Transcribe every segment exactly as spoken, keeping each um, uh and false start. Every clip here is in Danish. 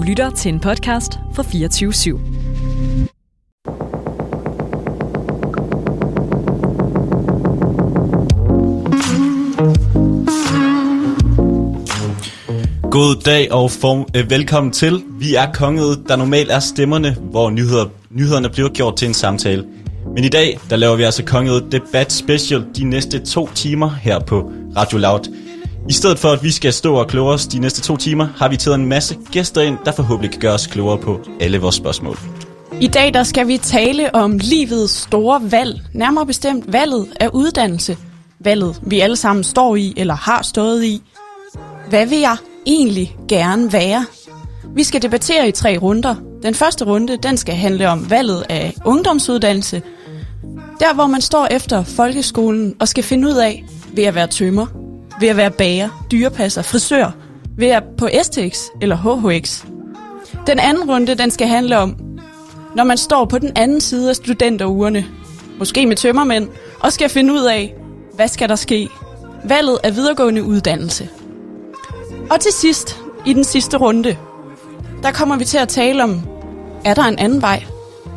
lytter til en podcast fra fireogtyve syv. God dag og form, øh, velkommen til. Vi er Kongeriget, der normalt er stemmerne, hvor nyheder, nyhederne bliver gjort til en samtale. Men i dag, der laver vi altså Kongeriget Debat Special de næste to timer her på Radio Loud. I stedet for, at vi skal stå og kloge os de næste to timer, har vi taget en masse gæster ind, der forhåbentlig kan gøre os klogere på alle vores spørgsmål. I dag der skal vi tale om livets store valg, nærmere bestemt valget af uddannelse. Valget, vi alle sammen står i eller har stået i. Hvad vil jeg egentlig gerne være? Vi skal debattere i tre runder. Den første runde, den skal handle om valget af ungdomsuddannelse. Der, hvor man står efter folkeskolen og skal finde ud af, vil jeg være tømrer? Vil jeg være bager, dyrepasser, frisør? Vil jeg på S T X eller H H X? Den anden runde, den skal handle om, når man står på den anden side af studenterugerne, måske med tømmermænd, og skal finde ud af, hvad skal der ske? Valget af videregående uddannelse. Og til sidst, i den sidste runde, der kommer vi til at tale om, er der en anden vej?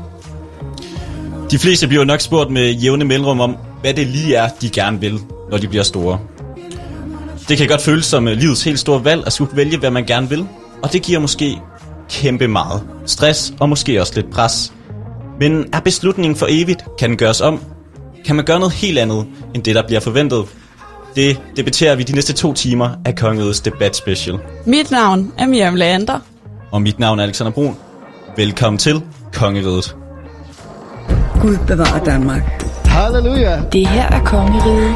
De fleste bliver nok spurgt med jævne mellemrum om, hvad det lige er, de gerne vil, når de bliver store. Det kan godt føles som livets helt store valg at skulle vælge, hvad man gerne vil, og det giver måske kæmpe meget stress og måske også lidt pres. Men er beslutningen for evigt? Kan den gøres om? Kan man gøre noget helt andet, end det, der bliver forventet? Det debatterer vi de næste to timer af Kongerigets Debat Special. Mit navn er Miriam Leander. Og mit navn er Alexander Brun. Velkommen til Kongeriget. Gud bevarer Danmark. Halleluja. Det her er Kongeriget.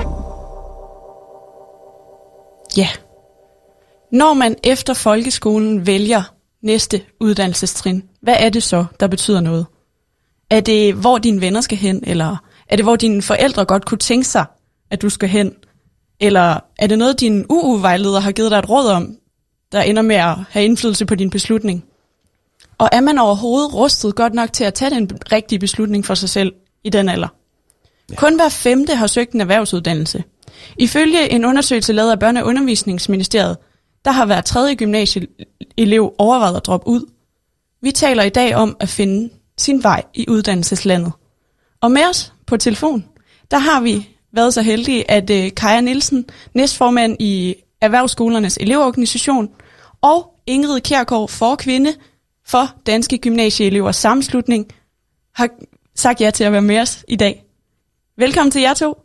Ja. Når man efter folkeskolen vælger næste uddannelsestrin, hvad er det så, der betyder noget? Er det, hvor dine venner skal hen, eller er det, hvor dine forældre godt kunne tænke sig, at du skal hen? Eller er det noget, din U U-vejleder har givet dig et råd om, der ender med at have indflydelse på din beslutning? Og er man overhovedet rustet godt nok til at tage den rigtige beslutning for sig selv i den alder? Ja. Kun hver femte har søgt en erhvervsuddannelse. Ifølge en undersøgelse lavet af Børne- og Undervisningsministeriet, der har hver tredje gymnasieelev overvejet at droppe ud. Vi taler i dag om at finde sin vej i uddannelseslandet. Og med os på telefon, der har vi været så heldige, at uh, Kaja Nielsen, næstformand i Erhvervsskolernes Elevorganisation, og Ingrid Kjærgaard, forkvinde for Danske Gymnasieelevers Sammenslutning, har sagt ja til at være med os i dag. Velkommen til jer to.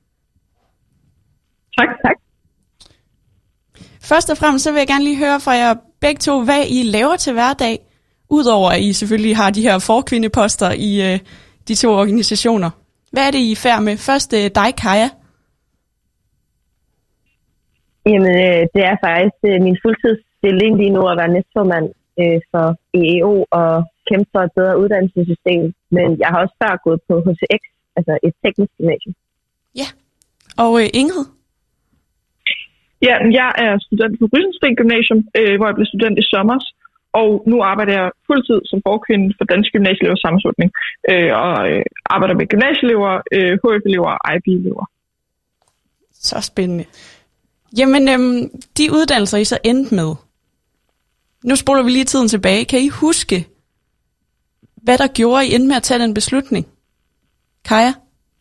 Tak, tak. Først og fremmest så vil jeg gerne lige høre fra jer begge to, hvad I laver til hverdag, udover at I selvfølgelig har de her forkvindeposter i uh, de to organisationer. Hvad er det, I er færd med? Først uh, dig, Kaja. Jamen, øh, det er faktisk øh, min fuldtidsstilling lige nu at være næstformand øh, for E E O og kæmpe for et bedre uddannelsessystem. Men jeg har også før gået på H C X, altså et teknisk gymnasium. Ja, og øh, Ingrid? Ja, jeg er student på Rysensten Gymnasium, øh, hvor jeg blev student i sommer. Og nu arbejder jeg fuldtid som forkvinde for Danske Gymnasieelevers Sammenslutning. Øh, og øh, arbejder med gymnasieelever, øh, H F-elever og I B-elever. Så spændende. Jamen, øhm, de uddannelser, I så endte med. Nu spoler vi lige tiden tilbage. Kan I huske, hvad der gjorde, I endte med at tage den beslutning? Kaja?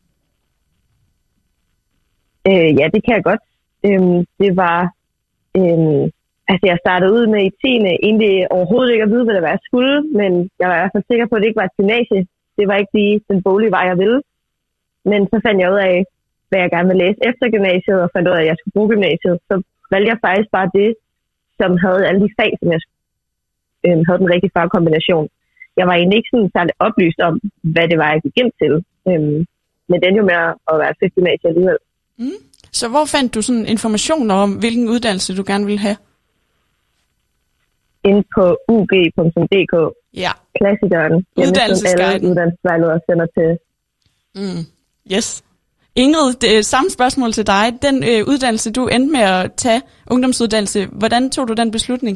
Øh, ja, det kan jeg godt. Øhm, det var... Øhm, altså, jeg startede ud med i tiende egentlig overhovedet ikke at vide, hvad det var, jeg skulle, men jeg var i hvert fald sikker på, at det ikke var et gymnasie. Det var ikke lige den boglige vej, jeg ville. Men så fandt jeg ud af, hvad jeg gerne ville læse efter gymnasiet, og fandt ud af, at jeg skulle bruge gymnasiet. Så valgte jeg faktisk bare det, som havde alle de fag, som jeg øh, havde den rigtige fagkombination. Jeg var egentlig ikke sådan særlig oplyst om, hvad det var, jeg gik ind til. Øhm, men det endte jo med at være et fedt gymnasie alligevel. Mm. Så hvor fandt du sådan informationer om, hvilken uddannelse du gerne ville have? Inde på u g punktum d k. Ja. Klassikeren. Uddannelsesguiden. Alle uddannelsesvejledere sender til. Mm. Yes. Ingrid, det er samme spørgsmål til dig. Den øh, uddannelse, du endte med at tage, ungdomsuddannelse, hvordan tog du den beslutning?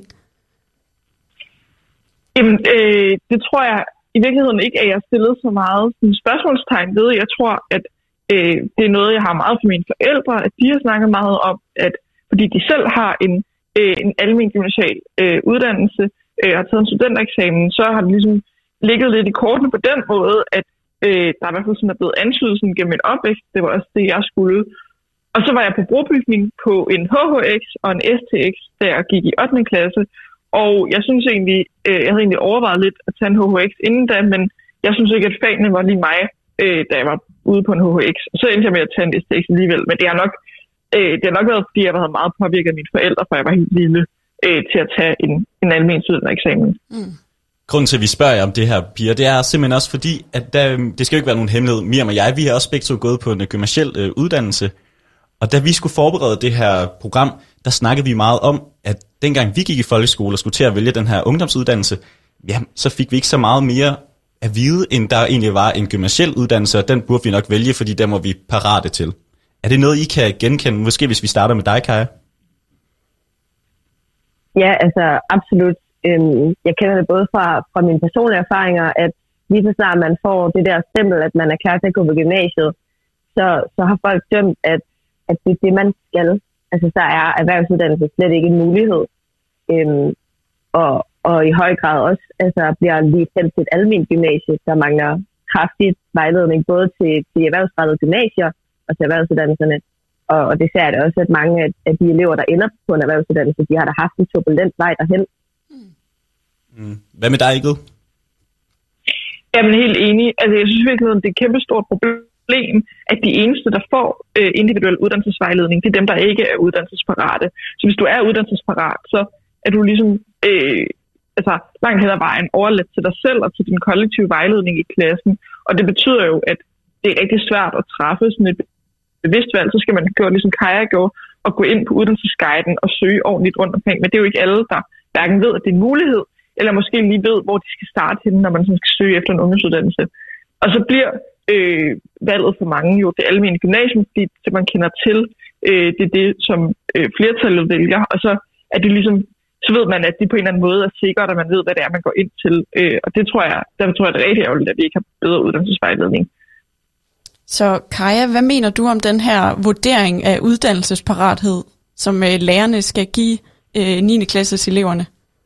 Jamen, øh, det tror jeg i virkeligheden ikke, at jeg stillede så meget spørgsmålstegn ved. Jeg tror, at øh, det er noget, jeg har meget fra mine forældre, at de har snakket meget om, at fordi de selv har en, øh, en almen gymnasial øh, uddannelse, øh, har taget en studentereksamen, så har det ligesom ligget lidt i kortene på den måde, at øh, der er i hvert fald sådan er blevet antydet sådan gennem min opvækst. Det var også det, jeg skulle. Og så var jeg på brobygning på en H H X og en S T X, da jeg gik i ottende klasse. Og jeg synes egentlig, øh, jeg havde egentlig overvejet lidt at tage en H H X inden da, men jeg synes ikke, at fagene var lige mig, øh, da jeg var ude på en H H X. Og så endte jeg med at tage en S T X alligevel, men det har nok, øh, det har nok været, fordi jeg havde meget påvirket af mine forældre, for jeg var helt lille øh, til at tage en, en almen studentereksamen. Mm. Grunden til, at vi spørger jer om det her, piger, det er simpelthen også fordi, at der, det skal jo ikke være nogen hemmelighed. Miriam og jeg, vi har også begge to gået på en gymnasiel øh, uddannelse. Og da vi skulle forberede det her program, der snakkede vi meget om, at dengang vi gik i folkeskole og skulle til at vælge den her ungdomsuddannelse, ja, så fik vi ikke så meget mere at vide, end der egentlig var en gymnasiel uddannelse, og den burde vi nok vælge, fordi den var vi parate til. Er det noget, I kan genkende? Måske hvis vi starter med dig, Kaja? Ja, altså absolut. Jeg kender det både fra, fra mine personlige erfaringer, at lige så snart man får det der stempel, at man er klar til at gå på gymnasiet, så, så har folk dømt, at, at det er det, man skal. Altså, så er erhvervsuddannelse slet ikke en mulighed. Øhm, og, og i høj grad også altså, bliver lige sendt til et almindeligt gymnasie, der mangler kraftigt vejledning både til, til erhvervsrettede gymnasier og til erhvervsuddannelserne. Og, og det ser jeg da også, at mange af, af de elever, der ender på en erhvervsuddannelse, de har da haft en turbulent vej derhen. Mm. Hvad med dig, Igud? Jamen helt enig. Altså, jeg synes virkelig, at det er et kæmpe stort problem, at de eneste, der får øh, individuel uddannelsesvejledning, det er dem, der ikke er uddannelsesparate. Så hvis du er uddannelsesparat, så er du ligesom øh, altså, langt hen ad vejen overladt til dig selv og til din kollektive vejledning i klassen. Og det betyder jo, at det er rigtig svært at træffe sådan et bevidst valg. Så skal man gøre ligesom Kaja gjorde, og gå ind på uddannelsesguiden og søge ordentligt rundt omkring. Men det er jo ikke alle, der hverken ved, at det er en mulighed, eller måske lige ved, hvor de skal starte henne, når man sådan skal søge efter en ungdomsuddannelse. Og så bliver øh, valget for mange jo det almene gymnasium, fordi det man kender til, øh, det er det, som øh, flertallet vælger. Og så er det ligesom, så ved man, at det på en eller anden måde er sikkert, og man ved, hvad det er, man går ind til. Øh, og det tror jeg, derfor tror jeg, det er rigtig ærgerligt, at vi ikke har bedre uddannelsesvejledning. Så Kaja, hvad mener du om den her vurdering af uddannelsesparathed, som øh, lærerne skal give øh, niende klasses eleverne?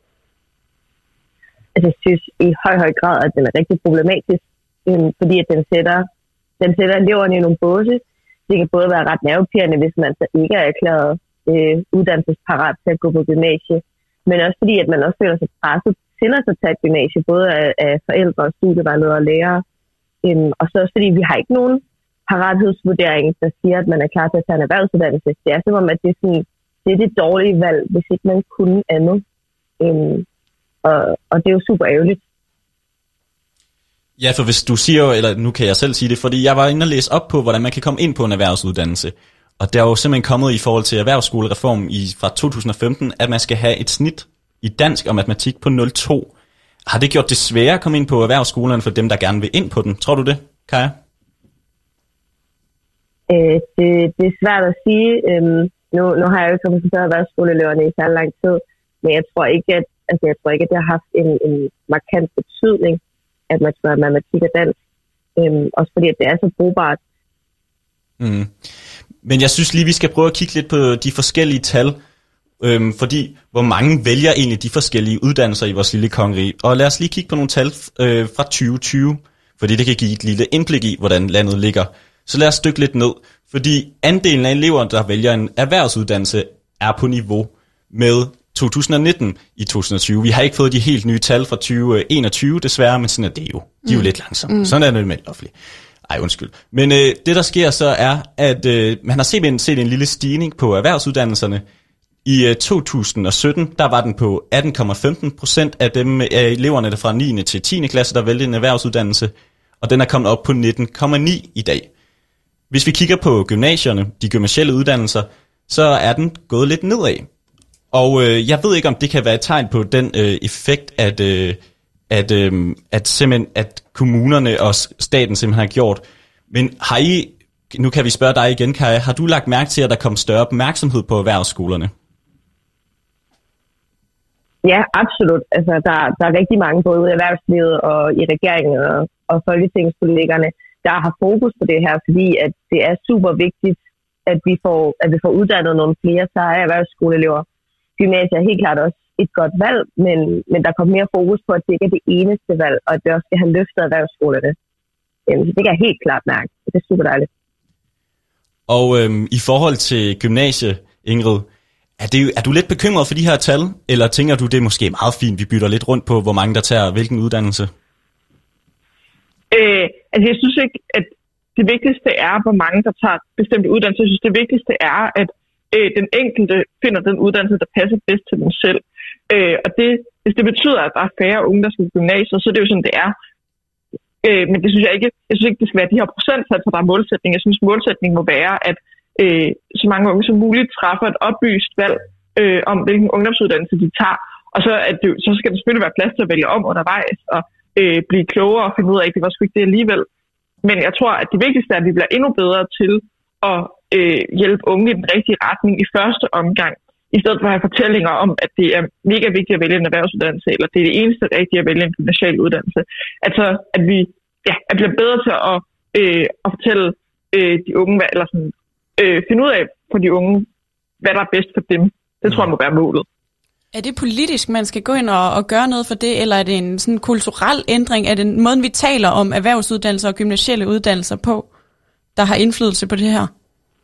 Altså, jeg synes i høj, høj grad, at den er rigtig problematisk, øh, fordi at den sætter, den sætter eleverne i nogle båse. Det kan både være ret nervepirrende, hvis man så ikke er erklæret øh, uddannelsesparat til at gå på gymnasie, men også fordi, at man også føler sig presset til at tage et gymnasie, både af, af forældre, studievejledere og lærere. Øh, og så også fordi, vi har ikke nogen parathedsvurdering, der siger, at man er klar til at tage en erhvervsuddannelse. Det er som om, at det er, sådan, det er det dårlige valg, hvis ikke man kunne andet. Øh, Og, og det er jo super ærgerligt. Ja, for hvis du siger, eller nu kan jeg selv sige det, fordi jeg var inde og læse op på, hvordan man kan komme ind på en erhvervsuddannelse. Og der er jo simpelthen kommet i forhold til erhvervsskolereformen i, fra to tusind og femten, at man skal have et snit i dansk og matematik på nul komma to. Har det gjort det sværere at komme ind på erhvervsskolerne for dem, der gerne vil ind på den? Tror du det, Kaja? Øh, det, det er svært at sige. Øhm, nu, nu har jeg jo kommet til erhvervsskoleeleverne i så lang tid, men jeg tror ikke, at Altså, jeg tror ikke, at det har haft en, en markant betydning, at man skal have matematik og dansk. Øhm, også fordi, at det er så brugbart. Mm. Men jeg synes lige, vi skal prøve at kigge lidt på de forskellige tal. Øhm, fordi, hvor mange vælger egentlig de forskellige uddannelser i vores lille kongerige. Og lad os lige kigge på nogle tal øh, fra tyve tyve, fordi det kan give et lille indblik i, hvordan landet ligger. Så lad os dykke lidt ned. Fordi andelen af elever, der vælger en erhvervsuddannelse, er på niveau med to tusind og nitten i to tusind og tyve. Vi har ikke fået de helt nye tal fra tyve enogtyve desværre, men sådan er det jo. De er jo mm. lidt langsomme. Mm. Sådan er det med offentligt. Ej, undskyld. Men øh, det, der sker så, er, at øh, man har set, set en lille stigning på erhvervsuddannelserne. I øh, to tusind og sytten, der var den på atten komma femten procent af dem af eleverne der fra niende til tiende klasse, der vælger en erhvervsuddannelse. Og den er kommet op på nitten komma ni i dag. Hvis vi kigger på gymnasierne, de gymnasielle uddannelser, så er den gået lidt nedad. Og øh, jeg ved ikke, om det kan være et tegn på den øh, effekt, at, øh, at, øh, at, simpelthen, at kommunerne og staten simpelthen har gjort. Men har I, nu kan vi spørge dig igen, Kaja, har du lagt mærke til, at der kom større opmærksomhed på erhvervsskolerne? Ja, absolut. Altså, der, der er rigtig mange, både i erhvervslivet og i regeringen og, og folketingspolitikerne, der har fokus på det her, fordi at det er super vigtigt, at vi får, at vi får uddannet nogle flere seje erhvervsskoleelever. Gymnasiet er helt klart også et godt valg, men, men der kom mere fokus på, at det ikke er det eneste valg, og at det også skal have løftet erhvervsskolerne. Øhm, så det kan jeg helt klart mærke. Det er super dejligt. Og øhm, i forhold til gymnasie, Ingrid, er, det, er du lidt bekymret for de her tal, eller tænker du, det er måske meget fint, vi bytter lidt rundt på, hvor mange der tager hvilken uddannelse? Øh, altså jeg synes ikke, at det vigtigste er, hvor mange der tager bestemte uddannelser. Jeg synes, det vigtigste er, at øh, den enkelte finder den uddannelse, der passer bedst til dem selv. Øh, og det, hvis det betyder, at der er færre unge, der skal i gymnasiet, så er det jo sådan, det er. Øh, men det synes jeg ikke, jeg synes ikke, det skal være de her procentsatser, der er målsætning. Jeg synes, målsætningen må være, at øh, så mange unge som muligt træffer et oplyst valg øh, om, hvilken ungdomsuddannelse de tager. Og så, at det, så skal der selvfølgelig være plads til at vælge om undervejs og øh, blive klogere og finde ud af, at det var sgu ikke det alligevel. Men jeg tror, at det vigtigste er, at vi bliver endnu bedre til at øh, hjælpe unge i den rigtige retning i første omgang, i stedet for at have fortællinger om, at det er mega vigtigt at vælge en erhvervsuddannelse, eller det er det eneste rigtige at vælge en gymnasial uddannelse. Altså, at vi ja, at bliver bedre til at, øh, at fortælle øh, de unge, hvad, eller sådan, øh, finde ud af for de unge, hvad der er bedst for dem. Det tror jeg må være målet. Er det politisk, man skal gå ind og, og gøre noget for det, eller er det en sådan kulturel ændring? Er det måden, vi taler om erhvervsuddannelser og gymnasielle uddannelser på, der har indflydelse på det her?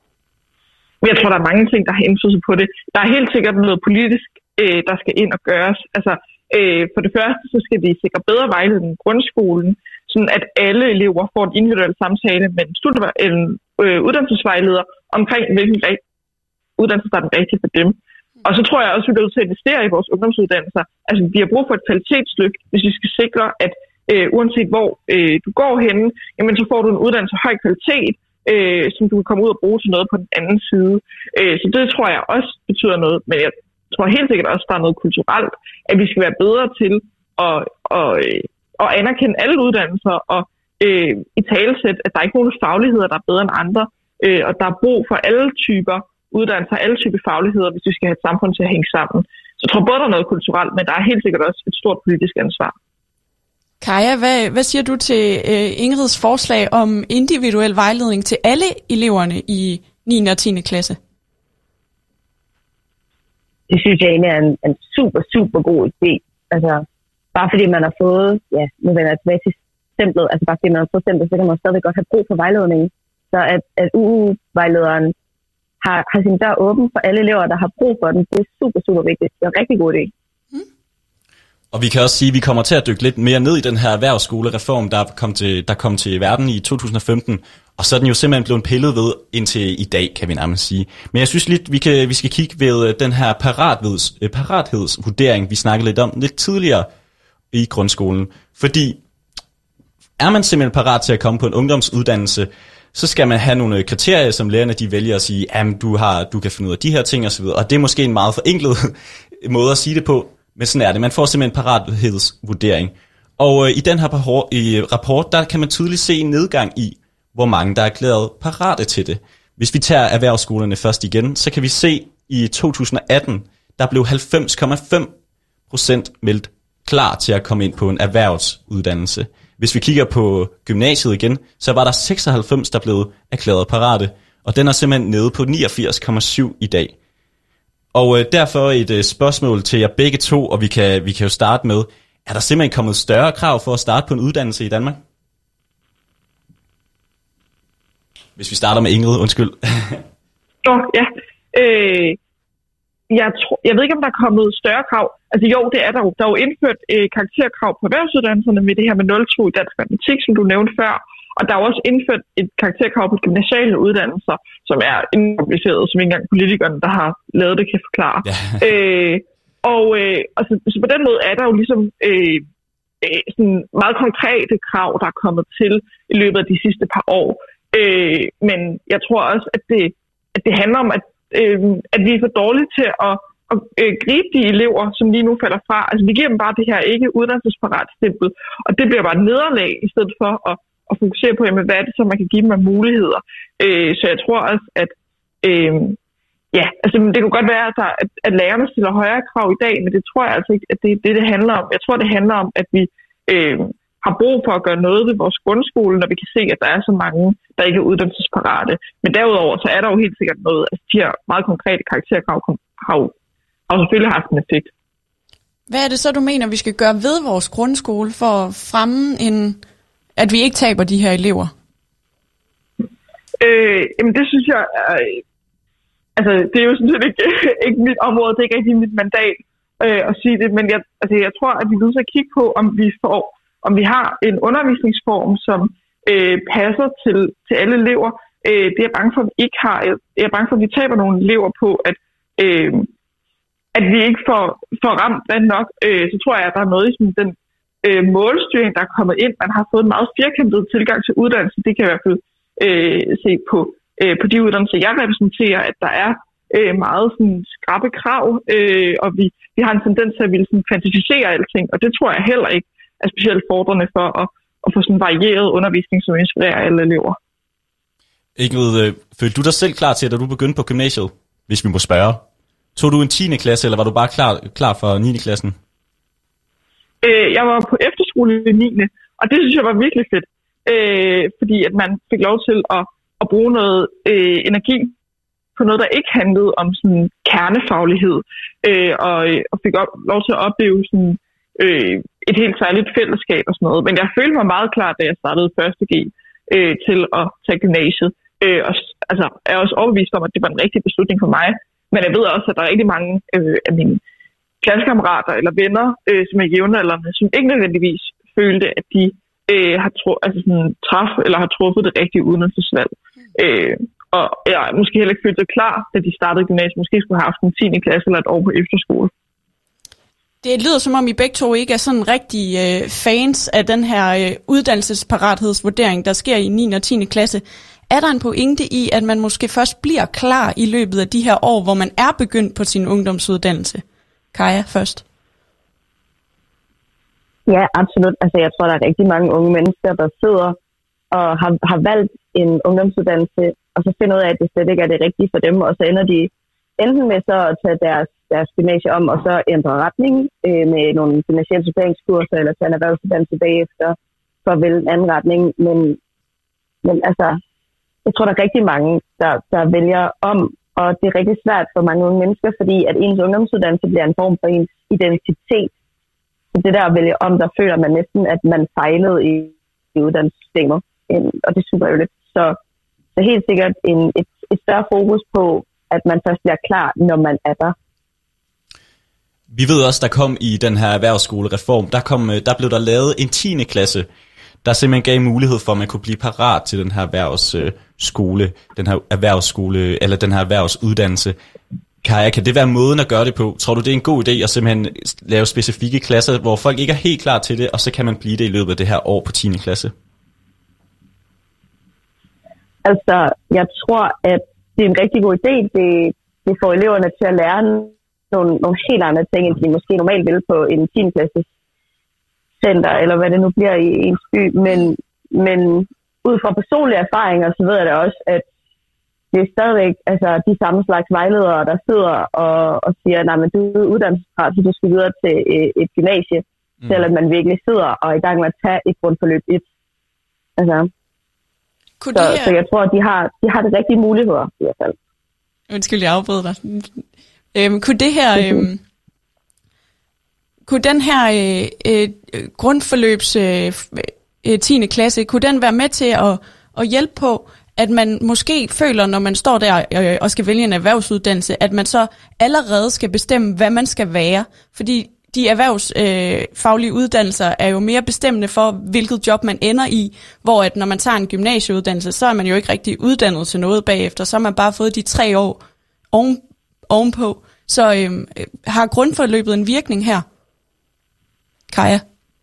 Jeg tror, der er mange ting, der har indflydelse på det. Der er helt sikkert noget politisk, øh, der skal ind og gøres. Altså, øh, for det første, så skal vi sikre bedre vejledning i grundskolen, sådan at alle elever får en individuel samtale med en, studie- en øh, uddannelsesvejleder omkring, hvilken uddannelse, der er den rigtige for dem. Og så tror jeg også, at vi er nødt til at investere i vores ungdomsuddannelser. Altså, vi har brug for et kvalitetsløft, hvis vi skal sikre, at øh, uanset hvor øh, du går henne, jamen, så får du en uddannelse af høj kvalitet, øh, som du kan komme ud og bruge til noget på den anden side. Øh, så det tror jeg også betyder noget. Men jeg tror helt sikkert også, at der er noget kulturelt, at vi skal være bedre til at, at, at anerkende alle uddannelser og øh, i talesæt, at der er ikke nogen fagligheder, der er bedre end andre, øh, og der er brug for alle typer uddannelser, alle typer fagligheder, hvis vi skal have et samfund til at hænge sammen. Så jeg tror både, der er noget kulturelt, men der er helt sikkert også et stort politisk ansvar. Kaja, hvad, hvad siger du til øh, Ingrids forslag om individuel vejledning til alle eleverne i niende og tiende klasse? Det synes jeg egentlig er en, en super, super god idé. Altså, bare fordi man har fået, ja, nu vender jeg tilbage til stemplet, altså bare fordi man har fået stemplet, så kan man stadig godt have brug for vejledningen. Så at, at U U-vejlederen har, har sin dør åben for alle elever, der har brug for den, det er super, super vigtigt. Det er en rigtig god idé. Mm. Og vi kan også sige, at vi kommer til at dykke lidt mere ned i den her erhvervsskolereform, der kom til, der kom til verden i to tusind og femten. Og så er den jo simpelthen blevet pillet ved indtil i dag, kan vi nærmest sige. Men jeg synes lidt, vi, kan, vi skal kigge ved den her paratheds, parathedsvurdering, vi snakkede lidt om lidt tidligere i grundskolen. Fordi er man simpelthen parat til at komme på en ungdomsuddannelse, så skal man have nogle kriterier, som lærerne de vælger at sige, at du, har, du kan finde ud af de her ting osv. Og det er måske en meget forenklet måde at sige det på, men sådan er det. Man får simpelthen en parathedsvurdering. Og øh, i den her rapport, der kan man tydeligt se en nedgang i, hvor mange der er erklæret parate til det. Hvis vi tager erhvervsskolerne først igen, så kan vi se i to tusind og atten, der blev halvfems komma fem procent meldt klar til at komme ind på en erhvervsuddannelse. Hvis vi kigger på gymnasiet igen, så var der seksoghalvfems, der blev erklæret parate, og den er simpelthen nede på niogfirs komma syv i dag. Og øh, derfor et øh, spørgsmål til jer begge to, og vi kan, vi kan jo starte med, er der simpelthen kommet større krav for at starte på en uddannelse i Danmark? Hvis vi starter med Ingrid, undskyld. Nå, ja. Øh, jeg, tror, jeg ved ikke, om der er kommet større krav. Altså jo, det er der jo. Der er jo indført øh, karakterkrav på erhvervsuddannelserne med det her med nul komma to i dansk matematik, som du nævnte før. Og der er også indført et karakterkrav på gymnasiale uddannelser, som er inkompliceret, som ikke engang politikerne, der har lavet det, kan forklare. Ja. øh, og øh, altså, så på den måde er der jo ligesom øh, øh, sådan meget konkrete krav, der er kommet til i løbet af de sidste par år. Øh, men jeg tror også, at det, at det handler om, at, øh, at vi er for dårlige til at, at øh, gribe de elever, som lige nu falder fra. Altså vi giver dem bare det her ikke uddannelsesparat stempel, og det bliver bare et nederlag, i stedet for at, at fokusere på, jamen, hvad er det, så man kan give dem af muligheder. Øh, så jeg tror også, at øh, ja, altså det kunne godt være, at, der, at, at lærerne stiller højere krav i dag, men det tror jeg altså ikke, at det er det, det handler om. Jeg tror, det handler om, at vi øh, har brug for at gøre noget ved vores grundskole, når vi kan se, at der er så mange, der ikke er uddannelsesparate. Men derudover, så er der jo helt sikkert noget, altså de her meget konkrete karakterkrav har jo, har jo selvfølgelig haft en effekt. Hvad er det så, du mener, vi skal gøre ved vores grundskole for at fremme, en, at vi ikke taber de her elever? Øh, jamen det synes jeg er... Altså, det er jo sådan set ikke, ikke mit område, det er ikke rigtig mit mandat øh, at sige det, men jeg, altså, jeg tror, at vi er nødt til at kigge på, om vi får, om vi har en undervisningsform, som øh, passer til, til alle elever. Øh, det er jeg bange for, at vi ikke har. Jeg er bange for, at vi taber nogle elever på, at, øh, at vi ikke får, får ramt den nok. Øh, så tror jeg, at der er noget i sådan, den øh, målstyring, der er kommet ind. Man har fået en meget firkantet tilgang til uddannelse. Det kan jeg i hvert fald øh, se på. på de uddannelser, jeg repræsenterer, at der er øh, meget sådan, skrappe krav, øh, og vi, vi har en tendens til at ville sådan, kvantificere alting, og det tror jeg heller ikke er specielt fordrende for at, at få sådan varieret undervisning, som inspirerer alle elever. Ingrid, øh, følte du dig selv klar til, da du begyndte på gymnasiet, hvis vi må spørge? Tog du en tiende klasse, eller var du bare klar, klar for niende klassen? Øh, jeg var på efterskole i niende og det synes jeg var virkelig fedt, øh, fordi at man fik lov til at at bruge noget øh, energi på noget, der ikke handlede om sådan kernefaglighed, øh, og, og fik op, lov til at opleve sådan, øh, et helt særligt fællesskab og sådan noget. Men jeg følte mig meget klar, da jeg startede første G øh, til at tage gymnasiet. Øh, og, altså, jeg er også overbevist om, at det var en rigtig beslutning for mig. Men jeg ved også, at der er rigtig mange øh, af mine klassekammerater eller venner, øh, som er jævnaldrende, som ikke nødvendigvis følte, at de Øh, har, tro, altså sådan, traf, eller har truffet det rigtige uddannelsesvalg. Øh, og jeg ja, måske heller ikke følte sig klar, da de startede gymnasiet. Måske skulle have haft en tiende klasse eller et år på efterskole. Det lyder som om I begge to ikke er sådan rigtig øh, fans af den her øh, uddannelsesparathedsvurdering, der sker i niende og tiende klasse. Er der en pointe i, at man måske først bliver klar i løbet af de her år, hvor man er begyndt på sin ungdomsuddannelse? Kaja først. Ja, absolut. Altså, jeg tror, der er rigtig mange unge mennesker, der sidder og har, har valgt en ungdomsuddannelse, og så finder ud af, at det slet ikke er det rigtige for dem, og så ender de enten med så at tage deres, deres gymnasie om, og så ændre retning øh, med nogle gymnasielle suppleringskurser, eller tage en erhvervsuddannelse bagefter, for at vælge en anden retning. Men, men altså, jeg tror, der er rigtig mange, der, der vælger om, og det er rigtig svært for mange unge mennesker, fordi at ens ungdomsuddannelse bliver en form for ens identitet. Det der at vælge om, der føler man næsten, at man fejlede i, i uddannelsessystemet. Og det er super ærgerligt. Så, så helt sikkert en, et, et større fokus på, at man først bliver klar, når man er der. Vi ved også, der kom i den her erhvervsskolereform, der, kom, der blev der lavet en tiende klasse, der simpelthen gav mulighed for, at man kunne blive parat til den her erhvervsskole, den her erhvervsskole, eller den her erhvervsuddannelse. Kaja, kan det være måden at gøre det på? Tror du, det er en god idé at simpelthen lave specifikke klasser, hvor folk ikke er helt klar til det, og så kan man blive det i løbet af det her år på tiende klasse? Altså, jeg tror, at det er en rigtig god idé. Det, det får eleverne til at lære nogle, nogle helt andre ting, end de måske normalt vil på en tiende klasses center, eller hvad det nu bliver i ens by. Men, men ud fra personlige erfaringer, så ved jeg da også, at det er stadigvæk altså, de samme slags vejledere, der sidder og, og siger, nej, men du er uddannelsesparat, så du skal videre til et, et gymnasie, mm. selvom man virkelig sidder og er i gang med at tage et grundforløb et. Altså, så, her... så jeg tror, at de har, de har det rigtige muligheder i hvert fald. Undskyld, jeg afbryder dig. Øhm, kunne det her... Øhm, kunne den her øh, øh, grundforløbs øh, øh, tiende klasse, kunne den være med til at, at hjælpe på, at man måske føler, når man står der øh, og skal vælge en erhvervsuddannelse, at man så allerede skal bestemme, hvad man skal være. Fordi de erhvervsfaglige øh, uddannelser er jo mere bestemmende for, hvilket job man ender i, hvor at når man tager en gymnasieuddannelse, så er man jo ikke rigtig uddannet til noget bagefter, så har man bare fået de tre år oven, ovenpå. Så øh, har grundforløbet en virkning her? Kaja?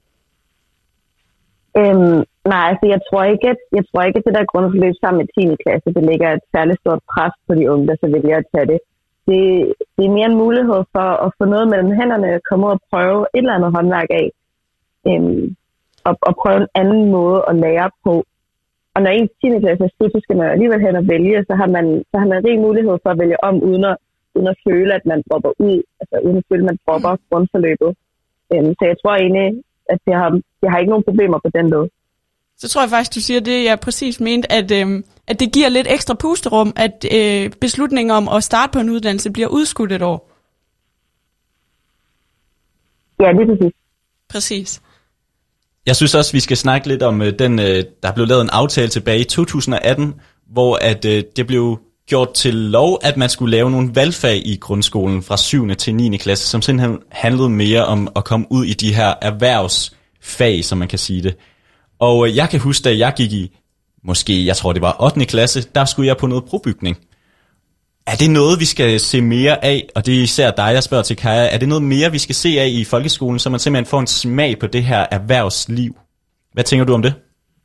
Øhm, nej, altså jeg tror ikke, at, jeg tror ikke, at det der grundforløb sammen med tiende klasse, det lægger et særligt stort pres på de unge, der så vælger at tage det. Det, det er mere en mulighed for at få noget mellem hænderne, komme ud og prøve et eller andet håndværk af, øhm, og, og prøve en anden måde at lære på. Og når ens tiende klasse er slut, så skal man alligevel hen og vælge, så har man, så har man rig mulighed for at vælge om, uden at, uden at føle, at man dropper ud, altså uden at føle, at man dropper grundforløbet. Øhm, så jeg tror egentlig, at jeg har, jeg har ikke nogen problemer på den måde. Så tror jeg faktisk, du siger det, jeg præcis mente, at, øhm, at det giver lidt ekstra pusterum, at øh, beslutningen om at starte på en uddannelse bliver udskudt et år. Ja, det er præcis. Præcis. Jeg synes også, vi skal snakke lidt om den, der blev lavet en aftale tilbage i to tusind og atten, hvor at det blev gjort til lov, at man skulle lave nogle valgfag i grundskolen fra syvende til niende klasse, som simpelthen handlede mere om at komme ud i de her erhvervsfag, som man kan sige det. Og jeg kan huske, da jeg gik i, måske, jeg tror det var ottende klasse, der skulle jeg på noget brobygning. Er det noget, vi skal se mere af, og det er især dig, jeg spørger til, Kaja, er det noget mere, vi skal se af i folkeskolen, så man simpelthen får en smag på det her erhvervsliv? Hvad tænker du om det?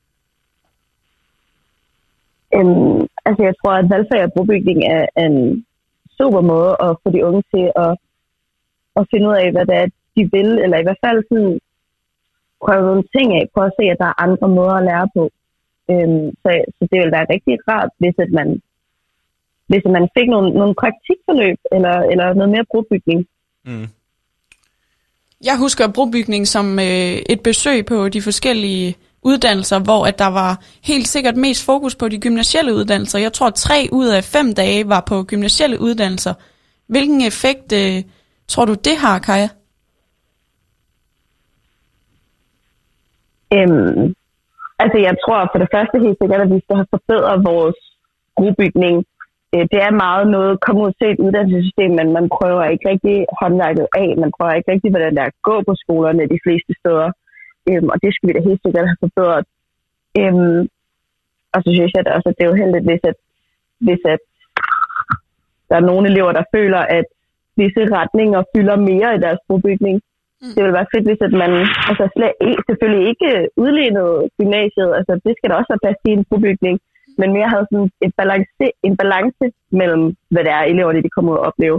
Um, altså jeg tror, at valgfag og brobygning er en super måde at få de unge til at, at finde ud af, hvad det er, de vil, eller i hvert fald sådan, prøve nogle ting af, prøve at se, at der er andre måder at lære på. Um, så, så det vil være rigtig rart, hvis at man hvis man fik nogle, nogle praktikforløb, eller, eller noget mere brobygning. Mm. Jeg husker brobygning som øh, et besøg på de forskellige uddannelser, hvor at der var helt sikkert mest fokus på de gymnasielle uddannelser. Jeg tror, tre ud af fem dage var på gymnasielle uddannelser. Hvilken effekt øh, tror du, det har, Kaja? Øhm, altså, jeg tror for det første helt sikkert, at vi skal have forbedret vores brobygning. Det er meget noget at komme ud til et uddannelsessystem, men man prøver ikke rigtig håndværket af. Man prøver ikke rigtig, hvordan det er at gå på skolerne de fleste steder. Øhm, og det skal vi da helt sikkert have forbedret. Øhm, og så synes jeg da også, at det er uheldigt, hvis, at, hvis at der er nogle elever, der føler, at visse retninger fylder mere i deres brobygning. Mm. Det vil være fedt, hvis at man altså, slet, selvfølgelig ikke udlignede gymnasiet. Altså, det skal der også have plads til en brobygning. Men mere havde sådan et balance, en balance mellem, hvad det er, eleverne de kommer ud og opleve.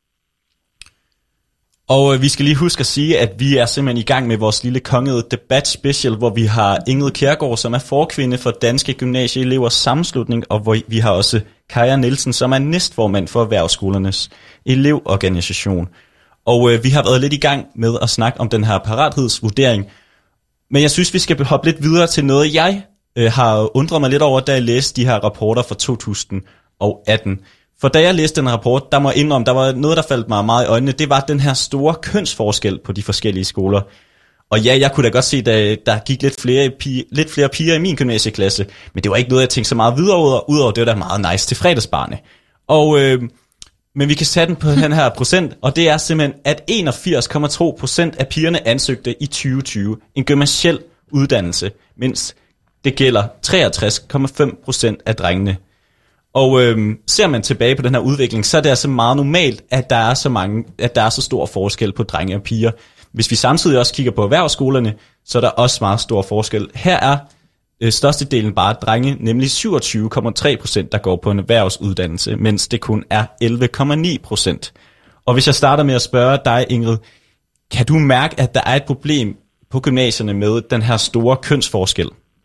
Og øh, vi skal lige huske at sige, at vi er simpelthen i gang med vores lille kongede debat special, hvor vi har Ingrid Kjærgaard, som er forkvinde for Danske Gymnasieelevers Sammenslutning, og hvor vi har også Kaja Nielsen, som er næstformand for Erhvervsskolernes elevorganisation. Og øh, vi har været lidt i gang med at snakke om den her parathedsvurdering. Men jeg synes, vi skal hoppe lidt videre til noget, jeg øh, har undret mig lidt over, da jeg læste de her rapporter fra to tusind og atten. For da jeg læste den rapport, der må jeg indrømme, der var noget, der faldt mig meget i øjnene. Det var den her store kønsforskel på de forskellige skoler. Og ja, jeg kunne da godt se, at der gik lidt flere, pige, lidt flere piger i min gymnasieklasse. Men det var ikke noget, jeg tænkte så meget videre ud Udover det var da meget nice til fredagsbarne. Og, øh, men vi kan sætte den på den her procent, og det er simpelthen, at enogfirs komma to procent af pigerne ansøgte i tyve tyve en gymnasiel uddannelse, mens det gælder treogtres komma fem procent af drengene. Og øhm, ser man tilbage på den her udvikling, så er det altså meget normalt, at der er så mange, at der er så stor forskel på drenge og piger. Hvis vi samtidig også kigger på erhvervsskolerne, så er der også meget stor forskel. Her er øh, størstedelen bare drenge, nemlig syvogtyve komma tre procent, der går på en erhvervsuddannelse, mens det kun er elleve komma ni procent. Og hvis jeg starter med at spørge dig, Ingrid, kan du mærke, at der er et problem på gymnasierne med den her store kønsforskel?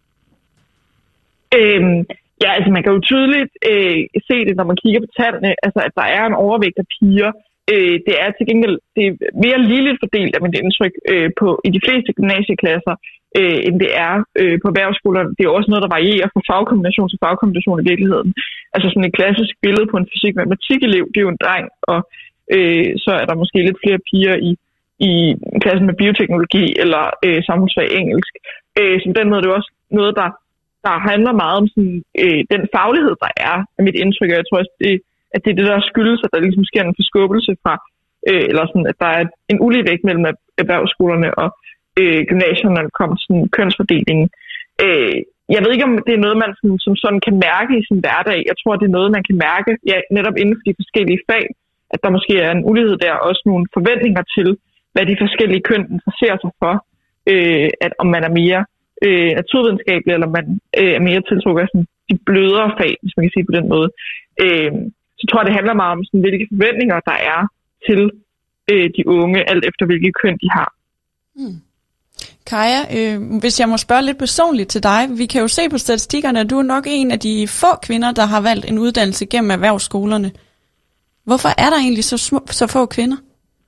Øhm Ja, altså man kan jo tydeligt øh, se det, når man kigger på tallene, altså at der er en overvægt af piger. Øh, det er til gengæld det er mere ligeligt fordelt af mit indtryk øh, på, i de fleste gymnasieklasser, øh, end det er øh, på erhvervsskolerne. Det er også noget, der varierer fra fagkombination til fagkombination i virkeligheden. Altså sådan et klassisk billede på en fysik-matematik-elev, det er jo en dreng, og øh, så er der måske lidt flere piger i, i klassen med bioteknologi eller øh, samfundsfag engelsk. Øh, så på den måde er det også noget, der der handler meget om sådan, øh, den faglighed, der er af mit indtryk, og jeg tror også, det, at det er det, der skyldes, at der ligesom sker en forskubbelse fra, øh, eller sådan, at der er en uligevægt mellem erhvervsskolerne og øh, gymnasierne, når det kommer til sådan, kønsfordelingen. Øh, jeg ved ikke, om det er noget, man sådan, som sådan kan mærke i sin hverdag. Jeg tror, det er noget, man kan mærke ja, netop inden for de forskellige fag, at der måske er en ulighed der, og også nogle forventninger til, hvad de forskellige køn interesserer sig for, øh, at om man er mere Øh, naturvidenskabelig, eller man øh, er mere tiltrukket af sådan, de blødere fag, hvis man kan sige på den måde. Øh, så tror jeg, det handler meget om, sådan, hvilke forventninger der er til øh, de unge, alt efter hvilke køn de har. Hmm. Kaja, øh, hvis jeg må spørge lidt personligt til dig. Vi kan jo se på statistikkerne, at du er nok en af de få kvinder, der har valgt en uddannelse gennem erhvervsskolerne. Hvorfor er der egentlig så, små, så få kvinder?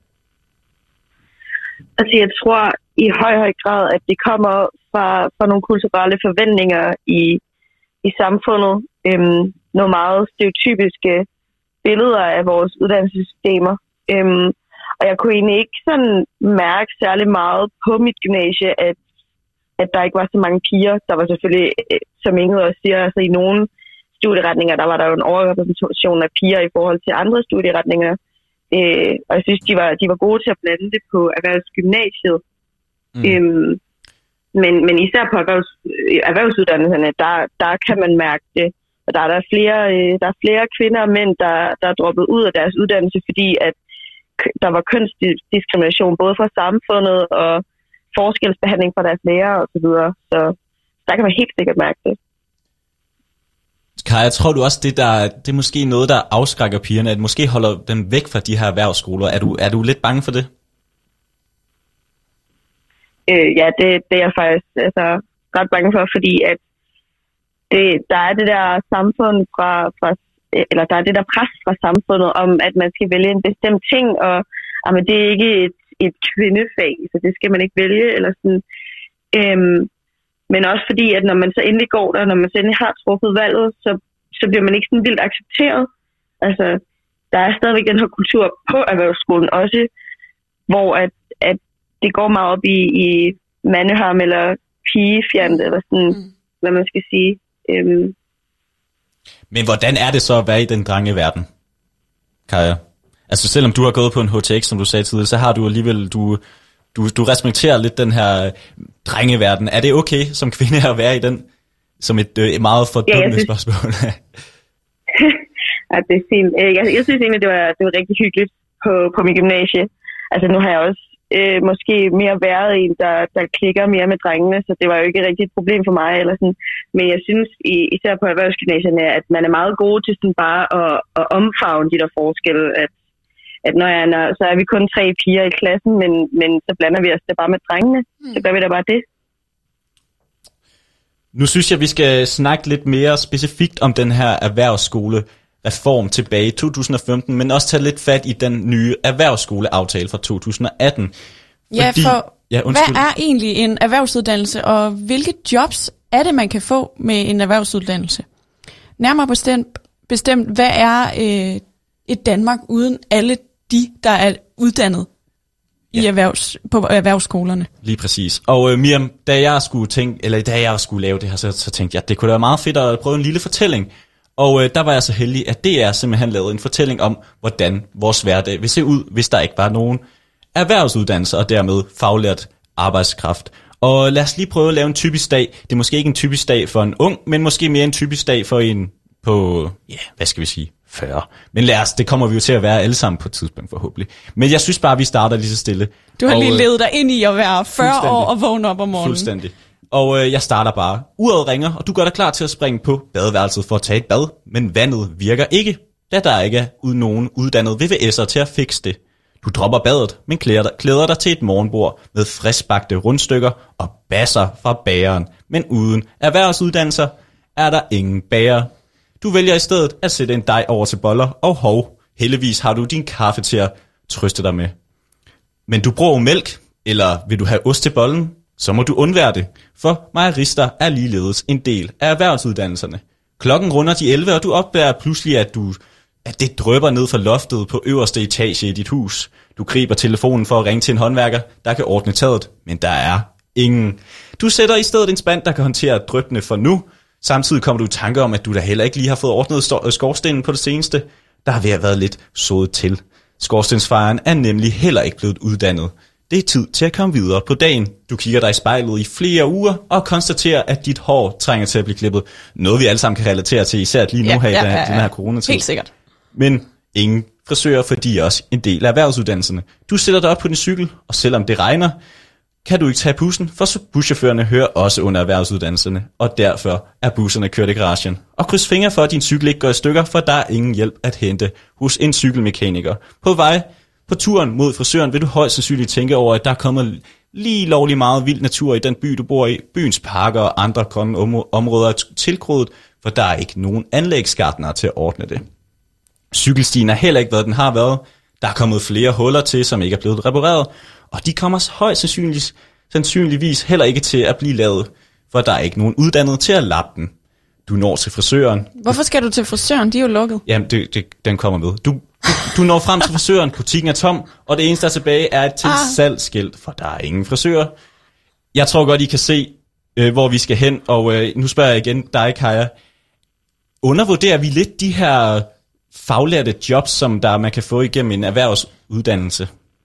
Altså jeg tror i høj, høj grad, at det kommer fra, fra nogle kulturelle forventninger i, i samfundet. Øhm, nogle meget stereotypiske billeder af vores uddannelsessystemer. Øhm, Og jeg kunne egentlig ikke sådan mærke særlig meget på mit gymnasie, at, at der ikke var så mange piger. Der var selvfølgelig, som Inge også siger, altså i nogle studieretninger, der var der jo en overrepræsentation af piger i forhold til andre studieretninger. Øh, og jeg synes, de var, de var gode til at blande det på erhvervsgymnasiet. Mm. Øhm, men, men især på erhvervs, erhvervsuddannelserne, der, der kan man mærke det. Og der er der flere, øh, der er flere kvinder og mænd, der, der er droppet ud af deres uddannelse, fordi at der var kønsdiskrimination både fra samfundet og forskelsbehandling fra deres lærere osv. Så, så der kan man helt sikkert mærke det. Kaja, tror du også, det, der, det er måske noget, der afskrækker pigerne, at måske holder dem væk fra de her erhvervsskoler? Er du, er du lidt bange for det? Øh, ja, det, det er jeg faktisk altså, ret bange for, fordi at det, der er det der samfund fra, fra, eller der er det der pres fra samfundet om, at man skal vælge en bestemt ting, og jamen, det er ikke et, et kvindefag, så det skal man ikke vælge, eller sådan. Øhm, men også fordi, at når man så endelig går der, når man så endelig har truffet valget, så, så bliver man ikke sådan vildt accepteret. Altså, der er stadigvæk den her kultur på erhvervsskolen også, hvor at, at det går meget op i, i mandeharm eller pigefjant, eller sådan, mm. hvad man skal sige. Øhm. Men hvordan er det så at være i den drengeverden, Kaja? Altså selvom du har gået på en H T X, som du sagde tidligere, så har du alligevel, du, du, du respekterer lidt den her drengeverden. Er det okay som kvinde at være i den? Som et øh, meget fordummende ja, spørgsmål. Ja, det er fint. Jeg, jeg synes egentlig, det var, det var rigtig hyggeligt på, på min gymnasie. Altså nu har jeg også øh, måske mere været en, der, der klikker mere med drengene, så det var jo ikke rigtig et problem for mig. Eller sådan. Men jeg synes især på erhvervsgymnasierne, at man er meget gode til sådan bare at, at omfavne de der forskelle. At, at når jeg, når, så er vi kun tre piger i klassen, men, men så blander vi os det bare med drengene. Mm. Så gør vi da bare det. Nu synes jeg, vi skal snakke lidt mere specifikt om den her erhvervsskolereform tilbage i to tusind og femten, men også tage lidt fat i den nye erhvervsskoleaftale fra to tusind og atten. Ja, fordi, for ja, hvad er egentlig en erhvervsuddannelse, og hvilke jobs er det, man kan få med en erhvervsuddannelse? Nærmere bestemt, bestemt hvad er øh, et Danmark uden alle de, der er uddannet i ja. erhvervs, på erhvervsskolerne. Lige præcis. Og øh, Miriam, da jeg skulle tænke, eller da jeg skulle lave det her, så, så tænkte jeg, at det kunne være meget fedt at prøve en lille fortælling. Og øh, der var jeg så heldig, at D R simpelthen lavede en fortælling om, hvordan vores hverdag vil se ud, hvis der ikke var nogen erhvervsuddannelse og dermed faglært arbejdskraft. Og lad os lige prøve at lave en typisk dag. Det er måske ikke en typisk dag for en ung, men måske mere en typisk dag for en på, ja, hvad skal vi sige, fyrre. Men lad os, det kommer vi jo til at være alle sammen på et tidspunkt forhåbentlig. Men jeg synes bare, vi starter lige så stille. Du har og, lige levet dig ind i at være fyrre år og vågne op om morgenen. Fuldstændig. Og øh, jeg starter bare. Uret ringer, og du gør dig klar til at springe på badeværelset for at tage et bad. Men vandet virker ikke, da der ikke er nogen uddannet V V S'er til at fikse det. Du dropper badet, men klæder dig, klæder dig til et morgenbord med friskbagte rundstykker og basser fra bageren. Men uden erhvervsuddannelser er der ingen bager. Du vælger i stedet at sætte en dej over til boller, og hov, heldigvis har du din kaffe til at trøste dig med. Men du bruger mælk, eller vil du have ost til bollen, så må du undvære det, for mejerister er ligeledes en del af erhvervsuddannelserne. Klokken runder de elleve, og du opdager pludselig, at, du, at det drypper ned fra loftet på øverste etage i dit hus. Du griber telefonen for at ringe til en håndværker, der kan ordne taget, men der er ingen. Du sætter i stedet en spand, der kan håndtere dryppene for nu. Samtidig kommer du i tanke om, at du da heller ikke lige har fået ordnet skorstenen på det seneste. Der har ved at været lidt sået til. Skorstensfejeren er nemlig heller ikke blevet uddannet. Det er tid til at komme videre på dagen. Du kigger dig i spejlet i flere uger og konstaterer, at dit hår trænger til at blive klippet. Noget vi alle sammen kan relatere til, især lige nu ja, her i ja, den, ja, den her coronatid. Helt sikkert. Men ingen frisører, fordi er også en del af erhvervsuddannelserne. Du sætter dig op på din cykel, og selvom det regner, kan du ikke tage bussen, for buschaufførerne hører også under erhvervsuddannelserne, og derfor er busserne kørt i garagen. Og kryds fingre for, at din cykel ikke går i stykker, for der er ingen hjælp at hente hos en cykelmekaniker. På vej på turen mod frisøren vil du højst sandsynligt tænke over, at der er kommet lige lovlig meget vild natur i den by, du bor i. Byens parker og andre grønne områder er tilgroet, for der er ikke nogen anlægsgartnere til at ordne det. Cykelstien har heller ikke været, den har været. Der er kommet flere huller til, som ikke er blevet repareret, og de kommer højst sandsynligvis, sandsynligvis heller ikke til at blive lavet, for der er ikke nogen uddannet til at lappe den. Du når til frisøren. Hvorfor skal du til frisøren? De er jo lukket. Jamen, det, det, den kommer med. Du Du, du når frem til frisøren, butikken er tom, og det eneste, der er tilbage, er et til salgsskilt, for der er ingen frisører. Jeg tror godt, I kan se, øh, hvor vi skal hen, og øh, nu spørger jeg igen dig, Kaja. Undervurderer vi lidt de her faglærte jobs, som der man kan få igennem en erhvervsuddannelse?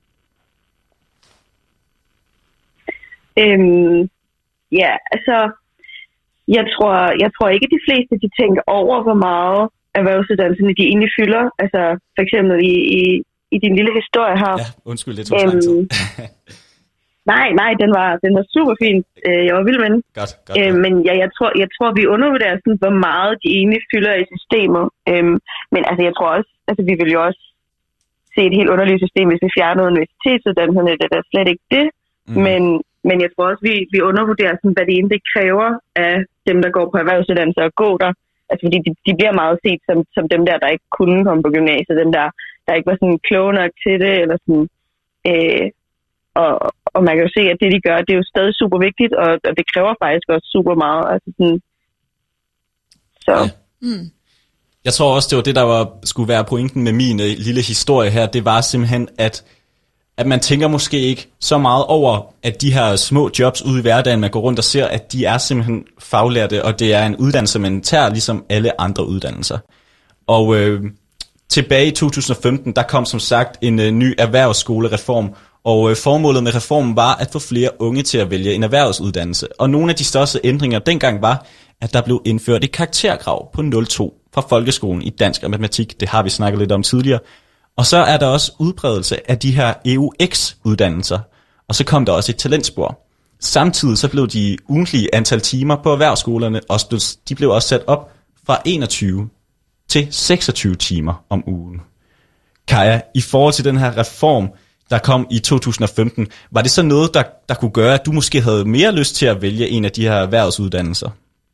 Øhm, ja, altså, jeg tror, jeg tror ikke, at de fleste de tænker over, hvor meget erhvervsuddannelserne de egentlig fylder. Altså, for eksempel i, i, i din lille historie her. Ja, undskyld, det tog så lang tid. nej, nej, den var, den var super fin. Jeg var vild med den. Godt, godt, øh, men ja, jeg tror, jeg tror, vi undervurderer sådan, hvor meget de egentlig fylder i systemet. Øhm, men altså, jeg tror også, altså, vi vil jo også se et helt underligt system, hvis vi fjernede universitetsuddannelserne. Det er slet ikke det. Mm. Men, men jeg tror også, vi, vi undervurderer, sådan, hvad det egentlig kræver af dem, der går på erhvervsuddannelse og gå der. Altså, fordi de, de bliver meget set som, som dem der, der ikke kunne komme på gymnasiet. Dem der, der ikke var sådan kloge nok til det, eller sådan... Øh, og, og man kan jo se, at det, de gør, det er jo stadig super vigtigt, og, og det kræver faktisk også super meget. Altså sådan... Så... Ja. Mm. Jeg tror også, det var det, der var, skulle være pointen med min øh, lille historie her. Det var simpelthen, at, at man tænker måske ikke så meget over, at de her små jobs ude i hverdagen, man går rundt og ser, at de er simpelthen faglærte, og det er en uddannelse, man tager ligesom alle andre uddannelser. Og øh, tilbage i to tusind og femten, der kom som sagt en øh, ny erhvervsskolereform, og øh, formålet med reformen var at få flere unge til at vælge en erhvervsuddannelse. Og nogle af de største ændringer dengang var, at der blev indført et karakterkrav på nul komma to fra folkeskolen i dansk og matematik. Det har vi snakket lidt om tidligere. Og så er der også udbredelse af de her E U X-uddannelser. Og så kom der også et talentspor. Samtidig så blev de ugentlige antal timer på erhvervsskolerne, også, de blev også sat op fra enogtyve til seksogtyve timer om ugen. Kaja, i forhold til den her reform, der kom i to tusind og femten, var det så noget, der, der kunne gøre, at du måske havde mere lyst til at vælge en af de her erhvervsuddannelser?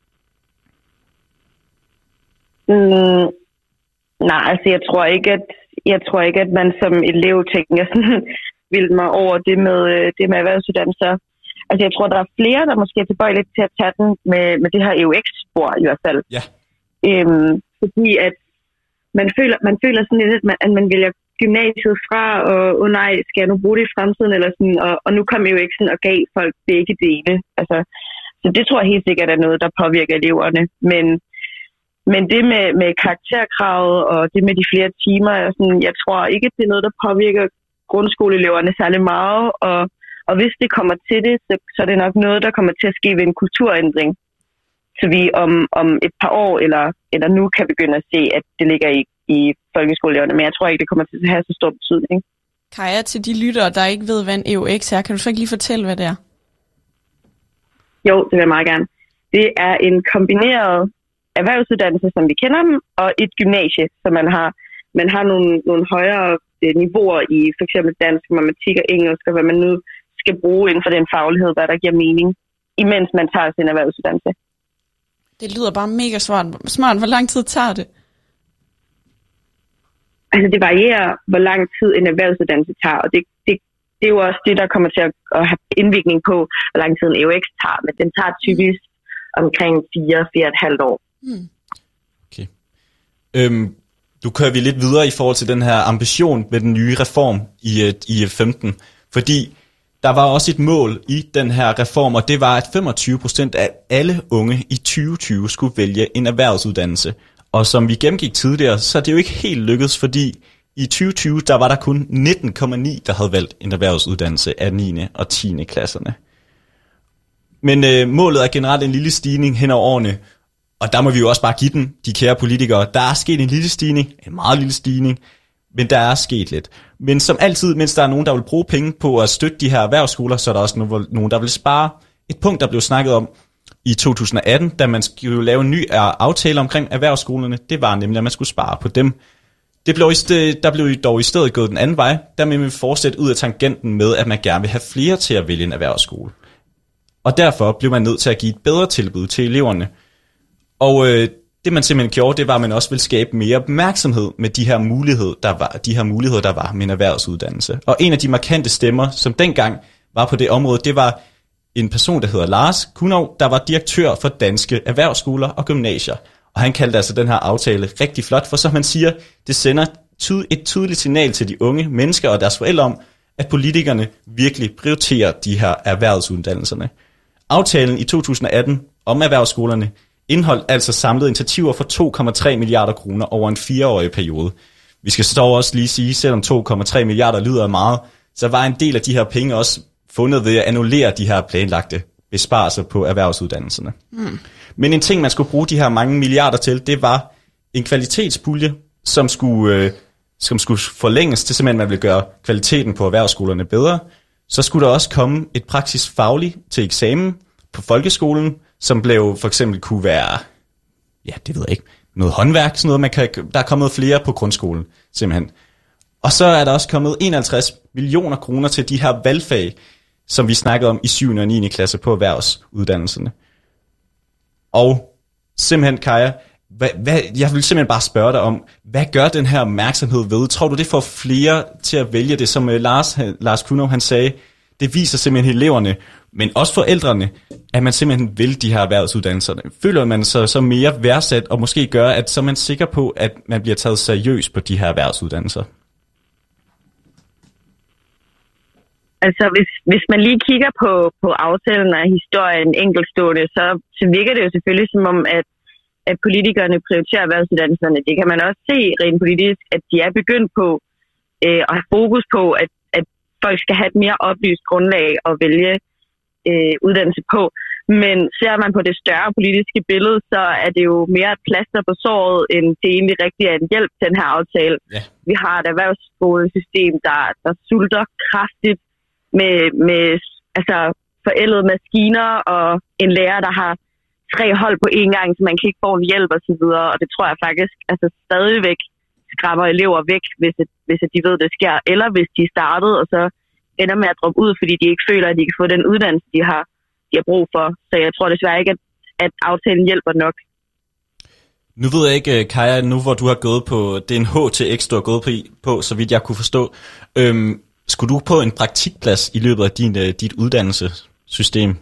Mm, nej, altså jeg tror ikke, at jeg tror ikke, at man som elev tænker sådan, vil mig over det med, det med erhvervsuddannelser. Altså jeg tror, der er flere, der måske er tilbøjelige til at tage den med, med det her E U X-spor i hvert fald. Ja. Øhm, fordi at man føler, man føler sådan lidt, at man, at man vælger gymnasiet fra, og oh nej, skal jeg nu bruge det i fremtiden, eller sådan, og, og nu kom E U X'en og gav folk begge dele. Altså, så det tror jeg helt sikkert er noget, der påvirker eleverne. Men Men det med, med karakterkravet og det med de flere timer, sådan, jeg tror ikke, det er noget, der påvirker grundskoleeleverne særlig meget. Og, og hvis det kommer til det, så, så er det nok noget, der kommer til at ske ved en kulturændring. Så vi om, om et par år eller, eller nu kan begynde at se, at det ligger i, i folkeskoleeleverne. Men jeg tror ikke, det kommer til at have så stor betydning. Kaja, til de lyttere, der ikke ved, hvad en E U X er, kan du så ikke lige fortælle, hvad det er? Jo, det vil jeg meget gerne. Det er en kombineret erhvervsuddannelse, som vi kender dem, og et gymnasie, så man har, man har nogle, nogle højere niveauer i for eksempel dansk, matematik og engelsk, og hvad man nu skal bruge inden for den faglighed, hvad der giver mening, imens man tager sin erhvervsuddannelse. Det lyder bare mega smart. Smart, hvor lang tid tager det? Altså det varierer, hvor lang tid en erhvervsuddannelse tager, og det, det, det er jo også det, der kommer til at, at have indvirkning på, hvor lang tid en E U X tager, men den tager typisk omkring fire, fire og et halvt år. Hmm. Okay. Øhm, nu kører vi lidt videre i forhold til den her ambition med den nye reform i, i femten, fordi der var også et mål i den her reform, og det var, at femogtyve procent af alle unge i tyve tyve skulle vælge en erhvervsuddannelse. Og som vi gennemgik tidligere, så er det jo ikke helt lykkedes, fordi i tyve tyve, der var der kun nitten komma ni, der havde valgt en erhvervsuddannelse af niende og tiende klasserne. Men øh, målet er generelt en lille stigning hen over årene, og der må vi jo også bare give den, de kære politikere. Der er sket en lille stigning, en meget lille stigning, men der er sket lidt. Men som altid, mens der er nogen, der vil bruge penge på at støtte de her erhvervsskoler, så er der også nogen, der vil spare. Et punkt, der blev snakket om i to tusind og atten, da man skulle lave en ny aftale omkring erhvervsskolerne, det var nemlig, at man skulle spare på dem. Det blev i stedet, der blev dog i stedet gået den anden vej, der vil vi fortsætte ud af tangenten med, at man gerne vil have flere til at vælge en erhvervsskole. Og derfor blev man nødt til at give et bedre tilbud til eleverne. Og øh, det man simpelthen gjorde, det var, at man også ville skabe mere opmærksomhed med de her muligheder, der var, de her muligheder, der var med en erhvervsuddannelse. Og en af de markante stemmer, som dengang var på det område, det var en person, der hedder Lars Kunov, der var direktør for Danske Erhvervsskoler og Gymnasier. Og han kaldte altså den her aftale rigtig flot, for som man siger, det sender tyd- et tydeligt signal til de unge mennesker og deres forældre om, at politikerne virkelig prioriterer de her erhvervsuddannelserne. Aftalen i to tusind atten om erhvervsskolerne indeholdt altså samlede initiativer for to komma tre milliarder kroner over en fireårig periode. Vi skal så også lige sige, selvom to komma tre milliarder lyder meget, så var en del af de her penge også fundet ved at annullere de her planlagte besparelser på erhvervsuddannelserne. Mm. Men en ting, man skulle bruge de her mange milliarder til, det var en kvalitetspulje, som skulle, øh, som skulle forlænges til simpelthen, at man ville gøre kvaliteten på erhvervsskolerne bedre. Så skulle der også komme et praksisfagligt til eksamen på folkeskolen, som blev for eksempel kunne være, ja, det ved jeg ikke, noget håndværk, sådan noget, man kan, der er kommet flere på grundskolen, simpelthen. Og så er der også kommet enoghalvtreds millioner kroner til de her valgfag, som vi snakkede om i syvende og niende klasse på erhvervsuddannelserne. Og simpelthen, Kaja, hvad, hvad, jeg vil simpelthen bare spørge dig om, hvad gør den her opmærksomhed ved? Tror du, det får flere til at vælge det, som uh, Lars, Lars Kunov, han sagde? Det viser simpelthen eleverne, men også forældrene, at man simpelthen vil de her erhvervsuddannelserne. Føler man sig så mere værdsat, og måske gør, at så er man sikker på, at man bliver taget seriøst på de her erhvervsuddannelser? Altså, hvis, hvis man lige kigger på, på aftalen af historien enkeltstående, så, så virker det jo selvfølgelig som om, at, at politikerne prioriterer erhvervsuddannelserne. Det kan man også se rent politisk, at de er begyndt på øh, at have fokus på, at, at folk skal have et mere oplyst grundlag at vælge øh, uddannelse på. Men ser man på det større politiske billede, så er det jo mere et plaster på såret, end det egentlig rigtig er en hjælp til den her aftale. Ja. Vi har et erhvervsskolesystem, der, der sulter kraftigt, med, med altså, forældede maskiner og en lærer, der har tre hold på én gang, så man kan ikke få en hjælp og så videre. Og det tror jeg faktisk altså, stadigvæk skræmmer elever væk, hvis, et, hvis et de ved, det sker. Eller hvis de startede, og så ender med at droppe ud, fordi de ikke føler, at de kan få den uddannelse, de har, de har brug for. Så jeg tror desværre ikke, at, at aftalen hjælper nok. Nu ved jeg ikke, Kaja, nu hvor du har gået på, det er en H T X, du har gået på, på så vidt jeg kunne forstå. Øhm, Skulle du på en praktikplads i løbet af din, dit uddannelsessystem?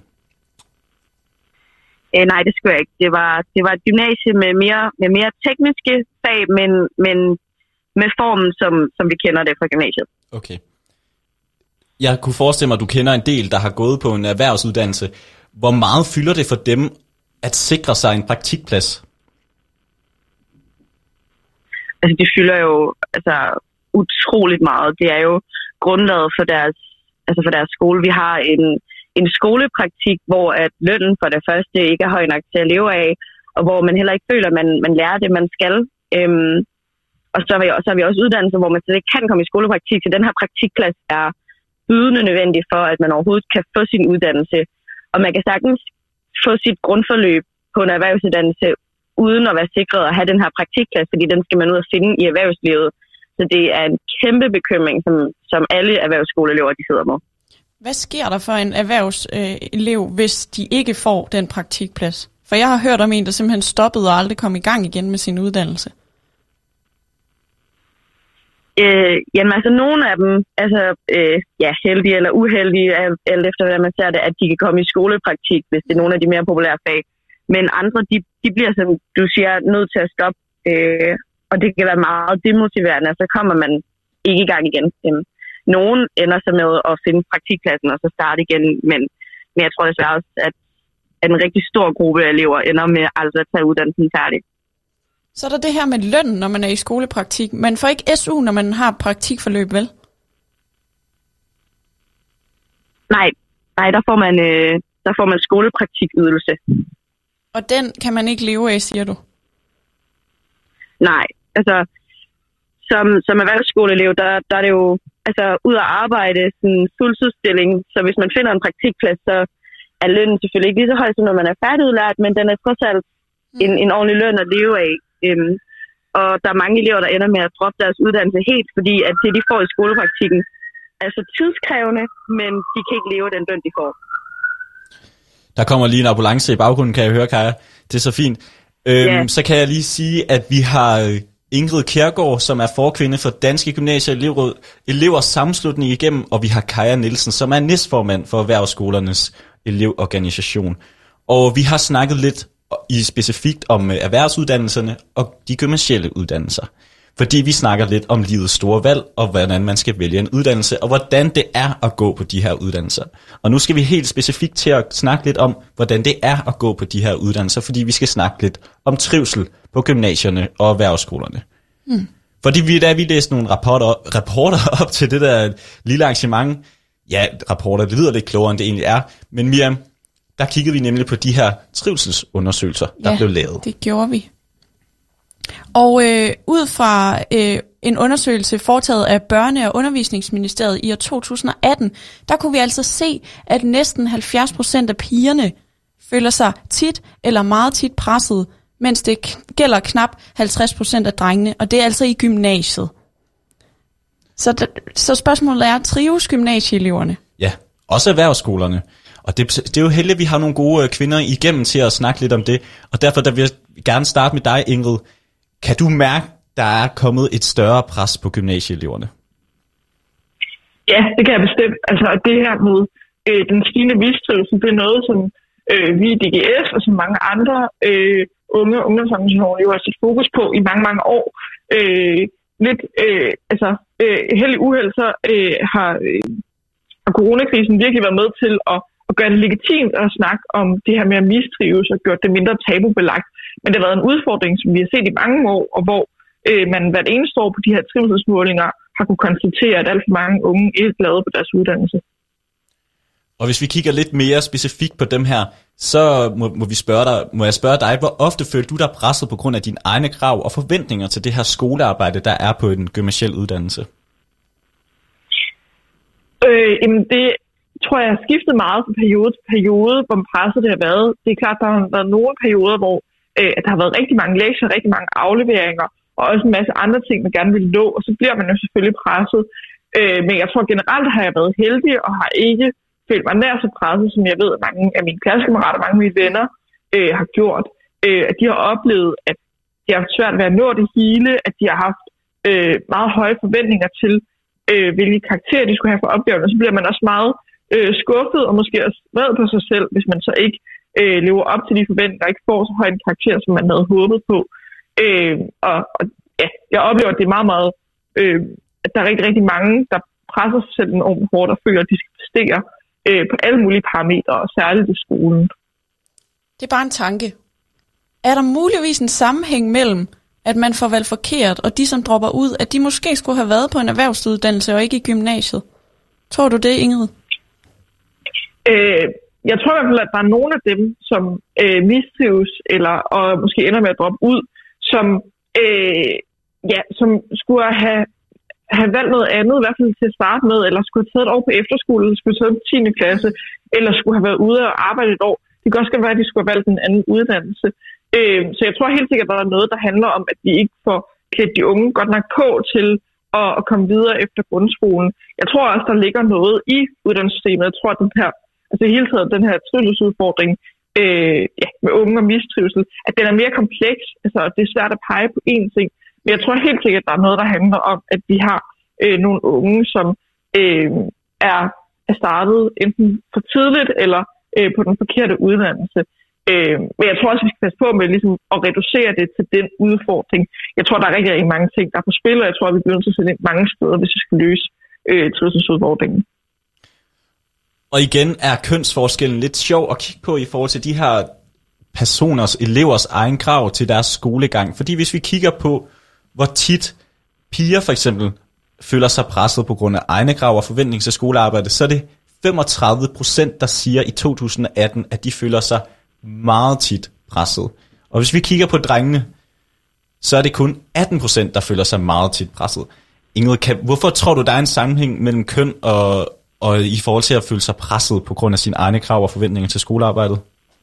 Øh, nej, det skulle jeg ikke. Det var, det var et gymnasie med mere, med mere tekniske fag, men, men med formen, som, som vi kender det fra gymnasiet. Okay. Jeg kunne forestille mig, at du kender en del, der har gået på en erhvervsuddannelse. Hvor meget fylder det for dem at sikre sig en praktikplads? Altså, det fylder jo altså, utroligt meget. Det er jo grundlaget for deres, altså for deres skole. Vi har en, en skolepraktik, hvor at lønnen for det første ikke er høj nok til at leve af, og hvor man heller ikke føler, at man, man lærer det, man skal. Øhm, og så har, vi, så har vi også uddannelser, hvor man slet ikke kan komme i skolepraktik, så den her praktikplads er bydende nødvendig for, at man overhovedet kan få sin uddannelse. Og man kan sagtens få sit grundforløb på en erhvervsuddannelse, uden at være sikret at have den her praktikplads, fordi den skal man ud og finde i erhvervslivet. Så det er en kæmpe bekymring, som, som alle erhvervsskoleelever de sidder med. Hvad sker der for en erhvervselev, øh, hvis de ikke får den praktikplads? For jeg har hørt om en, der simpelthen stoppede og aldrig kom i gang igen med sin uddannelse. Øh, jamen altså, nogle af dem, altså øh, ja, heldige eller uheldige, alt efter hvad man ser det, at de kan komme i skolepraktik, hvis det er nogle af de mere populære fag. Men andre, de, de bliver, som du siger, nødt til at stoppe. Øh, Og det kan være meget demotiverende, og så kommer man ikke i gang igen. Nogen ender så med at finde praktikpladsen og så starte igen, men, men jeg tror desværre også, at, at en rigtig stor gruppe af elever ender med altså at tage uddannelsen færdig. Så er der det her med løn, når man er i skolepraktik. Man får ikke S U, når man har praktikforløb, vel? Nej, nej der, får man, øh, der får man skolepraktikydelse. Og den kan man ikke leve af, siger du? Nej, altså som, som erhvervsskoleelev, der, der er det jo altså, ud at arbejde sådan en fuldtidsstilling. Så hvis man finder en praktikplads, så er lønnen selvfølgelig ikke lige så høj, som når man er færdigudlært, men den er trods alt en, en ordentlig løn at leve af. Øhm, og der er mange elever, der ender med at droppe deres uddannelse helt, fordi at det, de får i skolepraktikken, er så tidskrævende, men de kan ikke leve af den løn, de får. Der kommer lige en ambulance i baggrunden, kan jeg høre, Kaja. Det er så fint. Øhm, yeah. Så kan jeg lige sige, at vi har Ingrid Kjærgaard, som er forkvinde for Danske Gymnasier Elevråd, elevers sammenslutning igennem, og vi har Kaja Nielsen, som er næstformand for Erhvervsskolernes elevorganisation. Og vi har snakket lidt i specifikt om erhvervsuddannelserne og de gymnasielle uddannelser. Fordi vi snakker lidt om livets store valg, og hvordan man skal vælge en uddannelse, og hvordan det er at gå på de her uddannelser. Og nu skal vi helt specifikt til at snakke lidt om, hvordan det er at gå på de her uddannelser, fordi vi skal snakke lidt om trivsel på gymnasierne og erhvervsskolerne. Hmm. Fordi vi, da vi læste nogle rapporter, rapporter op til det der lille arrangement, ja, rapporter, det lyder lidt klogere, end det egentlig er, men Miriam, der kiggede vi nemlig på de her trivselsundersøgelser, der ja, blev lavet. Det gjorde vi. Og øh, ud fra øh, en undersøgelse foretaget af Børne- og Undervisningsministeriet i år to tusind og atten, der kunne vi altså se, at næsten halvfjerds procent af pigerne føler sig tit eller meget tit presset, mens det k- gælder knap halvtreds procent af drengene, og det er altså i gymnasiet. Så, d- så spørgsmålet er, trives gymnasieeleverne? Ja, også erhvervsskolerne. Og det, det er jo heldigt, at vi har nogle gode kvinder igennem til at snakke lidt om det. Og derfor der vil jeg gerne starte med dig, Ingrid. Kan du mærke, der er kommet et større pres på gymnasieeleverne? Ja, det kan jeg bestemt. Altså det her med øh, den stigende mistrivsel, det er noget, som øh, vi i D G S og som mange andre øh, unge ungdomsorganisationer jo har sat fokus på i mange, mange år. Øh, lidt, øh, altså øh, heldig uheld, så øh, har, øh, har coronakrisen virkelig været med til at, at gøre det legitimt at snakke om det her med at mistrives og gjort det mindre tabubelagt. Men det har været en udfordring, som vi har set i mange år, og hvor øh, man hvert eneste år på de her trivselsmålinger har kunne konstatere, at alt for mange unge ikke er glade på deres uddannelse. Og hvis vi kigger lidt mere specifikt på dem her, så må, må, vi spørge dig, må jeg spørge dig, hvor ofte føler du dig presset på grund af dine egne krav og forventninger til det her skolearbejde, der er på en gymnasiel uddannelse? Øh, jamen det tror jeg har skiftet meget fra periode til periode, hvor presset det har været. Det er klart, der har været nogle perioder, hvor øh, der har været rigtig mange lektier, rigtig mange afleveringer, og også en masse andre ting, man gerne vil nå, og så bliver man jo selvfølgelig presset. Øh, men jeg tror generelt har jeg været heldig, og har ikke følt mig nær så presset, som jeg ved, at mange af mine klassekammerater, mange af mine venner øh, har gjort. Øh, at de har oplevet, at de har haft svært ved at nå det hele, at de har haft øh, meget høje forventninger til, øh, hvilke karakterer de skulle have for opgaven, og så bliver man også meget øh, skuffet, og måske også vred på sig selv, hvis man så ikke øh, lever op til de forventninger, og ikke får så høj en karakter, som man havde håbet på. Øh, og, og ja, jeg oplever, at det er meget, meget, øh, at der er rigtig, rigtig mange, der presser sig selv enormt hårdt og føler, at de skal præstere øh, på alle mulige parametre, og særligt i skolen. Det er bare en tanke. Er der muligvis en sammenhæng mellem, at man får valgt forkert, og de, som dropper ud, at de måske skulle have været på en erhvervsuddannelse og ikke i gymnasiet? Tror du det, Ingrid? Øh, jeg tror i hvert fald, at der er nogle af dem, som øh, mistrives, eller og måske ender med at droppe ud, som, øh, ja, som skulle have, have valgt noget andet, i hvert fald til at starte med, eller skulle have taget et år på efterskole, eller skulle have taget på tiende klasse, eller skulle have været ude og arbejde et år. Det kan også være, at de skulle have valgt en anden uddannelse. Øh, så jeg tror helt sikkert, at der er noget, der handler om, at vi ikke får klædt de unge godt nok på til at, at komme videre efter grundskolen. Jeg tror også, der ligger noget i uddannelsessystemet. Jeg tror, at den her, altså i hele taget den her trivselsudfordring øh, ja, med unge og mistrivsel, at den er mere kompleks. Altså, det er svært at pege på én ting. Men jeg tror helt sikkert, at der er noget, der handler om, at vi har øh, nogle unge, som øh, er, er startet enten for tidligt eller øh, på den forkerte uddannelse. Øh, men jeg tror også, at vi skal passe på med ligesom, at reducere det til den udfordring. Jeg tror, der er rigtig, rigtig mange ting, der er på spil, og jeg tror, at vi bliver nødt til at sætte ind mange steder, hvis vi skal løse øh, trivselsudfordringen. Og igen er kønsforskellen lidt sjov at kigge på i forhold til de her personers, elevers egen krav til deres skolegang. Fordi hvis vi kigger på, hvor tit piger for eksempel føler sig presset på grund af egne krav og forventning til skolearbejde, så er det femogtredive procent, der siger i to tusind og atten, at de føler sig meget tit presset. Og hvis vi kigger på drengene, så er det kun atten procent, der føler sig meget tit presset. Ingrid, kan, hvorfor tror du, der er en sammenhæng mellem køn og, og i forhold til at føle sig presset på grund af sine egne krav og forventninger til skolearbejdet?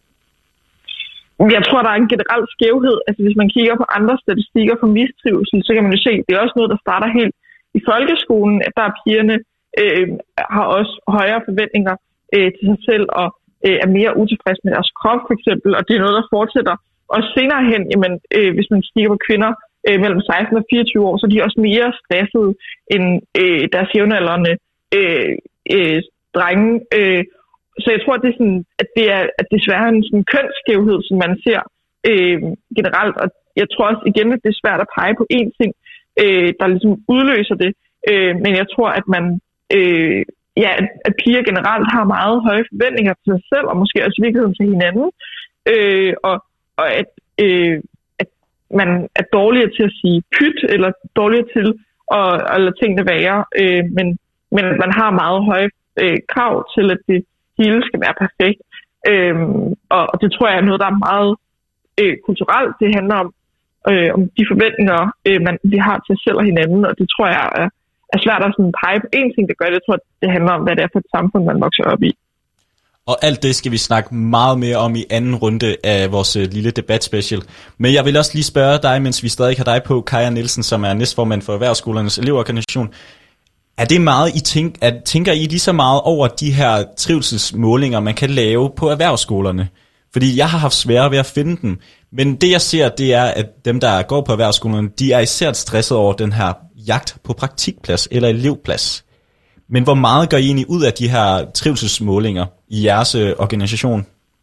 Jeg tror, der er en generel skævhed. Altså, hvis man kigger på andre statistikker for mistrivsel, så kan man jo se, at det er også noget, der starter helt i folkeskolen, at der er pigerne øh, har også højere forventninger øh, til sig selv og øh, er mere utilfredse med deres krop, for eksempel. Og det er noget, der fortsætter også senere hen. Jamen, øh, hvis man kigger på kvinder øh, mellem seksten og fireogtyve år, så er de også mere stressede end øh, deres jævnaldrende øh, øh, drenge. Øh, Så jeg tror, at det er, sådan, at det er at desværre en sådan kønsskævhed, som man ser øh, generelt. Og jeg tror også igen, at det er svært at pege på én ting. øh, der ligesom udløser det. Øh, men jeg tror, at man, øh, ja, at, at piger generelt har meget høje forventninger til sig selv, og måske også i virkeligheden til hinanden, øh, og, og at, øh, at man er dårligere til at sige pyt, eller dårligere til at, at lade tingene være, øh, men, men at man har meget høje øh, krav til, at det hele skal være perfekt. Øh, og, og det tror jeg er noget, der er meget øh, kulturelt. Det handler om, øh, om de forventninger, øh, man, vi har til selv og hinanden, og det tror jeg er er svært at sådan pege på en ting, der gør det. Jeg tror, det handler om, hvad det er for et samfund, man vokser op i. Og alt det skal vi snakke meget mere om i anden runde af vores lille debatspecial. Men jeg vil også lige spørge dig, mens vi stadig har dig på, Kaja Nielsen, som er næstformand for Erhvervsskolernes Elevorganisation. Er det meget, I tænk, at, tænker I lige så meget over de her trivselsmålinger, man kan lave på erhvervsskolerne? Fordi jeg har haft svært ved at finde dem. Men det jeg ser, det er, at dem, der går på erhvervsskolerne, de er især stresset over den her jagt på praktikplads eller elevplads. Men hvor meget gør I egentlig ud af de her trivselsmålinger i jeres øh, organisation?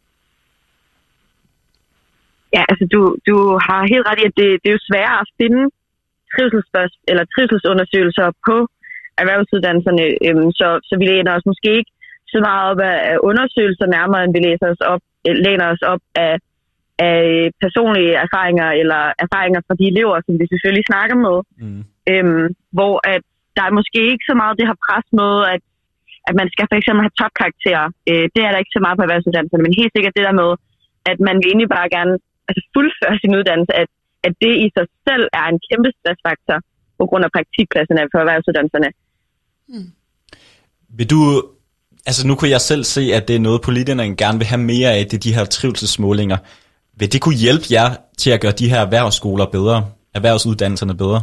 Ja, altså du, du har helt ret i, at det, det er jo sværere at finde trivselsspørgsmål eller trivselsundersøgelser på erhvervsuddannelserne, øhm, så, så vi læner os måske ikke så meget op af undersøgelser nærmere, end vi læser os op, læner os op af, af personlige erfaringer eller erfaringer fra de elever, som vi selvfølgelig snakker med. Mm. Øhm, hvor at der er måske ikke så meget det her pres med, at, at man skal for eksempel have topkarakterer. Øh, det er der ikke så meget på erhvervsuddannelserne, men helt sikkert det der med, at man vil egentlig bare gerne altså fuldføre sin uddannelse, at, at det i sig selv er en kæmpe stressfaktor på grund af praktikpladserne på erhvervsuddannelserne. Hmm. Vil du, altså nu kunne jeg selv se, at det er noget, politikerne gerne vil have mere af, det de her trivselsmålinger. Vil det kunne hjælpe jer til at gøre de her erhvervsskoler bedre, erhvervsuddannelserne bedre?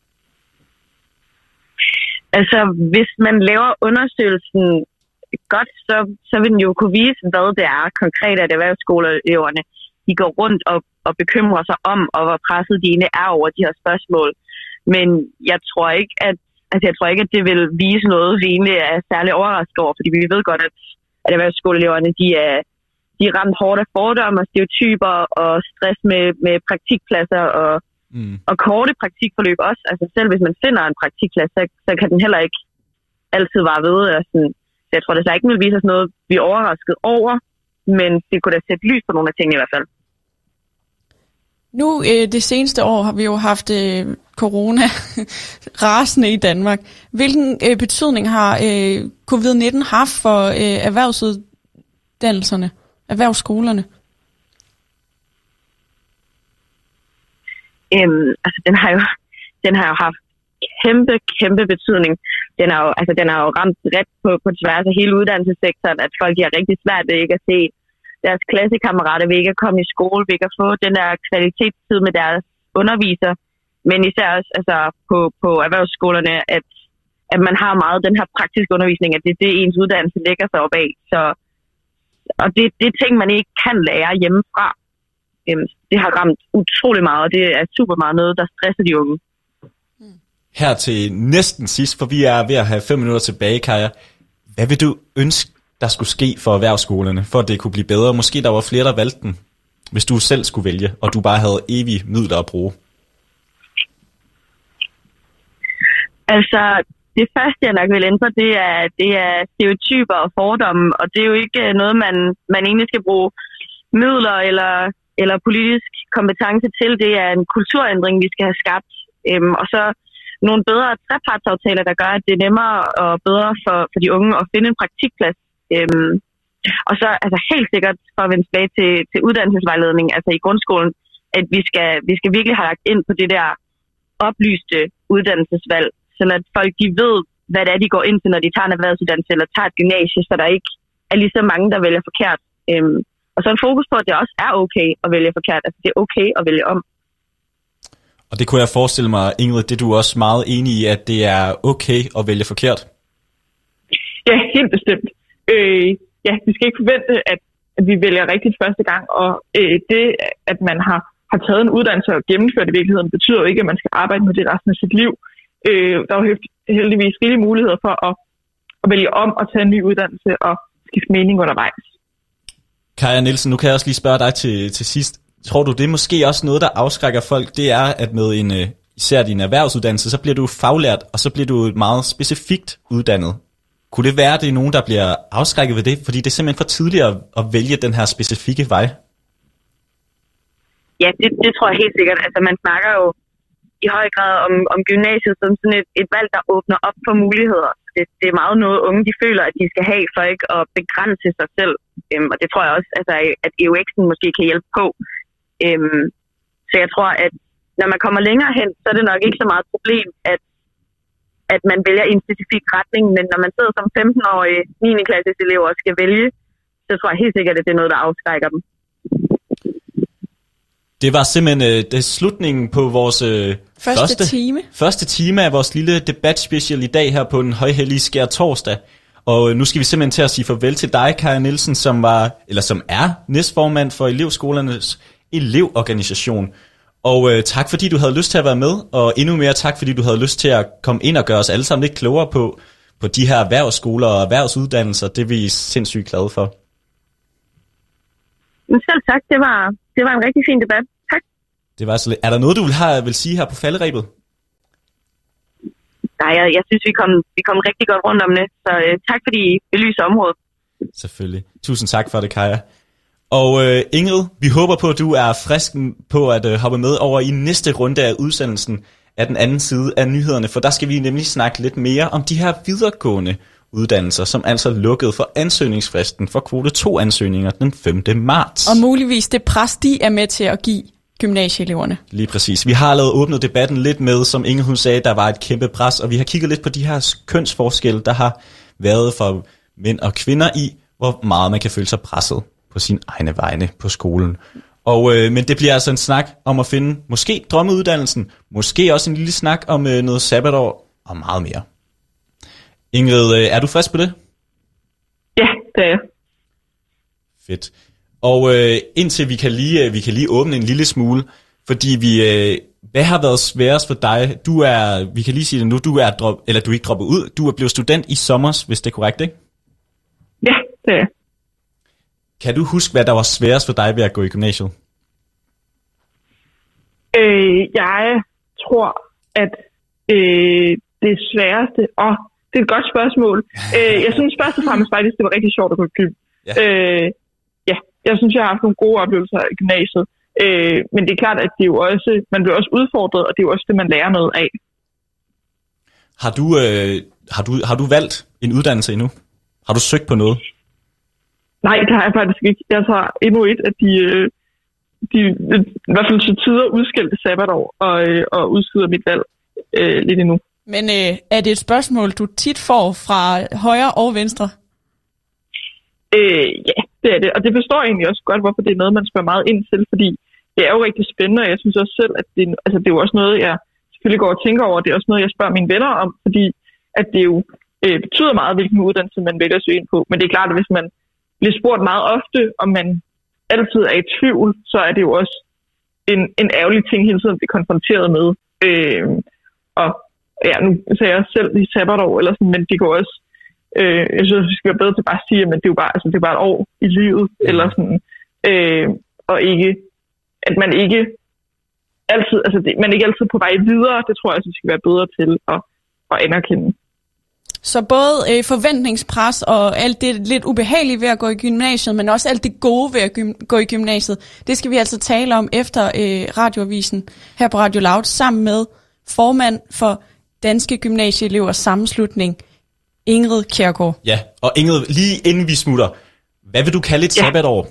Altså, hvis man laver undersøgelsen godt, så, så vil den jo kunne vise, hvad det er konkret, at erhvervsskoleeleverne de går rundt og, og bekymrer sig om, og hvor presset de egentlig er over de her spørgsmål. Men jeg tror ikke, at, altså jeg tror ikke, at det vil vise noget, vi egentlig er særlig overrasket over, fordi vi ved godt, at, at erhvervsskoleeleverne de er, de er ramt hårdt af fordomme og stereotyper og stress med, med praktikpladser og Mm. Og korte praktikforløb også. Altså selv hvis man finder en praktikplads, så, så kan den heller ikke altid vare ved. Altså, så jeg tror, det så ikke vil vise os noget, vi er overrasket over, men det kunne da sætte lys på nogle af tingene i hvert fald. Nu øh, det seneste år har vi jo haft øh, corona rasende i Danmark. Hvilken øh, betydning har øh, covid nitten haft for øh, erhvervsuddannelserne, erhvervsskolerne? Øhm, altså den har jo den har jo haft kæmpe kæmpe betydning. Den har jo altså den har jo ramt ret på på tværs af hele uddannelsessektoren, at folk har rigtig svært ved ikke at se deres klassekammerater, ved ikke at komme i skole, ved ikke at få den der kvalitetstid med deres underviser, men især også altså på på erhvervsskolerne, at at man har meget den her praktiske undervisning, at det er det ens uddannelse lægger sig op af. Så og det det er ting man ikke kan lære hjemmefra. Det har ramt utrolig meget, og det er super meget noget, der stresser de unge. Her til næsten sidst, for vi er ved at have fem minutter tilbage, Kaja. Hvad vil du ønske, der skulle ske for erhvervsskolerne, for at det kunne blive bedre? Måske der var flere, der valgte den, hvis du selv skulle vælge, og du bare havde evige midler at bruge. Altså, det første, jeg nok vil ændre, det er, det er stereotyper og fordomme, og det er jo ikke noget, man, man egentlig skal bruge midler eller eller politisk kompetence til. Det er en kulturændring, vi skal have skabt. Øhm, og så nogle bedre trepartsaftaler, der gør, at det er nemmere og bedre for, for de unge at finde en praktikplads. Øhm, og så altså helt sikkert for at vende tilbage til, til uddannelsesvejledning, altså i grundskolen, at vi skal, vi skal virkelig have lagt ind på det der oplyste uddannelsesvalg, så at folk de ved, hvad det er, de går ind til, når de tager en erhvervsuddannelse eller tager et gymnasie, så der ikke er lige så mange, der vælger forkert. Øhm, Og så en fokus på, at det også er okay at vælge forkert. Altså det er okay at vælge om. Og det kunne jeg forestille mig, Ingrid, det er du også meget enig i, at det er okay at vælge forkert? Ja, helt bestemt. Øh, ja, vi skal ikke forvente, at, at vi vælger rigtigt første gang. Og øh, det, at man har, har taget en uddannelse og gennemført i virkeligheden, betyder jo ikke, at man skal arbejde med det resten af sit liv. Øh, der er jo heldigvis rigelige muligheder for at, at vælge om og tage en ny uddannelse og skifte mening undervejs. Kaja Nielsen, nu kan jeg også lige spørge dig til, til sidst. Tror du, det er måske også noget, der afskrækker folk? Det er, at med en, især din erhvervsuddannelse, så bliver du faglært, og så bliver du meget specifikt uddannet. Kunne det være, at det er nogen, der bliver afskrækket ved det? Fordi det er simpelthen for tidligt at, at vælge den her specifikke vej. Ja, det, det tror jeg helt sikkert. Altså, man snakker jo i høj grad om, om gymnasiet som sådan et, et valg, der åbner op for muligheder. Det, det er meget noget, unge de føler, at de skal have for ikke at begrænse sig selv. Øhm, og det tror jeg også, altså, at E U X'en måske kan hjælpe på. Øhm, så jeg tror, at når man kommer længere hen, så er det nok ikke så meget et problem, at, at man vælger en specifik retning. Men når man sidder som femten-årig niende klasses elever og skal vælge, så tror jeg helt sikkert, at det er noget, der afskrækker dem. Det var simpelthen øh, det slutningen på vores øh, første, første, time. første time af vores lille debatspecial i dag her på den højhellige skær torsdag. Og øh, nu skal vi simpelthen til at sige farvel til dig, Kaja Nielsen, som var eller som er næstformand for elevskolernes elevorganisation. Og øh, tak fordi du havde lyst til at være med, og endnu mere tak fordi du havde lyst til at komme ind og gøre os alle sammen lidt klogere på, på de her erhvervsskoler og erhvervsuddannelser. Det er vi sindssygt glade for. Selv tak, det var, det var en rigtig fin debat. Tak. Det var så lidt. Er der noget, du vil, have, vil sige her på falderebet? Nej, jeg, jeg synes, vi kom, vi kom rigtig godt rundt om det, så øh, tak fordi I belyser området. Selvfølgelig. Tusind tak for det, Kaja. Og øh, Ingrid, vi håber på, at du er frisk på at øh, hoppe med over i næste runde af udsendelsen af den anden side af nyhederne, for der skal vi nemlig snakke lidt mere om de her videregående uddannelser, som altså lukkede for ansøgningsfristen for kvote to ansøgninger den femte marts. Og muligvis det pres, de er med til at give gymnasieeleverne. Lige præcis. Vi har allerede åbnet debatten lidt med, som Inge hun sagde, der var et kæmpe pres, og vi har kigget lidt på de her kønsforskelle, der har været for mænd og kvinder i, hvor meget man kan føle sig presset på sin egne vegne på skolen. Og, øh, men det bliver altså en snak om at finde måske drømmeuddannelsen, måske også en lille snak om øh, noget sabbatår og meget mere. Ingrid, øh, er du frisk på det? Ja, det er jeg. Fedt. Og øh, indtil vi kan, lige, øh, vi kan lige åbne en lille smule, fordi vi, øh, hvad har været sværest for dig? Du er, vi kan lige sige det nu, du er, drop, eller du er ikke droppet ud, du er blevet student i sommer, hvis det er korrekt, ikke? Ja, det er jeg. Kan du huske, hvad der var sværest for dig ved at gå i gymnasiet? Øh, jeg tror, at øh, det sværeste... Åh, det er et godt spørgsmål. øh, jeg synes først og fremmest faktisk, det var rigtig sjovt at gå i gym. Ja. Øh, ja, jeg synes, jeg har haft nogle gode oplevelser i gymnasiet. Øh, men det er klart, at det er jo også, man bliver også udfordret, og det er jo også det, man lærer noget af. Har du, øh, har du, har du valgt en uddannelse endnu? Har du søgt på noget? Nej, det har jeg faktisk ikke. Jeg tager endnu et af de, de i hvert fald til tider udskilte sabbatår og, og udskyder mit valg øh, lidt endnu. Men øh, er det et spørgsmål, du tit får fra højre og venstre? Øh, ja, det er det. Og det forstår jeg egentlig også godt, hvorfor det er noget, man spørger meget ind til, fordi det er jo rigtig spændende, og jeg synes også selv, at det, altså, det er jo også noget, jeg selvfølgelig går og tænker over. Det er også noget, jeg spørger mine venner om, fordi at det jo øh, betyder meget, hvilken uddannelse man vælger at søge ind på. Men det er klart, at hvis man bliver spurgt meget ofte, om man altid er i tvivl, så er det jo også en, en ærgerlig ting hele tiden at blive konfronteret med. Øh, og ja, nu sagde jeg selv i sabbatår, eller sådan, men det går også, øh, jeg synes, vi skal være bedre til bare at sige, at det er jo bare, altså, det er bare et år i livet, mm. eller sådan, øh, og ikke, at man ikke altid, altså det, man er ikke altid på vej videre, det tror jeg, at vi skal være bedre til at, at anerkende. Så både øh, forventningspres og alt det lidt ubehagelige ved at gå i gymnasiet, men også alt det gode ved at gym- gå i gymnasiet, det skal vi altså tale om efter øh, radioavisen her på Radio Loud, sammen med formand for Danske Gymnasieelevers Sammenslutning, Ingrid Kjærgaard. Ja, og Ingrid, lige inden vi smutter, hvad vil du kalde et ja. sabbatår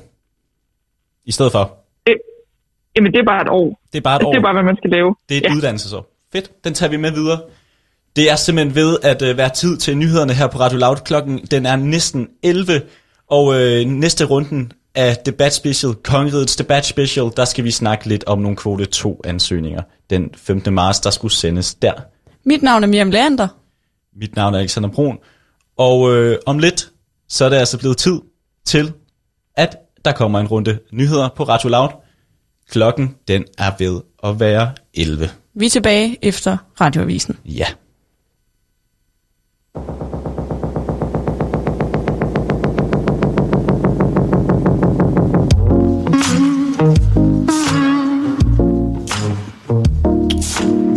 i stedet for? Øh, jamen, det er bare et år. Det er bare et altså, år. Det er bare, hvad man skal lave. Det er et ja. uddannelsesår. Fedt, den tager vi med videre. Det er simpelthen ved at øh, være tid til nyhederne her på Radio Loud. Klokken den er næsten elleve, og øh, næste runden af debatspecial, Kongerigets debatspecial, der skal vi snakke lidt om nogle kvote to ansøgninger den femte marts, der skulle sendes der. Mit navn er Miriam Leander. Mit navn er Alexander Brun, og øh, om lidt, så er det altså blevet tid til, at der kommer en runde nyheder på Radio Loud. Klokken den er ved at være elleve. Vi er tilbage efter radioavisen. Ja.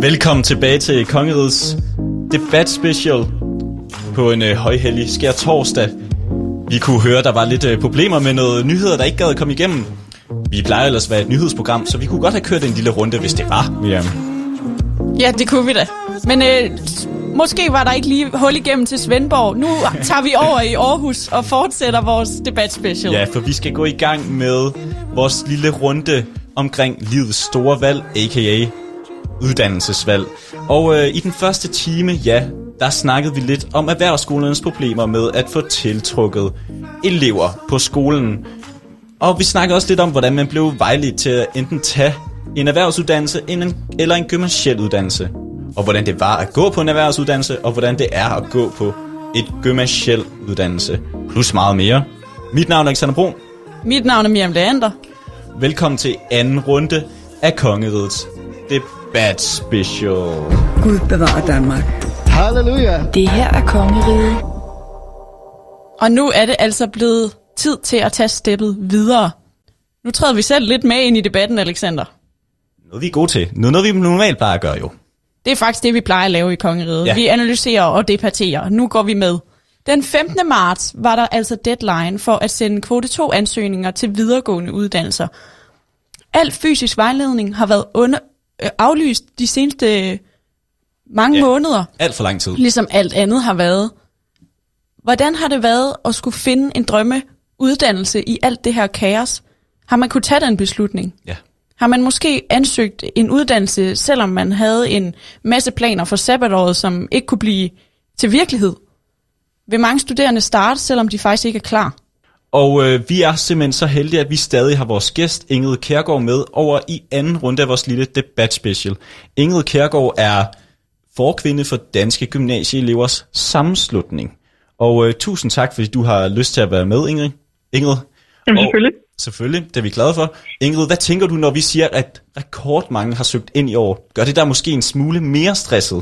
Velkommen tilbage til Kongerigets Debat Special på en øh, højhellig skær torsdag. Vi kunne høre, der var lidt øh, problemer med noget nyheder, der ikke gad at komme igennem. Vi plejer ellers at være et nyhedsprogram, så vi kunne godt have kørt en lille runde, hvis det var, Miriam. Ja, det kunne vi da. Men øh, måske var der ikke lige hul igennem til Svendborg. Nu tager vi over i Aarhus og fortsætter vores debatspecial. Ja, for vi skal gå i gang med vores lille runde omkring livets store valg, a k a uddannelsesvalg. Og øh, i den første time, ja, der snakkede vi lidt om erhvervsskolernes problemer med at få tiltrukket elever på skolen. Og vi snakkede også lidt om, hvordan man blev vejledt til at enten tage en erhvervsuddannelse eller en gymnasiel uddannelse. Og hvordan det var at gå på en erhvervsuddannelse, og hvordan det er at gå på et gymnasiel uddannelse. Plus meget mere. Mit navn er Alexander Brun. Mit navn er Miriam Leander. Velkommen til anden runde af Kongerigets Debat Special. Gud bevarer Danmark. Halleluja. Det her er Kongeriget. Og nu er det altså blevet tid til at tage steppet videre. Nu træder vi selv lidt med ind i debatten, Alexander. Noget vi er gode til. Noget, noget vi normalt plejer at gøre, jo. Det er faktisk det, vi plejer at lave i Kongeriget. Ja. Vi analyserer og debatterer. Nu går vi med. Den femtende marts var der altså deadline for at sende kvote to ansøgninger til videregående uddannelser. Al fysisk vejledning har været under, øh, aflyst de seneste mange ja, måneder. Alt for lang tid. Ligesom alt andet har været. Hvordan har det været at skulle finde en drømmeuddannelse i alt det her kaos? Har man kunne tage den beslutning? Ja. Har man måske ansøgt en uddannelse, selvom man havde en masse planer for sabbatåret, som ikke kunne blive til virkelighed? Vil mange studerende starte, selvom de faktisk ikke er klar? Og øh, vi er simpelthen så heldige, at vi stadig har vores gæst, Ingrid Kjærgaard, med over i anden runde af vores lille debatspecial. Ingrid Kjærgaard er forkvinde for Danske Gymnasieelevers Sammenslutning. Og øh, tusind tak, fordi du har lyst til at være med, Ingrid. Ingrid. Jamen selvfølgelig. Og, selvfølgelig, det er vi glade for. Ingrid, hvad tænker du, når vi siger, at rekordmange har søgt ind i år? Gør det der måske en smule mere stresset?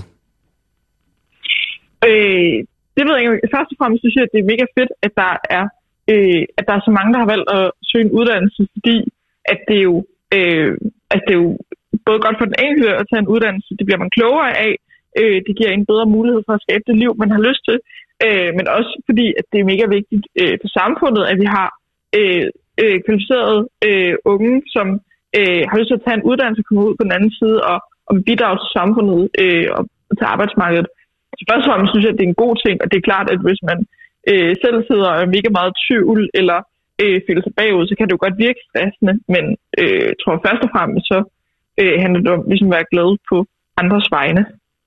Øh, det ved jeg ikke. Først og fremmest synes jeg, at det er mega fedt, at der er, øh, at der er så mange, der har valgt at søge en uddannelse, fordi at det er jo, øh, at det er jo både godt for den enkelte at tage en uddannelse, det bliver man klogere af, øh, det giver en bedre mulighed for at skabe det liv, man har lyst til, øh, men også fordi, at det er mega vigtigt øh, for samfundet, at vi har øh, øh, kvalificerede øh, unge, som øh, har lyst til at tage en uddannelse og komme ud på den anden side og, og bidrage til samfundet øh, og til arbejdsmarkedet. Så først og fremmest synes jeg, at det er en god ting, og det er klart, at hvis man øh, selv sidder og er mega meget tvivl eller øh, føler sig bagud, så kan det jo godt virke stressende, men øh, jeg tror først og fremmest, så øh, handler det om ligesom at være glad på andres vegne.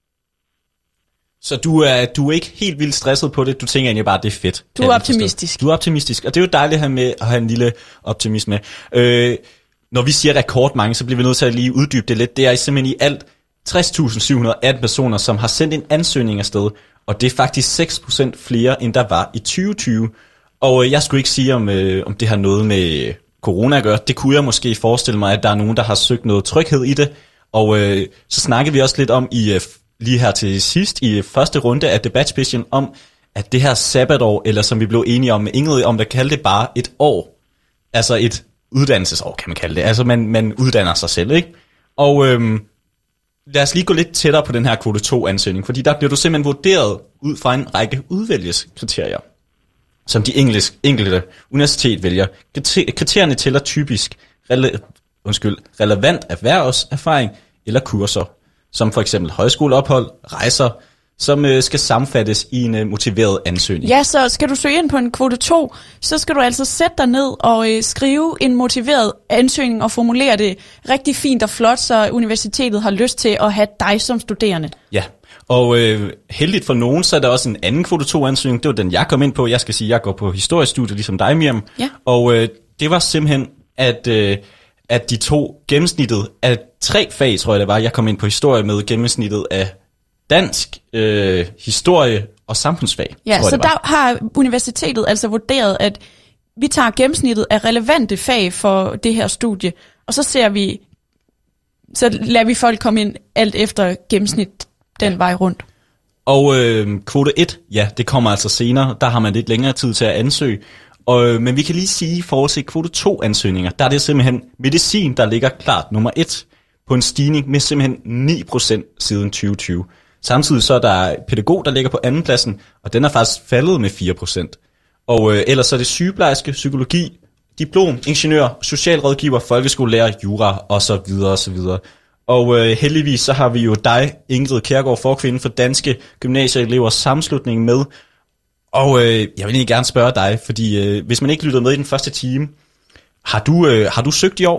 Så du er, du er ikke helt vildt stresset på det, du tænker egentlig bare, at det er fedt. Du er optimistisk. Du er optimistisk, og det er jo dejligt at have, med, at have en lille optimisme med. Øh, når vi siger rekordmange, så bliver vi nødt til at lige uddybe det lidt. Det er simpelthen i alt tres tusind syv hundrede og atten personer, som har sendt en ansøgning afsted, og det er faktisk seks procent flere, end der var i tyve tyve. Og øh, jeg skulle ikke sige, om, øh, om det har noget med corona at gøre. Det kunne jeg måske forestille mig, at der er nogen, der har søgt noget tryghed i det. Og øh, så snakkede vi også lidt om i øh, lige her til sidst i første runde af debatspecialen om, at det her sabbatår, eller som vi blev enige om med Ingrid, om at kalde det bare et år, altså et uddannelsesår, kan man kalde det. Altså man, man uddanner sig selv, ikke? Og øhm, lad os lige gå lidt tættere på den her kvote to ansøgning, fordi der bliver du simpelthen vurderet ud fra en række udvælgeskriterier, som de engelsk, enkelte universitet vælger. Kriterierne tæller typisk rele- undskyld, relevant erhvervserfaring eller kurser, som for eksempel højskoleophold, rejser, som øh, skal sammenfattes i en øh, motiveret ansøgning. Ja, så skal du søge ind på en kvote to, så skal du altså sætte dig ned og øh, skrive en motiveret ansøgning og formulere det rigtig fint og flot, så universitetet har lyst til at have dig som studerende. Ja, og øh, heldigt for nogen, så er der også en anden kvote to ansøgning. Det var den, jeg kom ind på. Jeg skal sige, at jeg går på historiestudiet, ligesom dig, Miriam. Ja. Og øh, det var simpelthen, at... Øh, at de to gennemsnittet af tre fag, tror jeg det var, jeg kom ind på historie med gennemsnittet af dansk, øh, historie og samfundsfag. Ja, så der har universitetet altså vurderet, at vi tager gennemsnittet af relevante fag for det her studie, og så ser vi, så lader vi folk komme ind alt efter gennemsnit den ja. vej rundt. Og øh, kvote et, ja, det kommer altså senere, der har man lidt længere tid til at ansøge. Og, men vi kan lige sige, i forhold til kvote to ansøgninger, der er det simpelthen medicin, der ligger klart nummer et. på en stigning med simpelthen ni procent siden tyve tyve. Samtidig så er der pædagog, der ligger på andenpladsen, og den er faktisk faldet med fire procent. Og øh, ellers så er det sygeplejerske, psykologi, diplom, ingeniør, socialrådgiver, folkeskolelærer, jura osv. osv. Og øh, heldigvis så har vi jo dig, Ingrid Kjærgaard, forkvinde for Danske Gymnasieelevers Sammenslutning med. Og øh, jeg vil egentlig gerne spørge dig, fordi øh, hvis man ikke lytter med i den første time, har du, øh, har du søgt i år?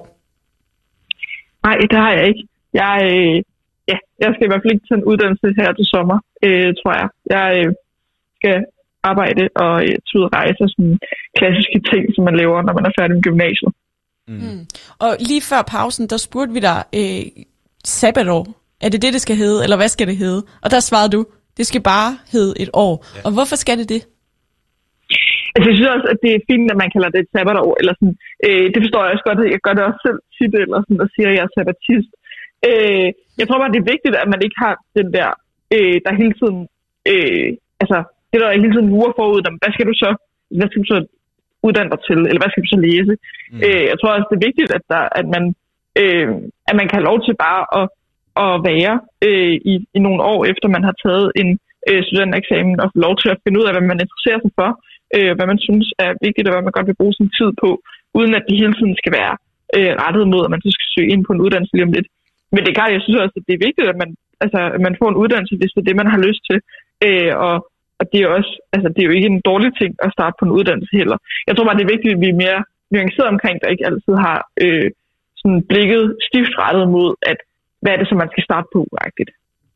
Nej, det har jeg ikke. Jeg, øh, ja, jeg skal i hvert fald ikke tage en uddannelse her til sommer, øh, tror jeg. Jeg øh, skal arbejde og øh, tage ud og rejse og sådan klassiske ting, som man laver, når man er færdig med gymnasiet. Mm. Mm. Og lige før pausen, der spurgte vi dig, øh, sabbatår, er det det, det skal hedde, eller hvad skal det hedde? Og der svarede du, det skal bare hedde et år. Ja. Og hvorfor skal det det? Altså, jeg synes også, at det er fint, at man kalder det et sabbatår, eller sådan. Øh, det forstår jeg også godt. Jeg gør det også selv tit, eller sådan, og siger, at jeg er sabbatist. Øh, jeg tror bare, det er vigtigt, at man ikke har den der, øh, der hele tiden, øh, altså, det der hele tiden lurer forud, hvad skal du så, hvad skal du så uddanne dig til, eller hvad skal du så læse? Mm. Øh, jeg tror også, det er vigtigt, at, der, at, man, øh, at man kan have lov til bare at, at være øh, i, i nogle år, efter man har taget en øh, studentereksamen, og få lov til at finde ud af, hvad man interesserer sig for, øh, hvad man synes er vigtigt, og hvad man godt vil bruge sin tid på, uden at det hele tiden skal være øh, rettet mod, at man så skal søge ind på en uddannelse lige om lidt. Men det er klart, jeg synes også, at det er vigtigt, at man, altså, at man får en uddannelse, hvis det er det, man har lyst til. Øh, og, og det er også, altså, det er jo ikke en dårlig ting at starte på en uddannelse heller. Jeg tror bare, det er vigtigt, at vi er mere nuanceret omkring, der ikke altid har øh, sådan blikket stift rettet mod, at hvad er det, som man skal starte på rigtigt.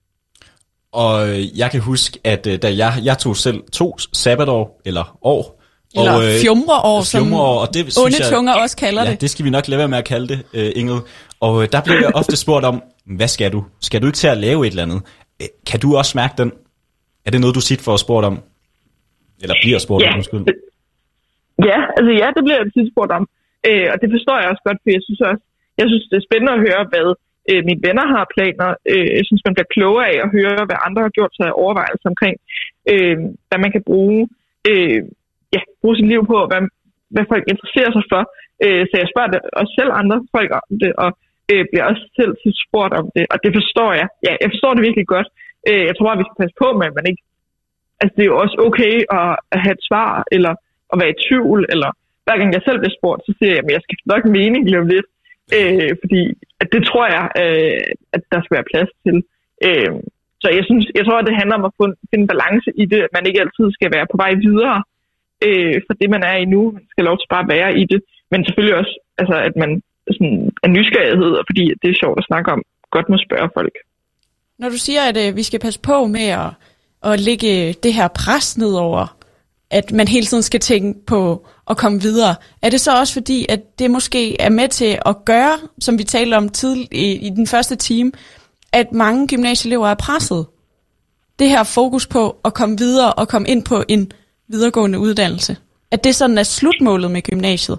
Og jeg kan huske, at da jeg, jeg tog selv to sabbatår, eller år, eller og, øh, fjumreår, som og det, onde tunger også kalder ja, det. det skal vi nok lade være med at kalde det, uh, Ingrid. Og uh, der blev jeg ofte spurgt om, hvad skal du? Skal du ikke til at lave et eller andet? Uh, kan du også mærke den? Er det noget, du tit får spurgt om? Eller bliver spurgt ja. om, undskyld? Ja, altså ja, det bliver jeg tit spurgt om. Uh, og det forstår jeg også godt, for jeg synes også, jeg synes, det er spændende at høre, hvad uh, mine venner har planer. Uh, jeg synes, man bliver klogere af at høre, hvad andre har gjort sig overvejelser omkring, uh, hvad man kan bruge, uh, ja, bruge sit liv på, og hvad, hvad folk interesserer sig for. Uh, så jeg spørger det også selv andre folk om det, og uh, bliver også selv tit spurgt om det, og det forstår jeg. Ja, jeg forstår det virkelig godt. Uh, jeg tror, at vi skal passe på med, at man ikke... Altså, det er jo også okay at, at have et svar, eller at være i tvivl, eller hver gang jeg selv bliver spurgt, så siger jeg, at jeg skal nok mening lige om lidt. Øh, fordi at det tror jeg, øh, at der skal være plads til. Øh, så jeg synes, jeg tror, at det handler om at finde balance i det, at man ikke altid skal være på vej videre øh, fra det, man er i nu. Man skal lov til bare at være i det. Men selvfølgelig også, altså, at man sådan, er nysgerrighed, fordi det er sjovt at snakke om, godt må spørge folk. Når du siger, at øh, vi skal passe på med at, at lægge det her pres ned over, at man hele tiden skal tænke på at komme videre. Er det så også fordi, at det måske er med til at gøre, som vi talte om tidligt i, i den første time, at mange gymnasieelever er presset? Det her fokus på at komme videre og komme ind på en videregående uddannelse. At det sådan er slutmålet med gymnasiet?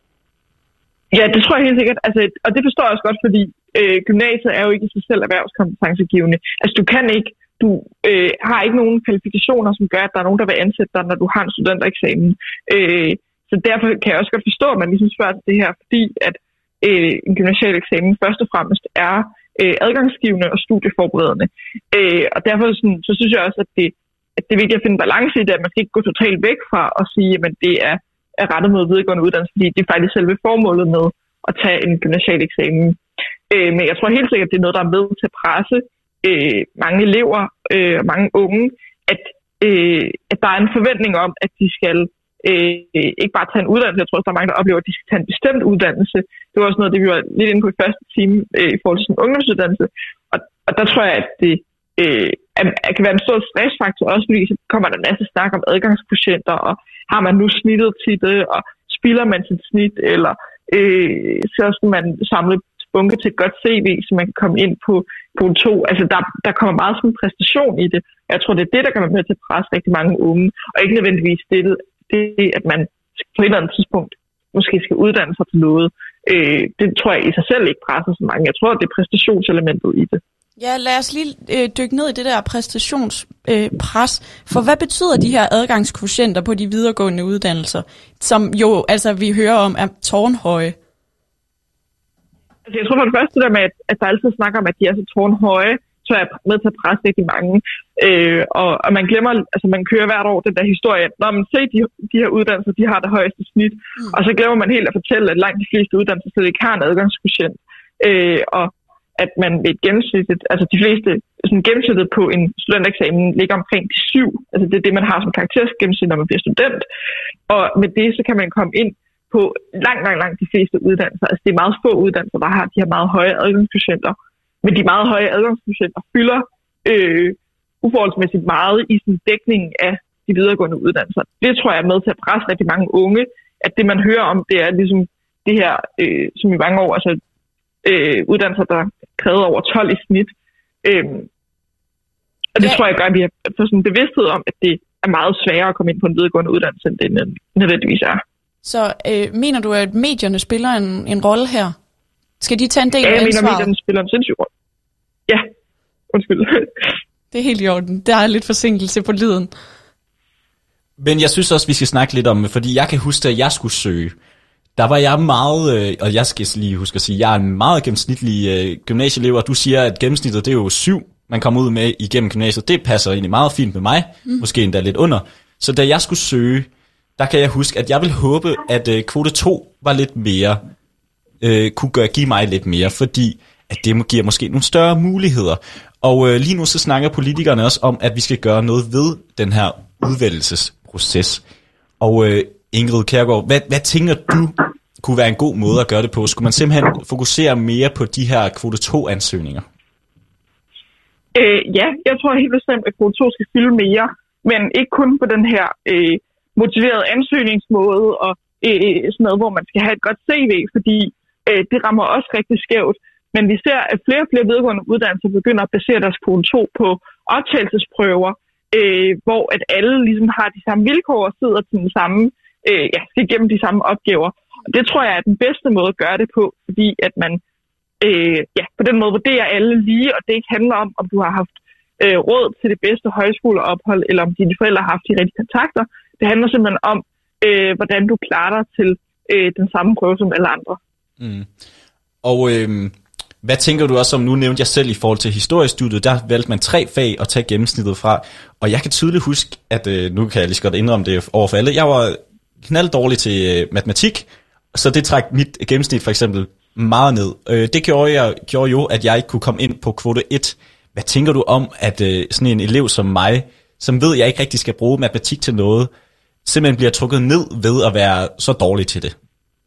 Ja, det tror jeg helt sikkert. Altså, og det forstår jeg også godt, fordi øh, gymnasiet er jo ikke i sig selv erhvervskompetencegivende. Altså, du kan ikke Du øh, har ikke nogen kvalifikationer, som gør, at der er nogen, der vil ansætte dig, når du har en studentereksamen. Øh, så derfor kan jeg også godt forstå, at man ligesom spørger til det her, fordi at øh, en gymnasial eksamen først og fremmest er øh, adgangsgivende og studieforberedende. Øh, og derfor sådan, så synes jeg også, at det, at det er vigtigt at finde balance i det, at man skal ikke gå totalt væk fra at sige, at det er, er rettet mod videregående uddannelse, fordi det er faktisk selve formålet med at tage en gymnasial eksamen. Øh, men jeg tror helt sikkert, at det er noget, der er med til at presse Øh, mange elever og øh, mange unge, at, øh, at der er en forventning om, at de skal øh, ikke bare tage en uddannelse. Jeg tror også, der er mange, der oplever, at de skal tage en bestemt uddannelse. Det var også noget, det vi var lidt inde på i første time øh, i forhold til sådan en ungdomsuddannelse. Og, og der tror jeg, at det øh, at, kan være en stor stressfaktor, også fordi så kommer der en masse snak om adgangskvotienter, og har man nu snittet til det, og spilder man sit snit, eller øh, så skal man samle bunke til et godt C V, så man kan komme ind på på to. Altså, der, der kommer meget sådan en præstation i det. Jeg tror, det er det, der kan være med til at presse rigtig mange unge, og ikke nødvendigvis det, det at man på et eller andet tidspunkt måske skal uddanne sig til noget. Øh, det tror jeg i sig selv ikke presser så mange. Jeg tror, det er præstationselementet i det. Ja, lad os lige øh, dykke ned i det der præstationspres. Øh, For hvad betyder de her adgangskvotienter på de videregående uddannelser, som jo, altså vi hører om, er tårnhøje? Altså, jeg tror for det første det der med, at, at der altid snakker om, at de er så tårnhøje, så er jeg med til at presse rigtig mange. Øh, og, og man glemmer, altså man kører hvert år den der historie, når man ser de, de her uddannelser, de har det højeste snit, mm. og så glemmer man helt at fortælle, at langt de fleste uddannelser slet ikke har en adgangskvotient. Øh, og at man ved et gennemsnitligt, altså de fleste, sådan gennemsnittet på en studentereksamen ligger omkring de syv, altså det er det, man har som karaktergennemsnit, når man bliver student. Og med det, så kan man komme ind på langt, langt, langt de fleste uddannelser. Altså det er meget få uddannelser, der har de her meget høje adgangskvotienter. Men de meget høje adgangskvotienter fylder øh, uforholdsmæssigt meget i sin dækning af de videregående uddannelser. Det tror jeg er med til at presse rigtig mange unge, at det man hører om, det er ligesom det her, øh, som i mange år, altså øh, uddannelser, der krævede over tolv i snit. Øh, og det ja. tror jeg gør, at vi har fået sådan en bevidsthed om, at det er meget sværere at komme ind på en videregående uddannelse, end det nødvendigvis er. Så øh, mener du, at medierne spiller en, en rolle her? Skal de tage en del af ansvaret? Ja, jeg mener, medierne spiller en sindssyg rolle. Ja, undskyld. Det er helt i orden. Der er lidt forsinkelse på lyden. Men jeg synes også, vi skal snakke lidt om, fordi jeg kan huske, at jeg skulle søge. Der var jeg meget, og jeg skal lige huske at sige, at jeg er en meget gennemsnitlig gymnasieelev, og du siger, at gennemsnittet det er jo syv, man kommer ud med igennem gymnasiet. Det passer egentlig meget fint med mig, mm. måske endda lidt under. Så da jeg skulle søge, der kan jeg huske, at jeg ville håbe, at kvote to var lidt mere, øh, kunne gøre, give mig lidt mere, fordi at det giver måske nogle større muligheder. Og øh, lige nu så snakker politikerne også om, at vi skal gøre noget ved den her udvælgelsesproces. Og øh, Ingrid Kjærgaard, hvad, hvad tænker du kunne være en god måde at gøre det på? Skulle man simpelthen fokusere mere på de her kvote to-ansøgninger? Øh, ja, jeg tror helt bestemt, at kvote to skal fylde mere, men ikke kun på den her øh, motiverede ansøgningsmåde og øh, sådan noget, hvor man skal have et godt C V, fordi øh, det rammer også rigtig skævt. Men vi ser, at flere og flere videregående uddannelser begynder at basere deres kvote to på optagelsesprøver, øh, hvor at alle ligesom har de samme vilkår og sidder til den samme, øh, ja, skal igennem de samme opgaver. Og det tror jeg er den bedste måde at gøre det på, fordi at man øh, ja, på den måde vurderer alle lige, og det ikke handler om, om du har haft øh, råd til det bedste højskoleophold, eller om dine forældre har haft de rigtige kontakter. Det handler simpelthen om, øh, hvordan du klarer dig til øh, den samme prøve som alle andre. Mm. Og øh, hvad tænker du også om, nu nævnte jeg selv i forhold til historiestudiet, der valgte man tre fag at tage gennemsnittet fra, og jeg kan tydeligt huske, at øh, nu kan jeg lige så godt indrømme det overfor alle, jeg var knalddårlig til øh, matematik, så det trak mit gennemsnit for eksempel meget ned. Øh, det gjorde, jeg, gjorde jo, at jeg ikke kunne komme ind på kvote et. Hvad tænker du om, at øh, sådan en elev som mig, som ved, at jeg ikke rigtig skal bruge matematik til noget, simpelthen bliver trukket ned ved at være så dårlig til det?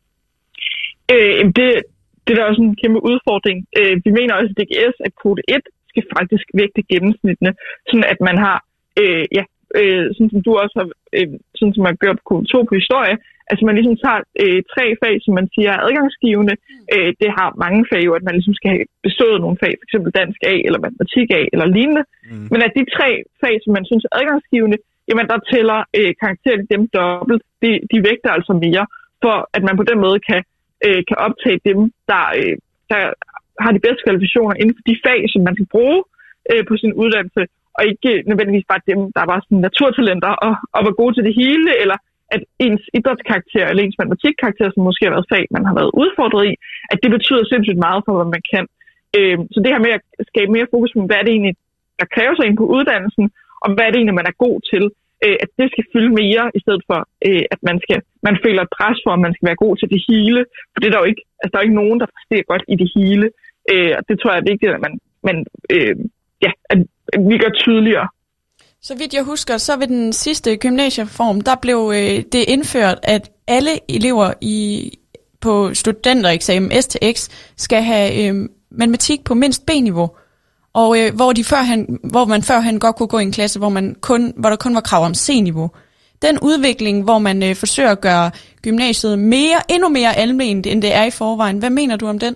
Øh, det, det er da også en kæmpe udfordring. Øh, vi mener også i D G S, at kvote et skal faktisk vægte gennemsnittene, sådan at man har, øh, ja, øh, sådan som du også har, øh, sådan som man gør på kvote to på historie, altså man ligesom tager øh, tre fag, som man siger er adgangsgivende. Øh, det har mange fag jo, at man ligesom skal have bestået nogle fag, f.eks. dansk A, eller matematik A, eller lignende. Mm. Men at de tre fag, som man synes er adgangsgivende, jamen der tæller øh, karakterer dem dobbelt. De, de vægter altså mere, for at man på den måde kan, øh, kan optage dem, der, øh, der har de bedste kvalifikationer inden for de fag, som man skal bruge øh, på sin uddannelse, og ikke nødvendigvis bare dem, der var sådan naturtalenter og, og var gode til det hele, eller at ens idrætskarakter eller ens matematikkarakter, som måske har været fag, man har været udfordret i, at det betyder sindssygt meget for, hvad man kan. Øh, så det her med at skabe mere fokus på, hvad er det egentlig, der kræver sig ind på uddannelsen, og hvad er det egentlig, man er god til, øh, at det skal fylde mere, i stedet for, øh, at man skal man føler et pres for, at man skal være god til det hele. For det er der jo ikke, altså der er jo ikke nogen, der præsterer godt i det hele. Øh, og det tror jeg er vigtigt, at man, man øh, ja, at vi gør tydeligere. Så vidt jeg husker, så ved den sidste gymnasiereform, der blev øh, det indført, at alle elever i på studentereksamen S T X skal have øh, matematik på mindst B-niveau, og øh, hvor de førhen, hvor man førhen godt kunne gå i en klasse, hvor man kun hvor der kun var krav om C-niveau. Den udvikling, hvor man øh, forsøger at gøre gymnasiet mere, endnu mere alment, end det er i forvejen. Hvad mener du om den?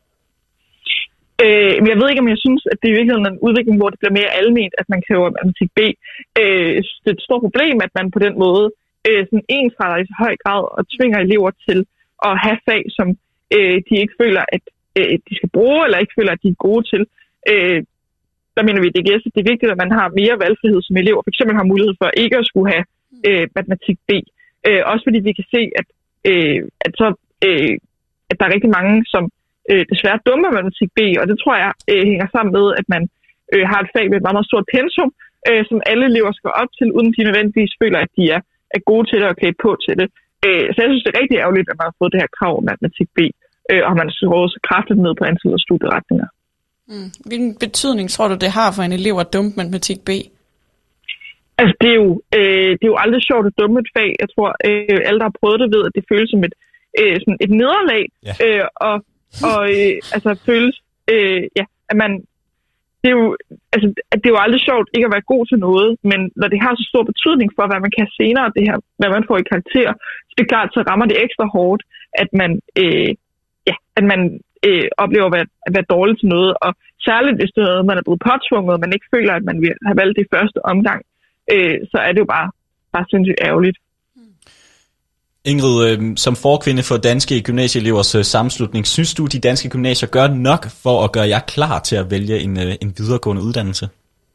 Øh, men jeg ved ikke, om jeg synes, at det er i virkeligheden en udvikling, hvor det bliver mere alment, at man kræver matematik B. Øh, det er et stort problem, at man på den måde øh, sådan ensretter i så høj grad og tvinger elever til at have fag, som øh, de ikke føler, at øh, de skal bruge, eller ikke føler, at de er gode til. Øh, der mener vi i D G S, at det er vigtigt, at man har mere valgfrihed som elever. For eksempel har mulighed for ikke at skulle have øh, matematik B. Øh, også fordi vi kan se, at, øh, at, så, øh, at der er rigtig mange, som øh, desværre dummer matematik B, og det tror jeg øh, hænger sammen med, at man øh, har et fag med et meget, meget stort pensum, øh, som alle elever skal op til, uden de nødvendigvis føler, at de er, er gode til det og klædt på til det. Øh, så jeg synes, det er rigtig ærgerligt, at man har fået det her krav om matematik B, øh, og man har rådet så kraftigt ned på antallet af studieretninger. Mm. Hvilken betydning tror du, det har for en elev at dumpe matematik B? Altså, det er jo, øh, det er jo aldrig sjovt at dumme et fag. Jeg tror, øh, alle, der har prøvet det, ved, at det føles som et, øh, sådan et nederlag. Ja. Øh, og og øh, altså, føles, øh, ja, at man... Det er, jo, altså, det er jo aldrig sjovt ikke at være god til noget, men når det har så stor betydning for, hvad man kan senere, det her, hvad man får i karakter, så det er klart, så rammer det ekstra hårdt, at man, øh, ja, at man øh, oplever at være, at være dårlig til noget. Og særligt, hvis det er noget, man er blevet påtvunget, og man ikke føler, at man vil have valgt det i første omgang, øh, så er det jo bare, bare sindssygt ærgerligt. Ingrid, øh, som forkvinde for Danske Gymnasieelevers øh, sammenslutning, synes du, de danske gymnasier gør nok for at gøre jer klar til at vælge en, øh, en videregående uddannelse?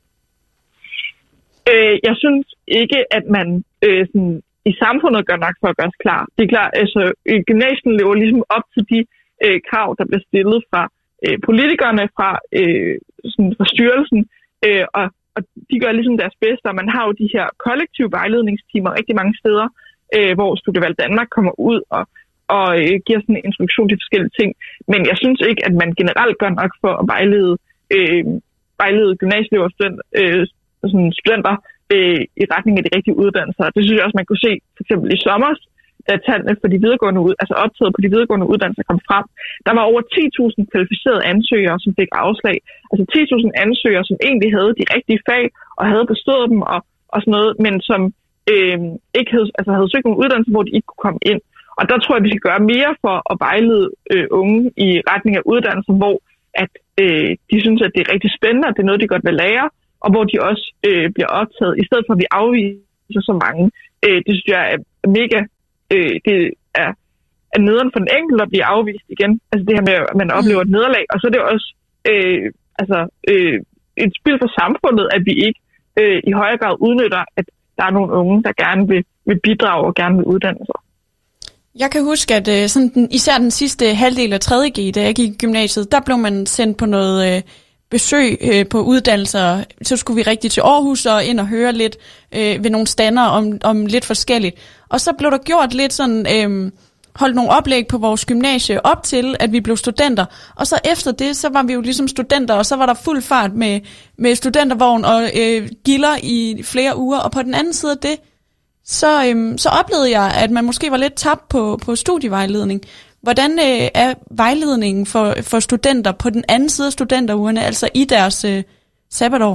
Øh, jeg synes ikke, at man øh, sådan, i samfundet gør nok for at gøre os klar. Det er klart, altså gymnasien lever ligesom op til de øh, krav, der bliver stillet fra øh, politikerne, fra, øh, sådan, fra styrelsen, øh, og, og de gør ligesom deres bedste, og man har jo de her kollektive vejledningstimer rigtig mange steder, øh, hvor Studievalg Danmark kommer ud og, og øh, giver sådan en introduktion til forskellige ting. Men jeg synes ikke, at man generelt gør nok for at vejlede, øh, vejlede gymnasieelever og studenter, øh, sådan studenter øh, i retning af de rigtige uddannelser. Det synes jeg også, man kunne se for eksempel i sommer, da tallene for de videregående ud, altså optaget på de videregående uddannelser kom frem. Der var over ti tusind kvalificerede ansøgere, som fik afslag. Altså ti tusind ansøgere, som egentlig havde de rigtige fag og havde bestået dem og, og sådan noget, men som øh, ikke havde, altså havde søgt nogle uddannelser, hvor de ikke kunne komme ind. Og der tror jeg, vi skal gøre mere for at vejlede øh, unge i retning af uddannelser, hvor at, øh, de synes, at det er rigtig spændende, og det er noget, de godt vil lære, og hvor de også øh, bliver optaget, i stedet for at vi afviser så mange. Øh, det synes jeg er mega, øh, det er, er nederen for den enkelte at blive afvist igen. Altså det her med, at man oplever et nederlag, og så er det også øh, altså, øh, et spil for samfundet, at vi ikke øh, i højere grad udnytter, at der er nogle unge, der gerne vil, vil bidrage og gerne vil uddanne sig. Jeg kan huske, at øh, sådan den, især den sidste halvdel af tredje G, da jeg gik i gymnasiet, der blev man sendt på noget øh, besøg øh, på uddannelser. Så skulle vi rigtig til Aarhus og ind og høre lidt øh, ved nogle stander om, om lidt forskelligt. Og så blev der gjort lidt sådan, øh, holdt nogle oplæg på vores gymnasie op til, at vi blev studenter. Og så efter det, så var vi jo ligesom studenter, og så var der fuld fart med, med studentervogn og øh, gilder i flere uger. Og på den anden side af det, Så, øhm, så oplevede jeg, at man måske var lidt tabt på, på studievejledning. Hvordan øh, er vejledningen for, for studenter på den anden side af studenterugerne, altså i deres øh, sabbatår?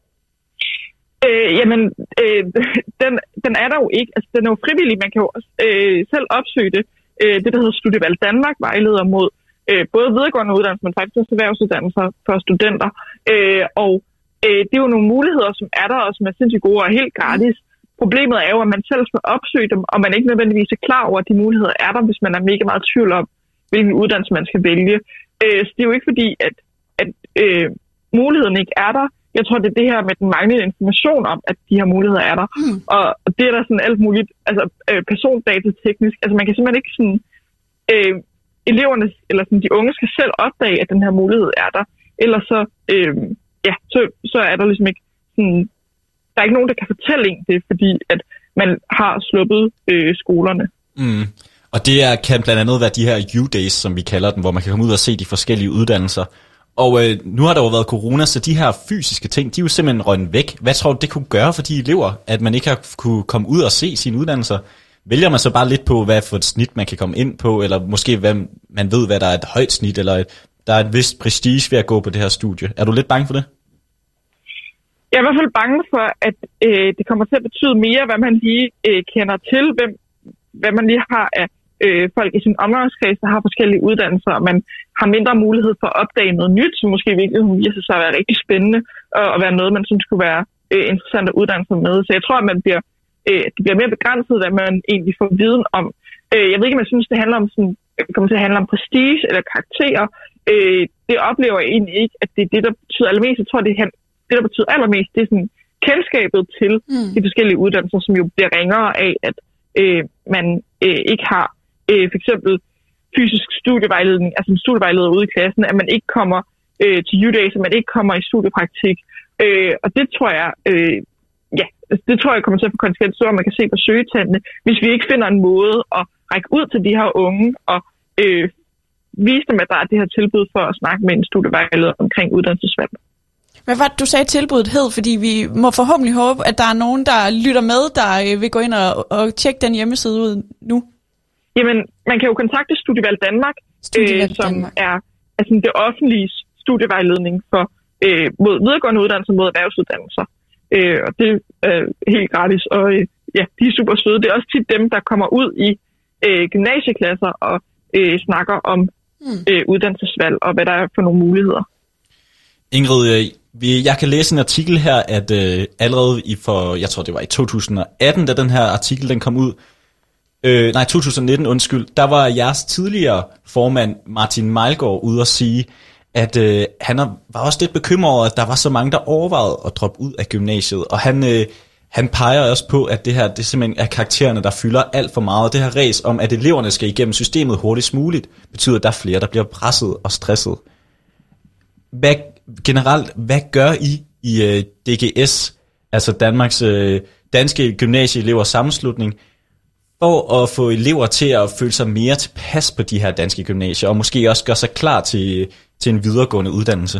Øh, jamen, øh, den, den er der jo ikke. Altså, den er jo frivillig. Man kan jo også øh, selv opsøge det. Øh, det, der hedder Studievalg Danmark, vejleder mod øh, både videregående uddannelser, men faktisk også erhvervsuddannelser for studenter. Øh, og øh, det er jo nogle muligheder, som er der, og som er sindssygt gode og helt gratis. Problemet er jo, at man selv skal opsøge dem, og man ikke nødvendigvis er klar over, at de muligheder er der, hvis man er mega meget i tvivl om, hvilken uddannelse man skal vælge. Øh, så det er jo ikke fordi, at, at øh, muligheden ikke er der. Jeg tror, det er det her med den manglende information om, at de her muligheder er der. Mm. Og, og det er der sådan alt muligt, altså øh, persondatateknisk. Altså man kan simpelthen ikke sådan, øh, eleverne, eller sådan de unge skal selv opdage, at den her mulighed er der. Ellers så, øh, ja, så, så er der ligesom ikke sådan... Der er ikke nogen, der kan fortælle en det, fordi at man har sluppet øh, skolerne. Mm. Og det er, kan blandt andet være de her U-days, som vi kalder dem, hvor man kan komme ud og se de forskellige uddannelser. Og øh, nu har der jo været corona, så de her fysiske ting, de er jo simpelthen røgnet væk. Hvad tror du, det kunne gøre for de elever, at man ikke har kunne komme ud og se sine uddannelser? Vælger man så bare lidt på, hvad for et snit man kan komme ind på, eller måske hvad man ved, hvad der er et højt snit, eller et, der er et vist prestige ved at gå på det her studie? Er du lidt bange for det? Jeg er i hvert fald bange for, at øh, det kommer til at betyde mere, hvad man lige øh, kender til, hvem, hvad man lige har af øh, folk i sin omgangskreds, der har forskellige uddannelser, og man har mindre mulighed for at opdage noget nyt, som måske virkelig viser sig at være rigtig spændende, og, og være noget, man synes kunne være øh, interessant at uddanne sig med. Så jeg tror, at man bliver, øh, det bliver mere begrænset, hvad man egentlig får viden om. Øh, jeg ved ikke, om jeg synes, det handler om sådan, det kommer til at handle om prestige eller karakterer. Øh, det oplever jeg egentlig ikke, at det er det, der betyder allermest. Jeg tror, det er Det, der betyder allermest, det er sådan kendskabet til mm. de forskellige uddannelser, som jo bliver ringere af, at øh, man øh, ikke har øh, for eksempel fysisk studievejledning, altså en studievejleder ude i klassen, at man ikke kommer øh, til U-days, at man ikke kommer i studiepraktik. Øh, og det tror jeg, øh, ja, det tror jeg kommer til at få konsekvenser, at man kan se på søgetallene, hvis vi ikke finder en måde at række ud til de her unge og øh, vise dem, at der er det her tilbud for at snakke med en studievejleder omkring uddannelsesvalg. Hvad var det, du sagde tilbuddet hed? Fordi vi må forhåbentlig håbe, at der er nogen, der lytter med, der vil gå ind og, og tjekke den hjemmeside ud nu. Jamen, man kan jo kontakte Studievalg Danmark, Studievalg øh, som Danmark. er altså, det offentlige studievejledning for øh, mod videregående uddannelser mod erhvervsuddannelser. Øh, og det er helt gratis, og øh, ja, de er super søde. Det er også tit dem, der kommer ud i øh, gymnasieklasser og øh, snakker om hmm. øh, uddannelsesvalg og hvad der er for nogle muligheder. Ingrid, jeg kan læse en artikel her, at øh, allerede i for, jeg tror det var i to tusind atten, da den her artikel den kom ud, øh, nej to tusind nitten, undskyld, der var jeres tidligere formand Martin Meilgaard ude at sige, at øh, han var også lidt bekymret over, at der var så mange, der overvejede at droppe ud af gymnasiet, og han, øh, han peger også på, at det her det simpelthen er karaktererne, der fylder alt for meget, og det her ræs om, at eleverne skal igennem systemet hurtigst muligt, betyder, at der er flere, der bliver presset og stresset. Hvad, generelt, hvad gør I i uh, D G S, altså Danmarks uh, Danske Gymnasieelevers Sammenslutning, for at få elever til at føle sig mere tilpas på de her danske gymnasier, og måske også gøre sig klar til, til en videregående uddannelse?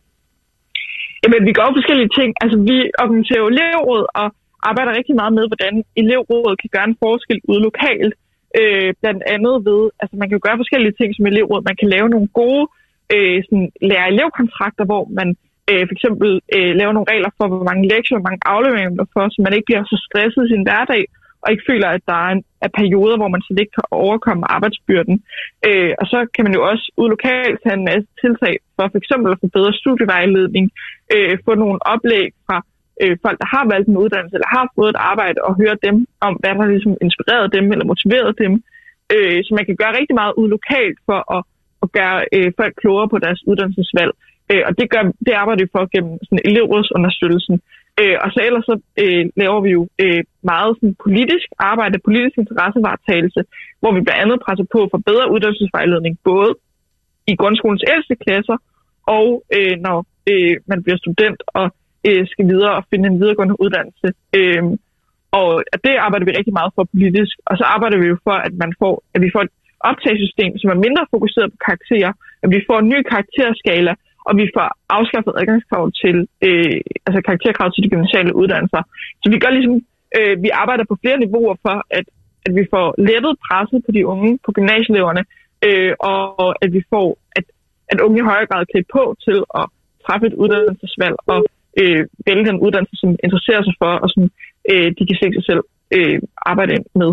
Jamen, vi gør forskellige ting. Altså, vi organiserer jo elevråd og arbejder rigtig meget med, hvordan elevrådet kan gøre en forskel ude lokalt. Øh, blandt andet ved, altså man kan jo gøre forskellige ting som elevråd. Man kan lave nogle gode øh, sådan, lærer-elev-kontrakter, hvor man øh, for eksempel øh, laver nogle regler for, hvor mange lektier, hvor mange afleveringer man får, så man ikke bliver så stresset i sin hverdag, og ikke føler, at der er, en, er perioder, hvor man slet ikke kan overkomme arbejdsbyrden. Øh, og så kan man jo også ude lokalt have en masse tiltag for for eksempel at få bedre studievejledning, øh, få nogle oplæg fra øh, folk, der har valgt en uddannelse, eller har fået et arbejde, og høre dem om, hvad der ligesom inspireret dem, eller motiveret dem. Øh, så man kan gøre rigtig meget ude lokalt for at, at gøre øh, folk klogere på deres uddannelsesvalg. Øh, og det, gør, det arbejder vi for gennem sådan elevrådsunderstøttelsen. Øh, og så ellers så øh, laver vi jo øh, meget sådan, politisk arbejde, politisk interessevaretagelse, hvor vi blandt andet presser på for bedre uddannelsesvejledning, både i grundskolens ældste klasser, og øh, når øh, man bliver student og øh, skal videre og finde en videregående uddannelse. Øh, og det arbejder vi rigtig meget for politisk. Og så arbejder vi jo for, at, man får, at vi får et optagssystem, som er mindre fokuseret på karakterer, at vi får en ny karakterskala, og vi får afskaffet adgangskrav til, øh, altså karakterkrav til de gymnasiale uddannelser. Så vi gør ligesom, øh, vi arbejder på flere niveauer for, at, at vi får lettet presset på de unge, på gymnasieeleverne, øh, og at vi får, at, at unge i højere grad er klædt på til at træffe et uddannelsesvalg og øh, vælge den uddannelse, som interesserer sig for, og som øh, de kan se sig selv øh, arbejde med.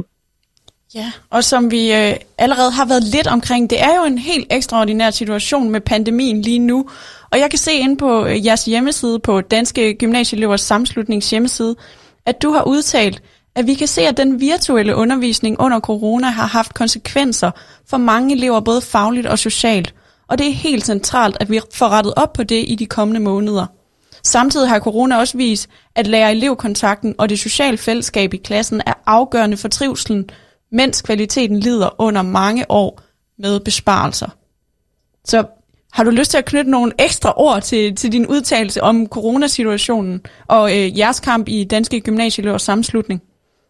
Ja, og som vi øh, allerede har været lidt omkring, det er jo en helt ekstraordinær situation med pandemien lige nu. Og jeg kan se inde på øh, jeres hjemmeside, på Danske Gymnasieelevers Sammenslutnings hjemmeside, at du har udtalt, at vi kan se, at den virtuelle undervisning under corona har haft konsekvenser for mange elever, både fagligt og socialt. Og det er helt centralt, at vi får rettet op på det i de kommende måneder. Samtidig har corona også vist, at lærer-elev-kontakten og det sociale fællesskab i klassen er afgørende for trivselen, mens kvaliteten lider under mange år med besparelser. Så har du lyst til at knytte nogle ekstra ord til, til din udtalelse om coronasituationen og øh, jeres kamp i Danske Gymnasieelevers Sammenslutning?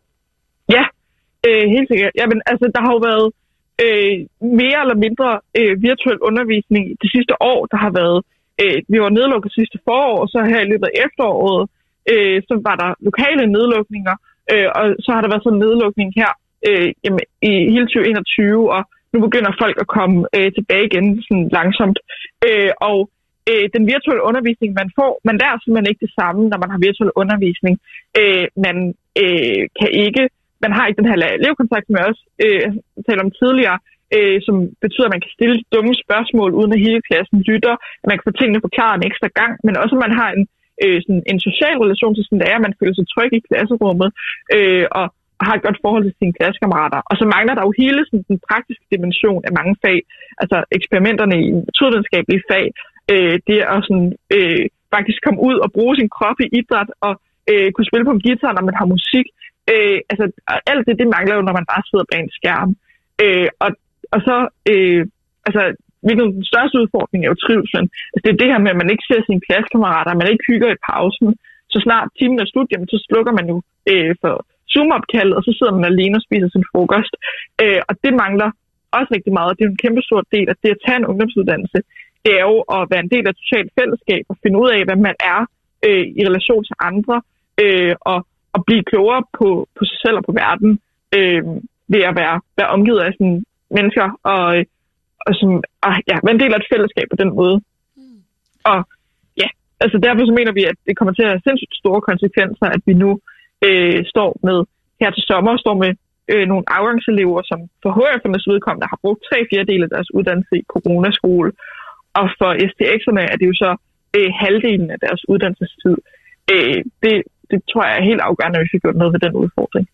Ja, øh, helt sikkert. Jamen, altså, der har jo været øh, mere eller mindre øh, virtuel undervisning det sidste år. Der har været, øh, vi var nedlukket sidste forår, og så her i løbet af efteråret, øh, så var der lokale nedlukninger, øh, og så har der været sådan en nedlukning her Øh, jamen, i hele tyve enogtyve, og nu begynder folk at komme øh, tilbage igen sådan langsomt. Øh, og øh, den virtuelle undervisning, man får, man lærer simpelthen ikke det samme, når man har virtuel undervisning. Øh, man øh, kan ikke, man har ikke den her elevkontakt, som jeg også øh, talte om tidligere, øh, som betyder, at man kan stille dumme spørgsmål, uden at hele klassen lytter, at man kan få tingene forklaret en ekstra gang, men også at man har en, øh, sådan, en social relation til sådan, det er, at man føler sig tryg i klasserummet, øh, og har et godt forhold til sine klassekammerater. Og så mangler der jo hele sådan, den praktiske dimension af mange fag, altså eksperimenterne i naturvidenskabelige fag, øh, det at sådan, øh, faktisk komme ud og bruge sin krop i idræt, og øh, kunne spille på en guitar, når man har musik. Øh, altså alt det, det mangler jo, når man bare sidder bag en skærm. Øh, og, og så, øh, altså, hvilken den største udfordring er jo trivselen. Altså, det er det her med, at man ikke ser sine klassekammerater, man ikke hygger i pausen. Så snart timen er slut, jamen, så slukker man jo øh, for Zoom-opkaldet, og så sidder man alene og spiser sin frokost. Øh, og det mangler også rigtig meget. Det er jo en kæmpe stor del af det at tage en ungdomsuddannelse. Det er jo at være en del af et socialt fællesskab og finde ud af, hvad man er øh, i relation til andre, øh, og, og blive klogere på, på sig selv og på verden øh, ved at være, være omgivet af sådan mennesker og, og som, og, ja, være en del af et fællesskab på den måde. Mm. Og ja, altså derfor så mener vi, at det kommer til at have sindssygt store konsekvenser, at vi nu øh, står med her til sommer, står med øh, nogle afgangselever, som for H F'ernes vedkommende har brugt tre fjerdedele af deres uddannelse i coronaskole. Og for S T X'erne er det jo så øh, halvdelen af deres uddannelsestid. Øh, det, det tror jeg er helt afgørende, at vi fik gjort noget ved den udfordring.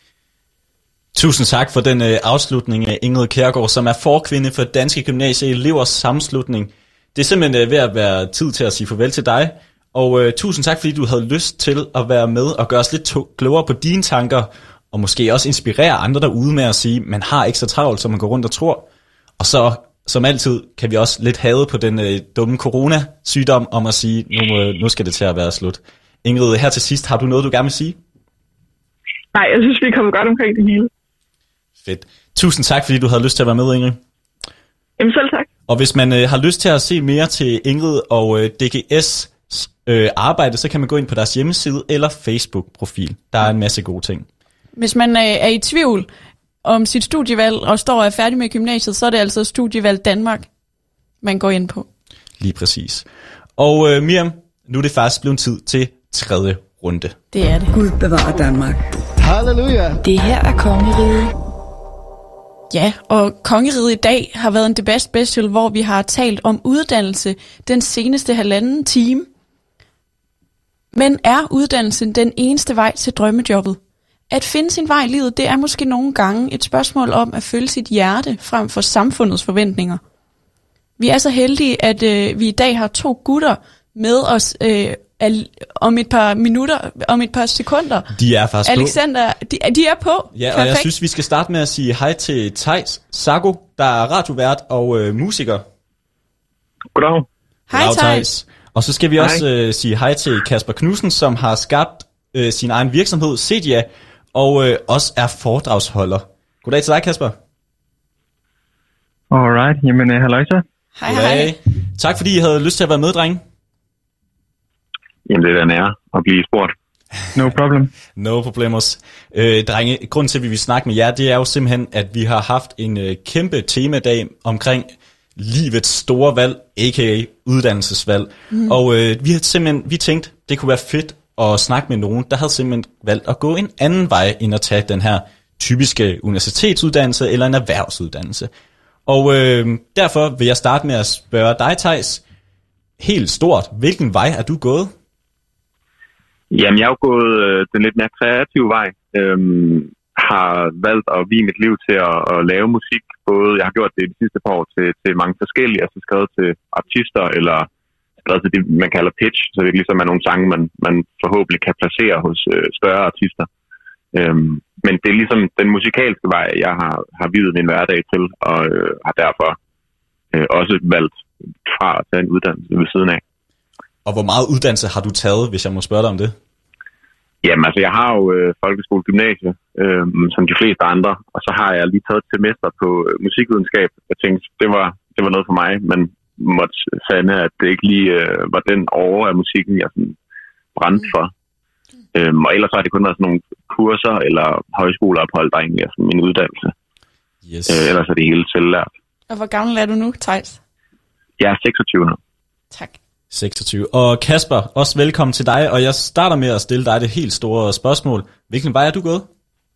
Tusind tak for den øh, afslutning af Ingrid Kjærgaard, som er forkvinde for Danske Gymnasie Elevers Sammenslutning. Det er simpelthen øh, ved at være tid til at sige farvel til dig. Og øh, tusind tak, fordi du havde lyst til at være med og gøre os lidt to- klogere på dine tanker, og måske også inspirere andre derude med at sige, man har ikke så travlt, som man går rundt og tror. Og så, som altid, kan vi også lidt hade på den øh, dumme coronasygdom om at sige, nu, øh, nu skal det til at være slut. Ingrid, her til sidst, har du noget, du gerne vil sige? Nej, jeg synes, vi er kommet godt omkring det hele. Fedt. Tusind tak, fordi du havde lyst til at være med, Ingrid. Jamen selv tak. Og hvis man øh, har lyst til at se mere til Ingrid og øh, D G S øh, arbejde, så kan man gå ind på deres hjemmeside eller Facebook-profil. Der er en masse gode ting. Hvis man øh, er i tvivl om sit studievalg og står og er færdig med gymnasiet, så er det altså Studievalg Danmark, man går ind på. Lige præcis. Og øh, Miriam, nu er det faktisk blevet tid til tredje runde. Det er det. Gud bevarer Danmark. Halleluja! Det her er Kongeriget. Ja, og Kongeriget i dag har været en debat special, hvor vi har talt om uddannelse den seneste halvanden time. Men er uddannelsen den eneste vej til drømmejobbet? At finde sin vej i livet, det er måske nogle gange et spørgsmål om at følge sit hjerte frem for samfundets forventninger. Vi er så heldige, at øh, vi i dag har to gutter med os øh, al- om et par minutter, om et par sekunder. De er faktisk Alexander, på. De, de er på. Ja, og Perfekt. jeg synes, vi skal starte med at sige hej til Theis Sago, der er radiovært og øh, musiker. Goddag. Hej Theis. Og så skal vi Hej. også øh, sige hej til Kasper Knudsen, som har skabt øh, sin egen virksomhed, Cedia, og øh, også er foredragsholder. Goddag til dig, Kasper. Alright, jamen uh, halløj så. Hej, hej. Tak fordi I havde lyst til at være med, drenge. Jamen det er da en ære at blive spurgt. No problem. No problemos. Øh, drenge, grunden til, at vi vil snakke med jer, det er jo simpelthen, at vi har haft en øh, kæmpe temadag omkring livets store valg, a k a uddannelsesvalg. Mm. Og øh, vi har simpelthen, vi tænkte, det kunne være fedt at snakke med nogen, der havde simpelthen valgt at gå en anden vej, end at tage den her typiske universitetsuddannelse eller en erhvervsuddannelse. Og øh, derfor vil jeg starte med at spørge dig, Theis, helt stort, hvilken vej er du gået? Jamen, jeg er jo gået øh, den lidt mere kreative vej. Øhm, har valgt at vie mit liv til at, at lave musik. Både, jeg har gjort det de sidste par år til, til mange forskellige. Altså skrevet til artister, eller skrevet til det, man kalder pitch. Så det ligesom er nogle sange, man, man forhåbentlig kan placere hos øh, større artister. Øhm, men det er ligesom den musikalske vej, jeg har, har viet min hverdag til, og øh, har derfor øh, også valgt fra at tage en uddannelse ved siden af. Og hvor meget uddannelse har du taget, hvis jeg må spørge dig om det? Jamen altså, jeg har jo øh, folkeskole og gymnasie, øh, som de fleste andre, og så har jeg lige taget et semester på øh, musikvidenskab. Jeg tænkte, det var, det var noget for mig, men måtte sande, at det ikke lige øh, var den over af musikken, jeg sådan brændte for. Øhm, og ellers har det kun været sådan nogle kurser eller højskoleophold, der egentlig er sådan min uddannelse. Yes. Øh, ellers er det hele selvlært. Og hvor gammel er du nu, Theis? Jeg er seksogtyve nu. Tak. seksogtyve. Og Kasper, også velkommen til dig, og jeg starter med at stille dig det helt store spørgsmål. Hvilken vej er du gået?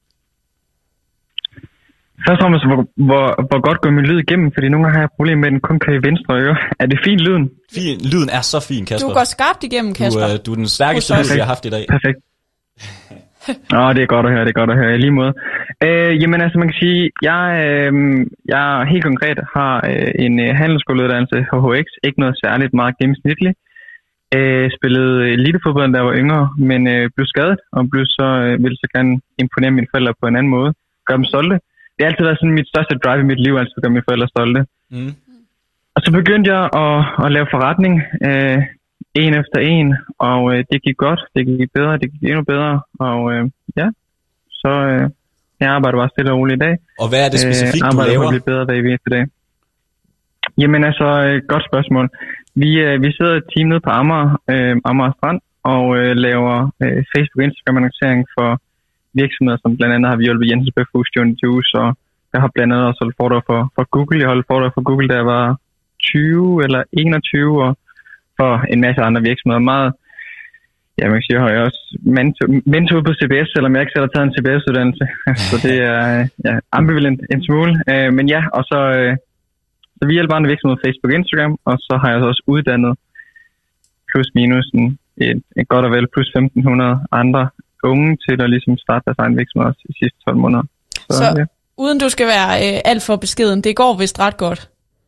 Først og fremmest, hvor, hvor, hvor godt går min lyd igennem, fordi nogle gange har jeg problemer med, at den kun kan i venstre øre. Er det fin lyden? Fin, lyden er så fin, Kasper. Du går skarpt igennem, Kasper. Du, øh, du er den stærkeste lyd, vi har haft i dag. Perfekt. Nå, det er godt at høre, det er godt at høre. I lige måde. Øh, jamen altså, man kan sige, jeg, øh, jeg helt konkret har øh, en øh, handelsskoleuddannelse, H H X. Ikke noget særligt, meget gennemsnitligt. Øh, spillede elitefodbold, da jeg var yngre, men øh, blev skadet, og blev så, øh, ville så gerne imponere mine forældre på en anden måde. Gør dem stolte. det har altid været sådan mit største drive i mit liv, altså at gøre mine forældre stolte. Mm. Og så begyndte jeg at, at lave forretning, øh, en efter en, og øh, det gik godt, det gik bedre, det gik endnu bedre, og øh, ja, så øh, jeg arbejder bare stille og roligt i dag. Og hvad er det specifikt, øh, du laver? Jeg bedre hver eneste dag. Jamen altså, øh, godt spørgsmål. Vi, øh, vi sidder et team nede på Amager, øh, Amager Strand, og øh, laver øh, Facebook- og Instagram-annoncering for virksomheder, som blandt andet har vi hjulpet Jensens Bøfhus, Johnny Juice, og jeg har blandt andet også holdt foredrag for, for Google. Jeg holdt foredrag for Google, da jeg var tyve eller enogtyve, og for en masse andre virksomheder. Meget, ja, man kan sige, jeg har også mentor på C B S, selvom jeg ikke selv har taget en C B S-uddannelse. Så det er ja, ambivalent en smule. Uh, men ja, og så, uh, så vi hjælper andre virksomheder på Facebook og Instagram, og så har jeg også uddannet plus minus en, et, et godt og vel plus femten hundrede andre unge til at ligesom starte deres egen virksomhed også i sidste tolv måneder. Så, så ja. Uden du skal være øh, alt for beskeden, det går vist ret godt.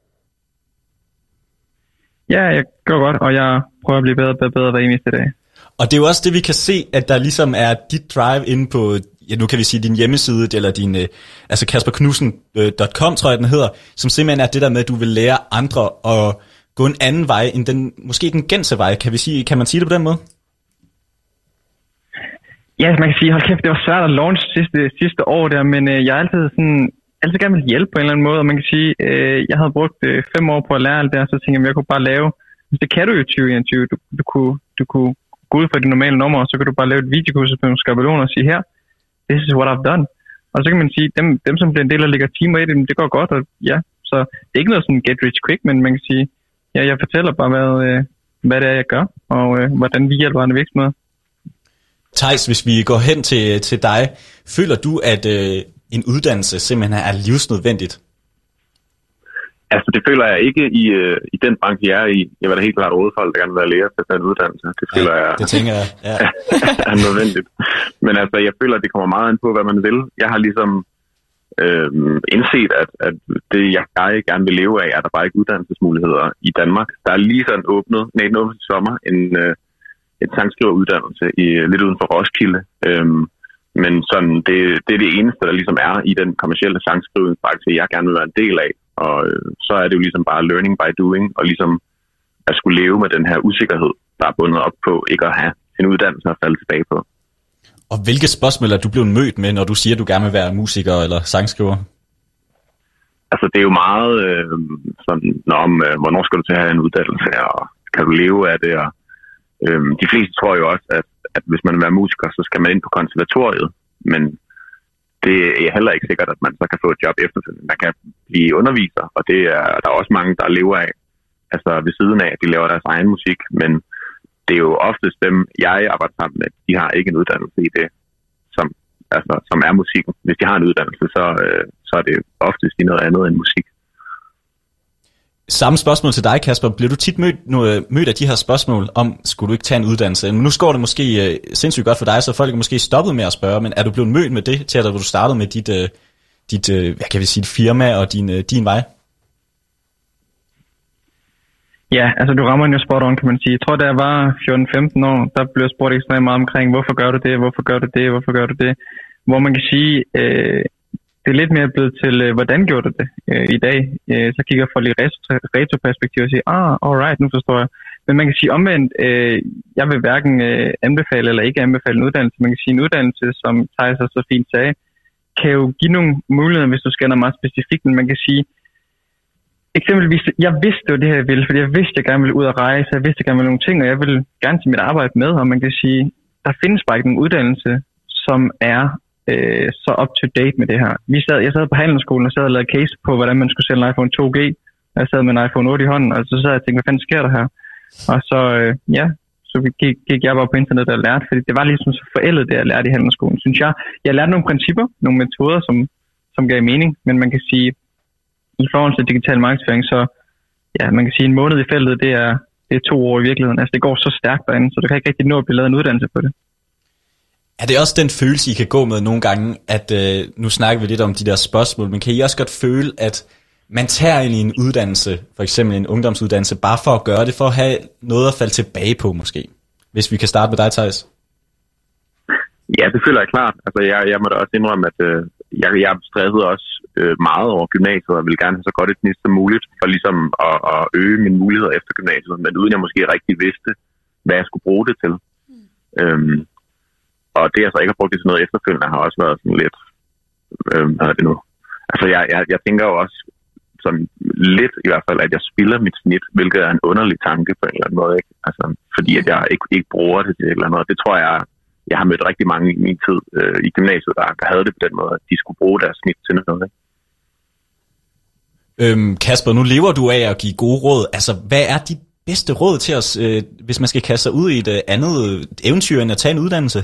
Ja, jeg går godt, og jeg prøver at blive bedre og bedre, bedre hver eneste dag. Og det er jo også det, vi kan se, at der ligesom er dit drive inde på, ja, nu kan vi sige din hjemmeside, eller din, øh, altså kasper knudsen punktum com, tror jeg den hedder, som simpelthen er det der med, at du vil lære andre at gå en anden vej, end den, måske den gængse vej. Kan vi sige, kan man sige det på den måde? Ja, man kan sige, hold kæft, det var svært at launch sidste, sidste år der, men øh, jeg har altid sådan, altid gerne vil hjælpe på en eller anden måde, og man kan sige, øh, jeg havde brugt øh, fem år på at lære alt det, og så tænkte jeg, jeg kunne bare lave, det kan du jo i tyve enogtyve, du, du, kunne, du kunne gå ud fra de normale numre, og så kan du bare lave et videokursus på nogle skabeloner og sige her, this is what I've done. Og så kan man sige, dem, dem som bliver en del af lægger timer i det, det går godt, og ja, så det er ikke noget sådan get rich quick, men man kan sige, ja, jeg fortæller bare, hvad, øh, hvad det er, jeg gør, og øh, hvordan vi hjælper andre virksomheder. Theis, hvis vi går hen til, til dig, føler du, at øh, en uddannelse simpelthen er livsnødvendigt? Altså, det føler jeg ikke i, øh, i den branche, jeg er i. Jeg var da helt klart rådfolk, der gerne vil være lærer til at tage en uddannelse. Det føler ja, jeg, det tænker jeg, ja. er nødvendigt. Men altså, jeg føler, at det kommer meget an på, hvad man vil. Jeg har ligesom øh, indset, at, at det, jeg, jeg gerne vil leve af, er der bare ikke uddannelsesmuligheder i Danmark. Der er lige sådan åbnet, nej, den åbnet i sommer, en... Øh, en sangskriveruddannelse i, lidt uden for Roskilde. Øhm, men sådan, det, det er det eneste, der ligesom er i den kommercielle sangskrivningsbranche, jeg gerne vil være en del af. Og øh, så er det jo ligesom bare learning by doing, og ligesom at skulle leve med den her usikkerhed, der er bundet op på ikke at have en uddannelse at falde tilbage på. Og hvilke spørgsmål er du blevet mødt med, når du siger, at du gerne vil være musiker eller sangskriver? Altså, det er jo meget øh, sådan, når om, øh, hvornår skal du til at have en uddannelse, og kan du leve af det, og Øhm, de fleste tror jo også, at, at hvis man vil være musiker, så skal man ind på konservatoriet, men det er heller ikke sikkert, at man så kan få et job efterfølgende. Man kan blive underviser, og det er der er også mange, der lever af, altså ved siden af, at de laver deres egen musik, men det er jo oftest dem, jeg arbejder sammen med, de har ikke en uddannelse i det, som, altså, som er musikken. Hvis de har en uddannelse, så, øh, så er det oftest i noget andet end musik. Samme spørgsmål til dig, Kasper. Bliver du tit mødt, mødt af de her spørgsmål om, skulle du ikke tage en uddannelse? Nu går det måske uh, sindssygt godt for dig, så folk er måske stoppet med at spørge, men er du blevet mødt med det, til at du startede med dit, uh, dit uh, hvad kan vi sige, firma og din, uh, din vej? Ja, altså du rammer en jo spot on, kan man sige. Jeg tror, da jeg var fjorten femten år, der blev jeg spurgt ekstremt meget omkring, hvorfor gør du det, hvorfor gør du det, hvorfor gør du det? Hvor man kan sige... Øh, det er lidt mere blevet til, øh, hvordan gjorde du det øh, i dag? Øh, så kigger jeg for lidt retroperspektiv og siger, ah, alright, nu forstår jeg. Men man kan sige omvendt, øh, jeg vil hverken øh, anbefale eller ikke anbefale en uddannelse. Man kan sige, en uddannelse, som Theis så fint sagde, kan jo give nogle muligheder, hvis du skal noget meget specifikt. Men man kan sige, eksempelvis, jeg vidste jo det her, jeg ville, fordi jeg vidste, jeg gerne ville ud og rejse, jeg vidste, jeg gerne ville nogle ting, og jeg ville gerne til mit arbejde med. Og man kan sige, der findes bare ikke nogen uddannelse, som er Øh, så up to date med det her. Vi sad, jeg sad på handelsskolen og sad og lavede case på, hvordan man skulle sælge en iPhone to G. Jeg sad med en iPhone otte i hånden, og så sad jeg og tænkte, hvad fanden sker der her? Og så, øh, ja, så gik, gik jeg bare på internet og lærte, fordi det var ligesom så forældet, det jeg lærte i handelsskolen, synes jeg. Jeg lærte nogle principper, nogle metoder, som, som gav mening, men man kan sige, i forhold til digital markedsføring, så ja, man kan sige, en måned i feltet, det er, det er to år i virkeligheden. Altså, det går så stærkt derinde, så du kan ikke rigtig nå at blive lavet en uddannelse på det. Er det også den følelse, I kan gå med nogle gange, at øh, nu snakker vi lidt om de der spørgsmål, men kan I også godt føle, at man tager ind i en uddannelse, for eksempel en ungdomsuddannelse, bare for at gøre det, for at have noget at falde tilbage på måske? Hvis vi kan starte med dig, Theis. Ja, det føler jeg klart. Altså, jeg, jeg må da også indrømme, at øh, jeg, jeg stressede også øh, meget over gymnasiet, og ville gerne have så godt et snit som muligt, for ligesom at, at øge mine muligheder efter gymnasiet, men uden jeg måske rigtig vidste, hvad jeg skulle bruge det til. Mm. Øhm, og det, jeg så ikke har brugt det til noget efterfølgende, har også været sådan lidt, øh, hvad er det nu? Altså, jeg, jeg, jeg tænker jo også sådan lidt i hvert fald, at jeg spilder mit snit, hvilket er en underlig tanke på en eller anden måde, ikke? Altså, fordi at jeg ikke, ikke bruger det til et eller andet. Det tror jeg, jeg har mødt rigtig mange i min tid øh, i gymnasiet, der, der havde det på den måde, at de skulle bruge deres snit til noget, ikke? Øhm, Kasper, nu lever du af at give gode råd. Altså, hvad er dit bedste råd til os, øh, hvis man skal kaste sig ud i et øh, andet eventyr, end at tage en uddannelse?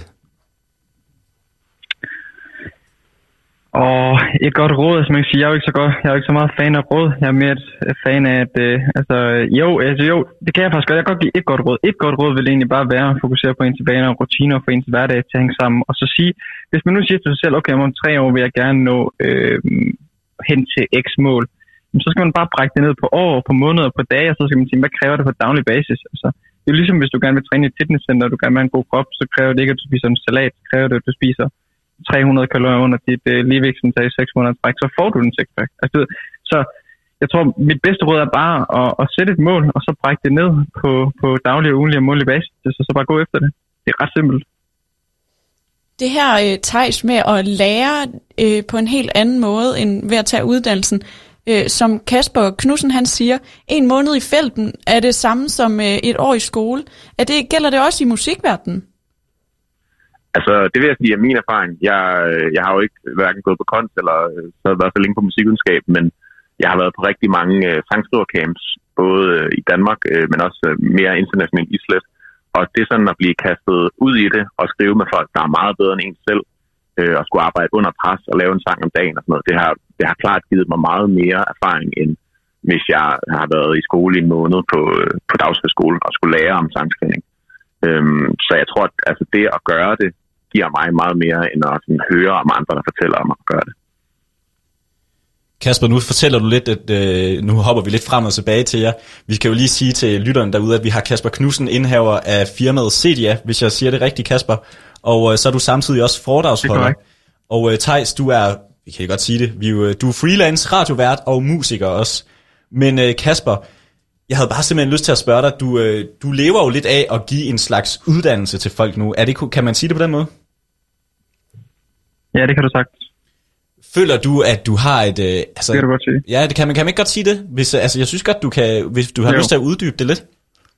Og et godt råd, som man kan sige, jeg er jo ikke så godt, jeg er jo ikke så meget fan af råd. Jeg er mere et fan af, at øh, altså, jo, altså, jo, det kan jeg faktisk godt. Jeg kan godt give et godt råd. Et godt råd vil egentlig bare være at fokusere på ens vaner og rutiner og få ens hverdag til at hænge sammen. Og så sige, hvis man nu siger til sig selv, okay, om tre år vil jeg gerne nå øh, hen til x mål, så skal man bare brække det ned på år, på måneder og på dage, og så skal man sige, hvad kræver det på daglig basis? Altså, det er jo ligesom, hvis du gerne vil træne i et fitnesscenter, og du gerne vil have en god krop, så kræver det ikke, at du spiser en salat, så kræver det, at du spiser tre hundrede kalorier under dit øh, ligevægtsindtag i seks måneder træk, så får du den sixpack. Altså, så jeg tror, mit bedste råd er bare at, at sætte et mål, og så brække det ned på, på daglig og ugenlig og månedlig basis, og så bare gå efter det. Det er ret simpelt. Det her øh, Theis med at lære øh, på en helt anden måde, end ved at tage uddannelsen, øh, som Kasper Knudsen han siger, en måned i felten er det samme som øh, et år i skole. Er det, gælder det også i musikverdenen? Altså, det vil jeg sige er min erfaring. Jeg, jeg har jo ikke hverken gået på kunst, eller så har jeg været så længe på musikvidenskab, men jeg har været på rigtig mange uh, sangskrivercamps, både uh, i Danmark, uh, men også uh, mere internationalt islet. Og det er sådan at blive kastet ud i det, og skrive med folk, der er meget bedre end en selv, uh, og skulle arbejde under pres og lave en sang om dagen og sådan noget. Det har, det har klart givet mig meget mere erfaring, end hvis jeg har været i skole i en måned på, uh, på dagsskole og skulle lære om sangskrivning. Um, så jeg tror, at altså, det at gøre det, giver mig meget mere, end at sådan, høre om andre, der fortæller om at gøre det. Kasper, nu fortæller du lidt, at øh, nu hopper vi lidt frem og tilbage til jer. Vi skal jo lige sige til lytterne derude, at vi har Kasper Knudsen, indhaver af firmaet Cedia, hvis jeg siger det rigtigt, Kasper. Og øh, så er du samtidig også foredragsholder. Og øh, Theis, du er, vi kan godt sige det, vi er jo, du er freelance, radiovært og musiker også. Men øh, Kasper, jeg havde bare simpelthen lyst til at spørge dig, du, øh, du lever jo lidt af at give en slags uddannelse til folk nu. Er det, kan man sige det på den måde? Ja, det kan du sagt. Føler du, at du har et... Øh, altså, det kan du godt sige. Ja, det kan man, kan man ikke godt sige det? Hvis, altså, jeg synes godt, du kan, hvis du har jo. lyst til at uddybe det lidt.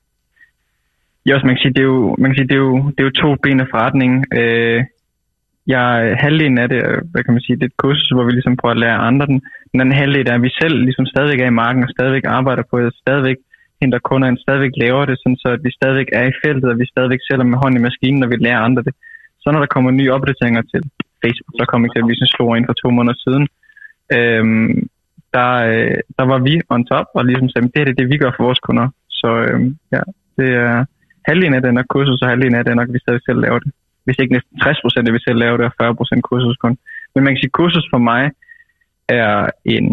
Ja, også, man kan sige, det er jo, man kan sige, det er jo, det er jo to ben af forretningen. Øh, jeg, halvdelen af det, hvad kan man sige, det er et kursus, hvor vi ligesom prøver at lære andre den. Den anden halvdel er, at vi selv ligesom stadigvæk er i marken, og stadigvæk arbejder på det, stadigvæk henter kunder, stadigvæk laver det, sådan så at vi stadigvæk er i feltet, og vi stadigvæk sælger med hånd i maskinen, når vi lærer andre det. Så når der kommer nye opdateringer til Facebook, der kom eksempelvis en slår ind for to måneder siden, øhm, der, øh, der var vi on top, og ligesom sagde, det er det, det vi gør for vores kunder. Så øhm, ja, det er halvdelen af det nok kursus, og halvdelen af det nok, at vi stadig selv laver det. Hvis ikke næsten tres procent af vi selv laver det, og fyrre procent kursus kun. Men man kan sige, kursus for mig er en,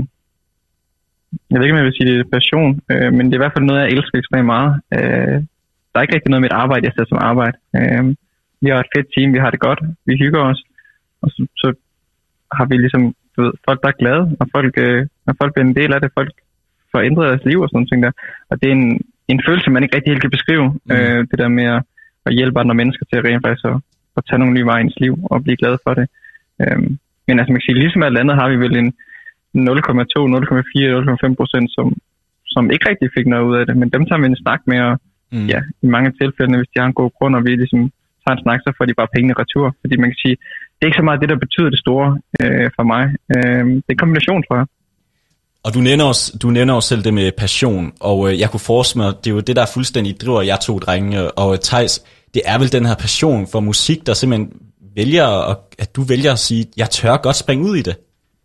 jeg ved ikke, om jeg vil sige, det er passion, øh, men det er i hvert fald noget, jeg elsker ekstremt meget. Øh, der er ikke rigtig noget med et arbejde, jeg ser som arbejde. Øh, vi har et fedt team, vi har det godt, vi hygger os, og så, så har vi ligesom, du ved, folk, der er glade, og folk, øh, når folk bliver en del af det, folk får ændret deres liv og sådan noget ting der. Og det er en, en følelse, man ikke rigtig helt kan beskrive, mm. øh, det der med at, at hjælpe andre mennesker til at rent faktisk at, at tage nogle nye veje i ens liv og blive glade for det. Øh, men altså man kan sige, ligesom alt andet har vi vel en nul komma to, nul komma fire, nul komma fem procent, som, som ikke rigtig fik noget ud af det, men dem tager vi en snak med, og mm. ja, i mange tilfælde, hvis de har en god grund, og vi ligesom tager en snak, så får de bare pengene retur, fordi man kan sige, det er ikke så meget det, der betyder det store øh, for mig. Øh, det er en kombination, tror jeg. Og du nævner, også, du nævner også selv det med passion, og øh, jeg kunne forestille mig, det er jo det, der fuldstændig driver jer to drenge, og øh, Theis, det er vel den her passion for musik, der simpelthen vælger, at du vælger at sige, jeg tør godt springe ud i det.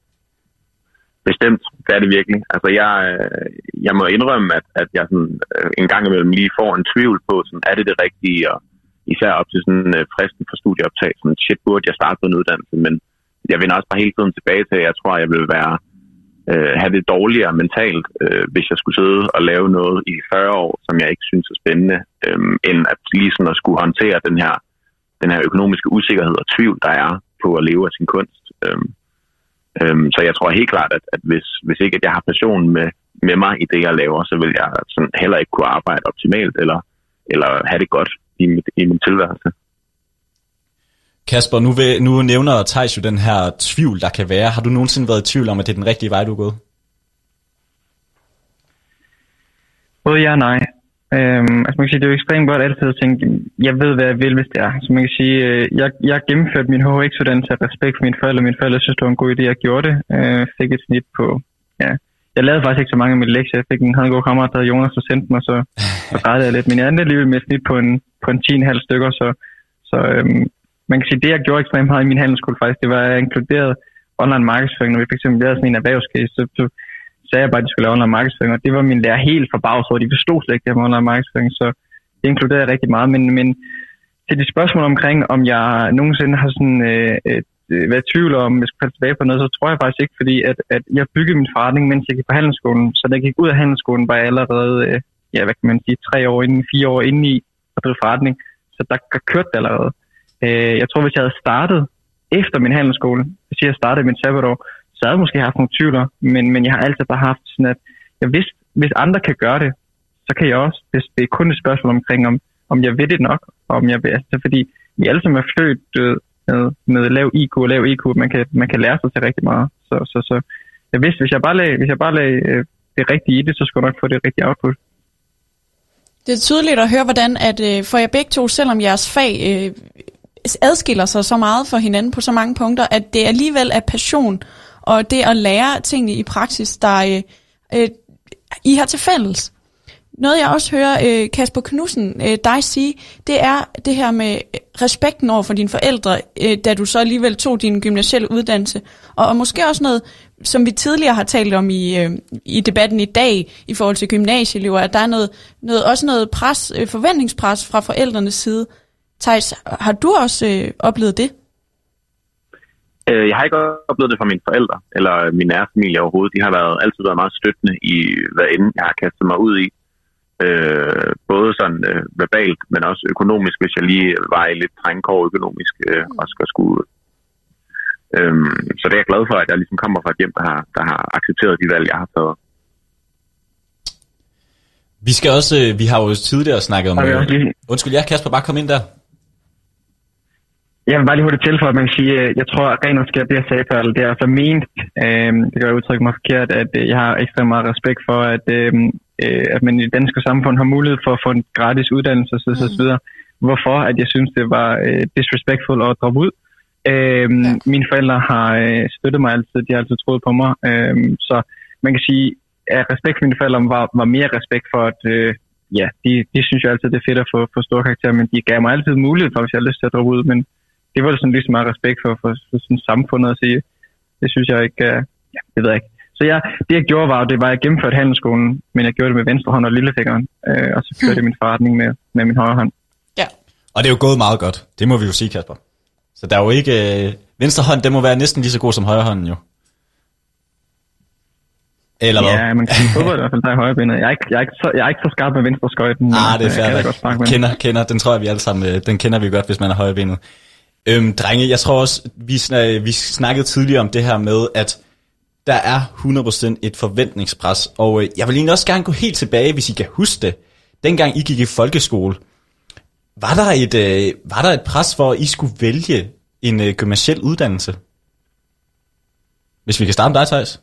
Bestemt, det er det virkelig. Altså jeg, jeg må indrømme, at, at jeg sådan, en gang imellem lige får en tvivl på, sådan, er det det rigtige, og især op til sådan en uh, fristen for studieoptag, sådan shit, burde jeg starte på en uddannelse, men jeg vender også bare hele tiden tilbage til, at jeg tror, jeg vil være, uh, have det dårligere mentalt, uh, hvis jeg skulle sidde og lave noget i fyrre år, som jeg ikke synes er spændende, um, end at lige sådan at skulle håndtere den her, den her økonomiske usikkerhed og tvivl, der er på at leve af sin kunst. Um, Øhm, så jeg tror helt klart, at, at hvis, hvis ikke at jeg har passion med, med mig i det, jeg laver, så vil jeg sådan heller ikke kunne arbejde optimalt eller, eller have det godt i, mit, i min tilværelse. Kasper, nu, vil, nu nævner Theis jo den her tvivl, der kan være. Har du nogensinde været i tvivl om, at det er den rigtige vej, du er gået? Både ja og nej. Øhm, altså man kan sige, det er jo ekstremt godt altid at tænke, jeg ved, hvad jeg vil, hvis det er. Så man kan sige, øh, jeg, jeg gennemførte min H H X-uddannelse af respekt for mine forældre. Mine forældre synes, det var en god idé, jeg gjorde det. Øh, fik et snit på, ja. Jeg lavede faktisk ikke så mange af mine lektier. Jeg fik en, havde en god kammerat, der Jonas, og sendte mig, så, så rettede jeg lidt. Men jeg endte alligevel med et snit på en, på en ti komma fem stykker, så, så øhm, man kan sige, det jeg gjorde ekstremt meget i min handelsskole faktisk, det var, at jeg inkluderede online markedsføring. Når vi fik eksempel lavede sådan en erhvervscase, så, så sagde jeg bare, at de skulle lave online markedsføring, og det var min lærer helt forbavset, og de forstod slet ikke det med online markedsføring, så det inkluderede jeg rigtig meget. Men, men til de spørgsmål omkring, om jeg nogensinde har sådan, øh, øh, været i tvivl om, om jeg skulle falde tilbage på noget, så tror jeg faktisk ikke, fordi at, at jeg byggede min forretning, mens jeg gik på handelsskolen. Så da jeg gik ud af handelsskolen, var jeg allerede, øh, ja, hvad kan man sige, tre år inden, fire år inde i at drive forretning, så der, der kørte det allerede. Øh, jeg tror, hvis jeg havde startet efter min handelsskole, hvis jeg havde startet mit sabbatår, så havde jeg måske haft nogle tvivler, men, men jeg har altid bare haft sådan, at jeg vidste, hvis andre kan gøre det, så kan jeg også. Hvis det er kun et spørgsmål omkring, om, om jeg ved det nok, og om jeg vil. Altså, fordi vi alle sammen er født øh, med, med lav I Q og lav I Q, man kan, man kan lære sig til rigtig meget. Så, så, så jeg vidste, hvis jeg bare lagde, hvis jeg bare lagde øh, det rigtige i det, så skulle jeg nok få det rigtige output. Det er tydeligt at høre, hvordan at øh, for jer begge to, selvom jeres fag øh, adskiller sig så meget fra hinanden på så mange punkter, at det alligevel er passion og det at lære tingene i praksis, der øh, øh, I har til fælles. Noget jeg også hører øh, Kasper Knudsen øh, dig sige, det er det her med respekten over for dine forældre, øh, da du så alligevel tog din gymnasielle uddannelse, og, og måske også noget, som vi tidligere har talt om i, øh, i debatten i dag, i forhold til gymnasieelever, at der er noget, noget, også noget pres, øh, forventningspres fra forældrenes side. Theis, har du også øh, oplevet det? Jeg har ikke oplevet det fra mine forældre, eller min nære familie overhovedet. De har været, altid været meget støttende i, hvad end jeg har kastet mig ud i. Øh, både sådan øh, verbalt, men også økonomisk, hvis jeg lige var i lidt trængekår økonomisk øh, og skal skulle. Øh, så det er jeg glad for, at jeg ligesom kommer fra et hjem, der har, der har accepteret de valg, jeg har taget. Vi skal også, vi har jo tidligere snakket om... Okay, øh, undskyld, ja, Kasper, bare kom ind der. Jeg vil bare lige hurtigt til for, at man kan sige, jeg tror, at rent og skær det, jeg sagde før, det er altså ment, øh, det kan jeg udtrykke mig forkert, at øh, jeg har ekstremt meget respekt for, at, øh, at man i det danske samfund har mulighed for at få en gratis uddannelse og så, så videre. Hvorfor? At jeg synes, det var øh, disrespectful at droppe ud. Øh, ja. Mine forældre har øh, støttet mig altid, de har altid troet på mig. Øh, så man kan sige, at respekt for mine forældre var, var mere respekt for, at øh, ja, de, de synes jo altid, det er fedt at få, få store karakterer, men de gav mig altid mulighed for, hvis jeg har lyst til at droppe ud, men det var det sådan lige så meget respekt for, for, for sådan samfundet at sige. Det synes jeg ikke, uh, ja, det ved jeg ikke. Så jeg, det jeg gjorde var, det var, at jeg gennemførte handelsskolen, men jeg gjorde det med venstre hånd og lillefingeren, uh, og så kørte jeg min forretning med, med min højre hånd. Ja. Og det er jo gået meget godt, det må vi jo sige, Kasper. Så der er jo ikke, uh, venstre hånd, det må være næsten lige så god som højre hånden jo. Eller hvad? Ja, man kan sige fodbold i hvert fald, der er højrebenet. Jeg er ikke, jeg er ikke, så, jeg er ikke så skarp med venstre skøjten. Ah, det er færdigt. Kender, kender, den tror jeg vi alle sammen, den kender vi godt, hvis man er højrebenet. Øhm, drenge, jeg tror også, vi, snak, vi snakkede tidligere om det her med, at der er hundrede procent et forventningspres, og øh, jeg vil egentlig også gerne gå helt tilbage, hvis I kan huske det. Dengang I gik i folkeskole, var der et, øh, var der et pres for, at I skulle vælge en øh, gymnasiel uddannelse? Hvis vi kan starte med dig, Theis.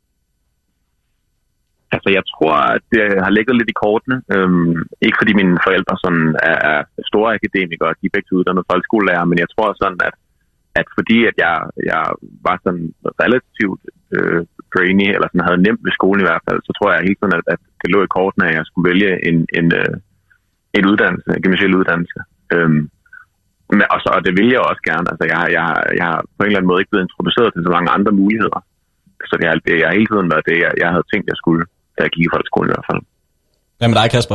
Altså, jeg tror, at det har ligget lidt i kortene. Øhm, ikke fordi mine forældre sådan er, er store akademikere, de er begge uddannet folkeskolelærer, men jeg tror sådan, at, at fordi at jeg, jeg var sådan relativt øh, brainy, eller sådan havde nemt ved skolen i hvert fald, så tror jeg helt sådan, at, at det lå i kortene, at jeg skulle vælge en, en, øh, en uddannelse, en gymnasiel uddannelse. Øhm, men, og, så, og det vil jeg også gerne. Altså, jeg, jeg, jeg har på en eller anden måde ikke blevet introduceret til så mange andre muligheder. Så det har, det har hele tiden været det, jeg, jeg havde tænkt, jeg skulle, da jeg gik i folkeskolen i hvert fald. Hvad med dig, Kasper?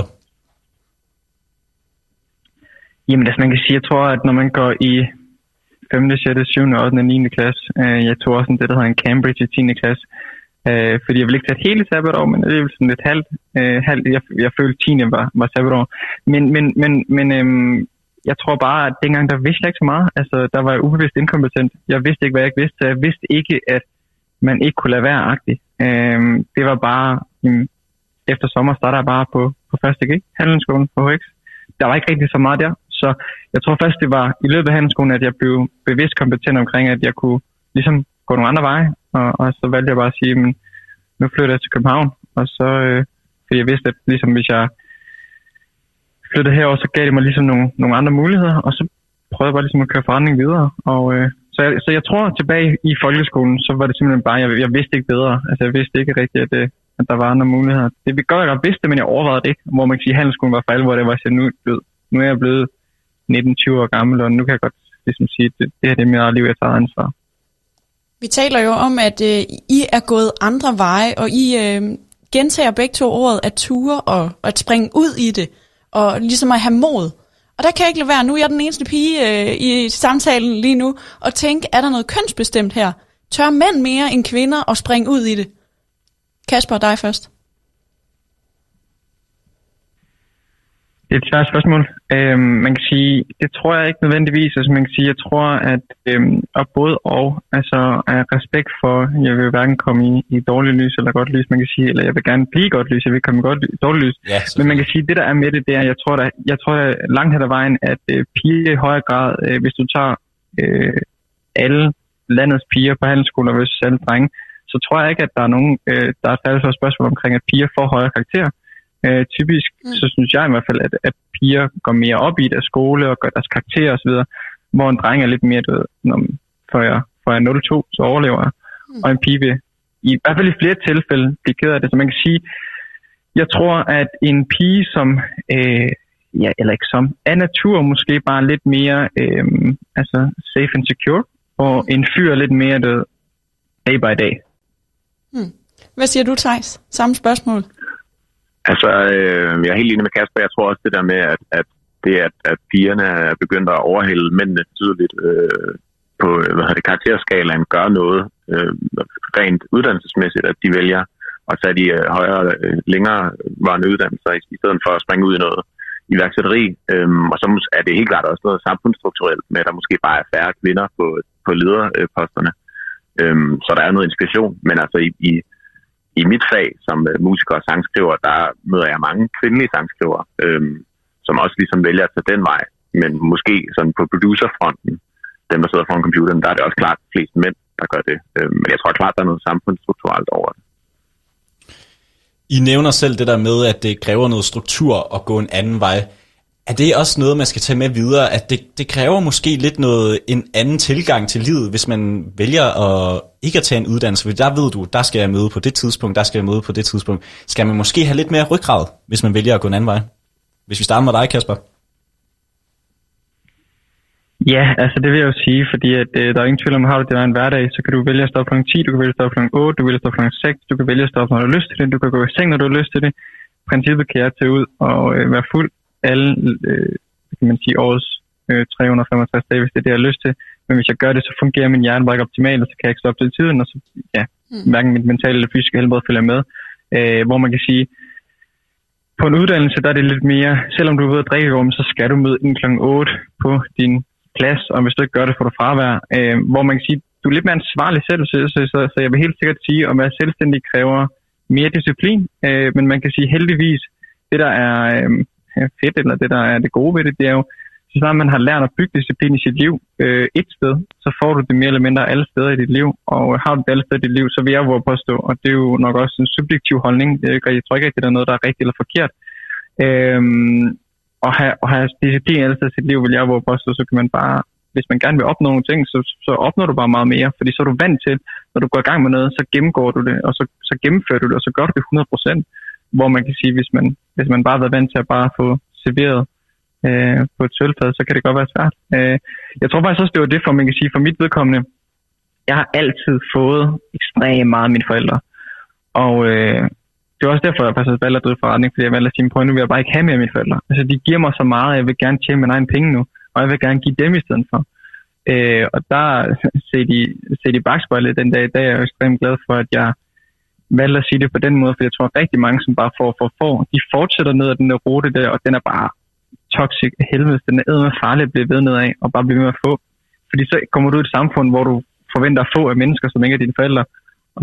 Jamen, altså man kan sige, jeg tror, at når man går i femte, sjette, syvende, ottende og niende klasse, øh, jeg tog også det, der hedder en Cambridge i tiende klasse, øh, fordi jeg ville ikke tage hele sabbatår, men det er sådan lidt halvt. Øh, halvt jeg, jeg følte, tiende var, var sabbatår. Men, men, men, men øhm, jeg tror bare, at dengang, der vidste jeg ikke så meget. Altså, der var jeg ubevidst inkompetent. Jeg vidste ikke, hvad jeg ikke vidste. Jeg vidste ikke, at man ikke kunne lade være-agtigt. Øh, det var bare, jamen, efter sommer starter jeg bare på, på første G, handelsskolen på H X. Der var ikke rigtig så meget der, så jeg tror først, det var i løbet af handelsskolen, at jeg blev bevidst kompetent omkring, at jeg kunne ligesom gå nogle andre veje, og, og så valgte jeg bare at sige, men nu flytter jeg til København, og så, øh, fordi jeg vidste, at ligesom hvis jeg flyttede herover, så gav det mig ligesom nogle, nogle andre muligheder, og så prøvede jeg bare ligesom at køre forandring videre, og øh, så, jeg, så jeg tror tilbage i folkeskolen, så var det simpelthen bare, jeg, jeg vidste ikke bedre, altså jeg vidste ikke rigtigt, at, øh, at der var andre muligheder. Det vi godt, jeg vidste, men jeg overvejede det ikke, hvor man kan sige, at handelsskolen var for alvor, det var, så nu, nu er jeg blevet nitten tyve år gammel, og nu kan jeg godt ligesom sige, at det, det her det er mit eget liv, jeg tager ansvar. Vi taler jo om, at øh, I er gået andre veje, og I øh, gentager begge to ordet at ture og, og at springe ud i det, og ligesom at have mod. Og der kan jeg ikke lade være, nu er jeg den eneste pige øh, i samtalen lige nu, og tænke, er der noget kønsbestemt her? Tør mænd mere end kvinder at springe ud i det? Kasper, dig først. Det er et svært spørgsmål. Øhm, man kan sige, det tror jeg ikke nødvendigvis. Altså man kan sige, jeg tror, at øhm, og både og, altså af respekt for, jeg vil hverken komme i, i dårligt lys eller godt lys, man kan sige, eller jeg vil gerne blive godt lys, jeg vil komme i godt lys, dårligt lys. Ja, men man kan sige, det der er med det, det er, jeg tror, der, jeg tror der langt hen ad vejen, at øh, piger i højere grad, øh, hvis du tager øh, alle landets piger på handelsskoler versus alle drenge, så tror jeg ikke, at der er nogen, øh, der er særligt for spørgsmål omkring, at piger får højere karakterer. Øh, typisk, mm. så synes jeg i hvert fald, at, at piger går mere op i deres skole og gør deres karakterer osv., hvor en dreng er lidt mere, du ved, når får jeg, får jeg nul to, så overlever jeg. Mm. Og en pige vil i hvert fald i flere tilfælde blive ked af det. Så man kan sige, jeg tror, at en pige som, øh, ja, eller ikke som, af natur måske bare lidt mere øh, altså safe and secure, og en fyr lidt mere, du ved, day by day. Mm. Hvad siger du, Theis? Samme spørgsmål. Altså, øh, jeg er helt enig med Kasper. Jeg tror også det der med, at, at det, at, at pigerne er begyndt at overhælde mændene tydeligt øh, på hvad hedder det, karakterskalaen, gør noget øh, rent uddannelsesmæssigt, at de vælger at tage de øh, højere, øh, længere varende uddannelser, i, i stedet for at springe ud i noget iværksætteri. Øh, og så er det helt klart også noget samfundsstrukturelt med, at der måske bare er færre kvinder på, på lederposterne. Øh, så der er noget inspiration, men altså i, i I mit fag som uh, musiker og sangskriver, der møder jeg mange kvindelige sangskrivere, øhm, som også ligesom vælger at tage den vej. Men måske sådan på producerfronten, dem der sidder foran computeren, der er det også klart flest mænd, der gør det. Øhm, men jeg tror klart, der er noget samfundsstrukturelt over det. I nævner selv det der med, at det kræver noget struktur at gå en anden vej. Er det også noget, man skal tage med videre, at det, det kræver måske lidt noget, en anden tilgang til livet, hvis man vælger at ikke at tage en uddannelse? For der ved du, der skal jeg møde på det tidspunkt, der skal jeg møde på det tidspunkt. Skal man måske have lidt mere ryggrad, hvis man vælger at gå en anden vej? Hvis vi starter med dig, Kasper. Ja, altså det vil jeg jo sige, fordi at, øh, der er ingen tvivl om, at har du det en hverdag, så kan du vælge at stå op klokken ti, du kan vælge at stå op klokken otte, du kan vælge at stå op klokken seks, du kan vælge at stå op, når du har lyst til det, du kan gå i seng, når du har lyst til det. I princippet kan jeg tage ud og øh, være fuld alle, øh, kan man sige, årets øh, tre hundrede og femogtres dage, hvis det er det, jeg har lyst til. Men hvis jeg gør det, så fungerer min hjerne bare ikke optimalt, og så kan jeg ikke stå op til tiden, og så, ja, mm. hverken mit mentale eller fysiske helbred følger med. Øh, hvor man kan sige, på en uddannelse, der er det lidt mere, selvom du er ude at drikke rum, så skal du møde ind klokken otte på din plads, og hvis du ikke gør det, får du fravær. Øh, hvor man kan sige, du er lidt mere ansvarlig selv, så, så, så, så jeg vil helt sikkert sige, at at være selvstændig kræver mere disciplin, øh, men man kan sige heldigvis, det der er øh, fedt, eller det der er det gode ved det, det er jo, så snart man har lært at bygge disciplin i sit liv øh, et sted, så får du det mere eller mindre alle steder i dit liv, og har du det alle steder i dit liv, så vil jeg våge påstå, og det er jo nok også en subjektiv holdning, jeg tror ikke, at det er noget, der er rigtigt eller forkert, øhm, og have, og have disciplin alle steder i sit liv, vil jeg våge påstå, så kan man bare, hvis man gerne vil opnå nogle ting, så, så opnår du bare meget mere, fordi så er du vant til, når du går i gang med noget, så gennemgår du det, og så, så gennemfører du det, og så gør du det hundrede procent, hvor man kan sige, hvis man, hvis man bare har været vant til at bare få serveret øh, på et sølvfad, så kan det godt være svært. Øh, jeg tror faktisk også, det var det, for man kan sige, for mit vedkommende, jeg har altid fået ekstremt meget af mine forældre, og øh, det er også derfor, jeg faktisk valgte at drive forretning, fordi jeg valgte at sige, prøv nu vil jeg bare ikke have mere af mine forældre. Altså, de giver mig så meget, at jeg vil gerne tjene mine egne penge nu, og jeg vil gerne give dem i stedet for. Øh, og der ser de, ser de bagspejlet den dag i dag, er jeg ekstremt glad for, at jeg valgte at sige det på den måde, for jeg tror rigtig mange, som bare får for få, de fortsætter ned ad den der rute der, og den er bare toxic af helvede. Den er eddermame farlig at blive ved nedad, og bare blive med at få. Fordi så kommer du ud i et samfund, hvor du forventer at få af mennesker, som ikke er dine forældre,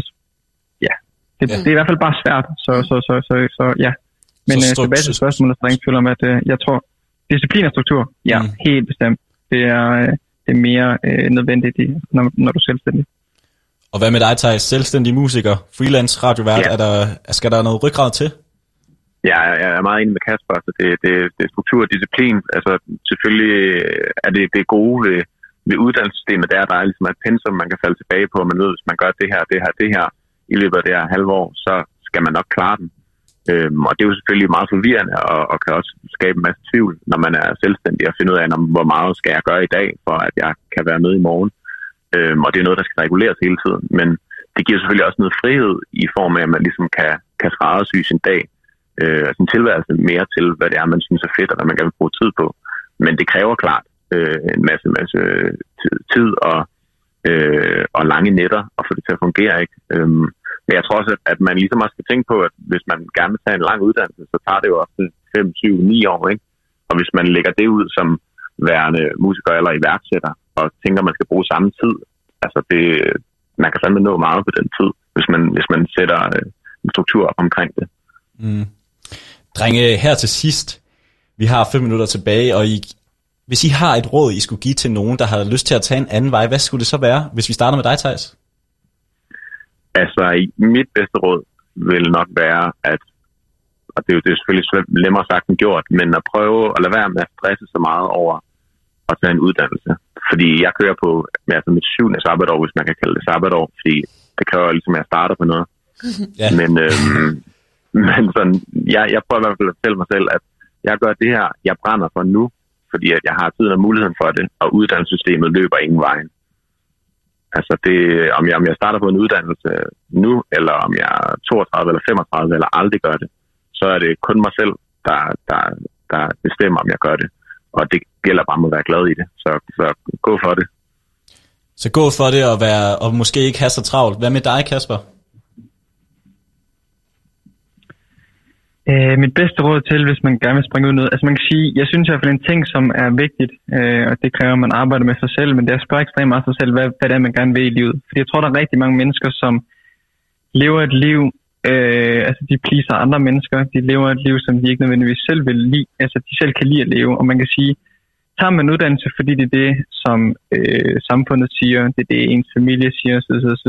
Det, Ja. det er i hvert fald bare svært, så, så, så, så, så ja. Men Så øh, stru- tilbage til spørgsmålet, så er der ingen tvivl om, at øh, jeg tror, disciplin og struktur, ja, Mm. mm. helt bestemt. Det er, øh, det er mere øh, nødvendigt, i, når, når du er selvstændig. Og hvad med dig, Theis? Selvstændig musiker, freelance radiovært, Ja. er der, skal der noget ryggrad til? Ja, jeg er meget enig med Kasper. Så det, det, det er struktur og disciplin. Altså, selvfølgelig er det det gode ved, ved uddannelsessystemet, det er, at der er ligesom et pensum, man kan falde tilbage på, og man ved, hvis man gør det her, det her, det her i løbet af det her halve år, så skal man nok klare den. Øhm, og det er jo selvfølgelig meget forvirrende, og, og kan også skabe en masse tvivl, når man er selvstændig og finde ud af, hvor meget skal jeg gøre i dag, for at jeg kan være med i morgen. Øhm, og det er noget, der skal reguleres hele tiden. Men det giver selvfølgelig også noget frihed i form af, at man ligesom kan, kan skræddersy sin dag, øh, sin tilværelse mere til, hvad det er, man synes er fedt, og hvad man gerne vil bruge tid på. Men det kræver klart øh, en masse, masse tid og, øh, og lange nætter at få det til at fungere, ikke? Øhm, men jeg tror også, at, at man ligesom også skal tænke på, at hvis man gerne vil tage en lang uddannelse, så tager det jo ofte fem, syv, ni år, ikke? Og hvis man lægger det ud som værende musiker eller iværksætter, og tænker, at man skal bruge samme tid, altså det, man kan fandme nå meget på den tid, hvis man, hvis man sætter øh, en struktur op omkring det. Mm. Drenge, her til sidst, vi har fem minutter tilbage, og I, hvis I har et råd, I skulle give til nogen, der har lyst til at tage en anden vej, hvad skulle det så være, hvis vi starter med dig, Theis? Altså, mit bedste råd vil nok være, at, og det er jo det er selvfølgelig nemmere sagt end gjort, men at prøve at lade være med at stresse så meget over at tage en uddannelse. Fordi jeg kører på med altså mit syvende sabbatår, hvis man kan kalde det sabbatår, fordi det kræver ligesom, at jeg starter på noget. Ja. Men, øhm, men sådan, jeg, jeg prøver i hvert fald at fortælle mig selv, at jeg gør det her, jeg brænder for nu, fordi at jeg har tiden og muligheden for det, og uddannelsessystemet løber ingen vejen. Altså det, om jeg, om jeg starter på en uddannelse nu, eller om jeg er toogtredive eller femogtredive, eller aldrig gør det, så er det kun mig selv, der, der, der bestemmer, om jeg gør det. Og det gælder bare om at være glad i det. Så, så gå for det. Så gå for det og, være, og måske ikke have så travlt. Hvad med dig, Kasper? Øh, mit bedste råd til, hvis man gerne vil springe ud noget, altså man kan sige, jeg synes i hvert fald en ting, som er vigtigt, øh, og det kræver, at man arbejder med sig selv, men det er at spørge ekstremt meget sig selv, hvad, hvad det er, man gerne vil i livet. Fordi jeg tror, der er rigtig mange mennesker, som lever et liv, øh, altså de pleaser andre mennesker, de lever et liv, som de ikke nødvendigvis selv vil lide, altså de selv kan lide at leve, og man kan sige, tager man en uddannelse, fordi det er det, som øh, samfundet siger, det er det, ens familie siger, osv., osv.,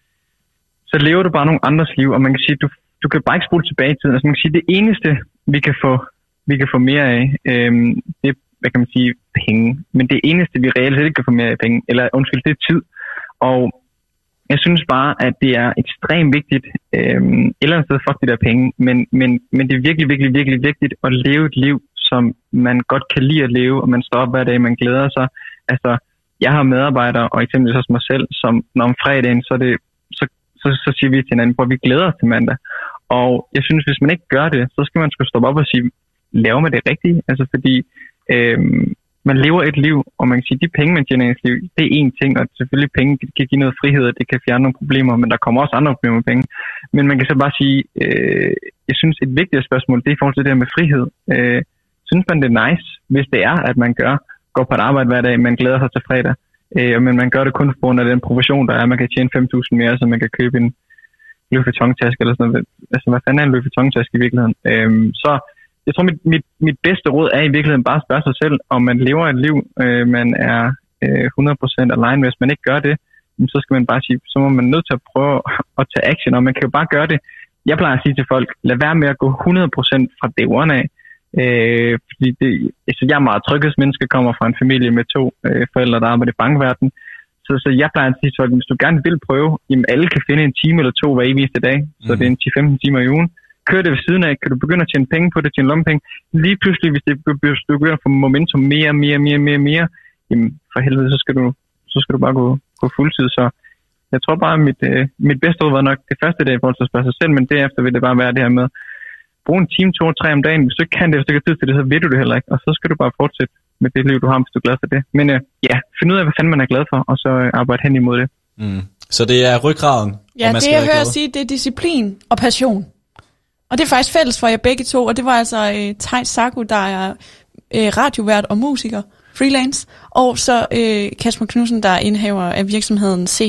så lever du bare nogle andres liv, og man kan sige, du Du kan bare ikke spole tilbage i tiden. Altså man kan sige, det eneste, vi kan få, vi kan få mere af, øhm, det er, hvad kan man sige, penge. Men det eneste, vi reelt set ikke kan få mere af penge, eller undskyld, det er tid. Og jeg synes bare, at det er ekstremt vigtigt, øhm, et eller andet sted, fuck de der penge, men, men, men det er virkelig, virkelig, virkelig vigtigt at leve et liv, som man godt kan lide at leve, og man står op hver dag, man glæder sig. Altså, jeg har medarbejdere, og eksempelvis også mig selv, som når om fredagen, så er det, så, så, så siger vi til hinanden, hvor vi glæder os til mandag. Og jeg synes, hvis man ikke gør det, så skal man sgu stoppe op og sige, laver man det rigtigt? Altså fordi øhm, man lever et liv, og man kan sige, de penge, man tjener i ens liv, det er én ting, og selvfølgelig penge kan give noget frihed, og det kan fjerne nogle problemer, men der kommer også andre problemer med penge. Men man kan så bare sige, øh, jeg synes, et vigtigt spørgsmål, det er i forhold til det her med frihed. Øh, synes man, det er nice, hvis det er, at man gør, går på et arbejde hver dag, man glæder sig til fredag, øh, men man gør det kun på grund af den profession, der er, man kan tjene fem tusind mere, så man kan købe en Louis Vuitton-taske eller sådan noget. Altså, hvad fanden er en Louis Vuitton-taske i virkeligheden? Øhm, så jeg tror, mit, mit, mit bedste råd er i virkeligheden bare at spørge sig selv, om man lever et liv, øh, man er øh, hundrede procent aligned. Hvis man ikke gør det, så skal man bare sige, så må man nødt til at prøve at tage action, og man kan jo bare gøre det. Jeg plejer at sige til folk, lad være med at gå hundrede procent fra day one af. Øh, fordi det, altså, jeg er meget tryghedsmenneske, kommer fra en familie med to øh, forældre, der arbejder i bankverdenen. Så, så jeg plejer at sige til folk, hvis du gerne vil prøve, jamen alle kan finde en time eller to hver eneste dag, så mm. det er en ti til femten timer i ugen. Kør det ved siden af, kan du begynde at tjene penge på det, tjene lommepenge. Lige pludselig, hvis det, hvis du begynder at få momentum mere, mere, mere, mere, mere, jamen for helvede, så skal du, så skal du bare gå, gå fuldtid. Så jeg tror bare, at mit, øh, mit bedste råd var nok det første dag i forhold til at spørge sig selv, men derefter vil det bare være det her med, brug en time, to, tre om dagen. Hvis du ikke kan det, hvis du ikke har tid til det, så ved du det heller ikke, og så skal du bare fortsætte med det liv, du har, hvis du er glad for det. Men øh, ja, find ud af, hvad fanden man er glad for, og så øh, arbejde hen imod det. Mm. Så det er ryggraden? Ja, det jeg hører sige, det er disciplin og passion. Og det er faktisk fælles for jer begge to, og det var altså øh, Theis Zacho, der er øh, radiovært og musiker, freelance, og så øh, Kasper Knudsen, der er indhaver af virksomheden Cedia.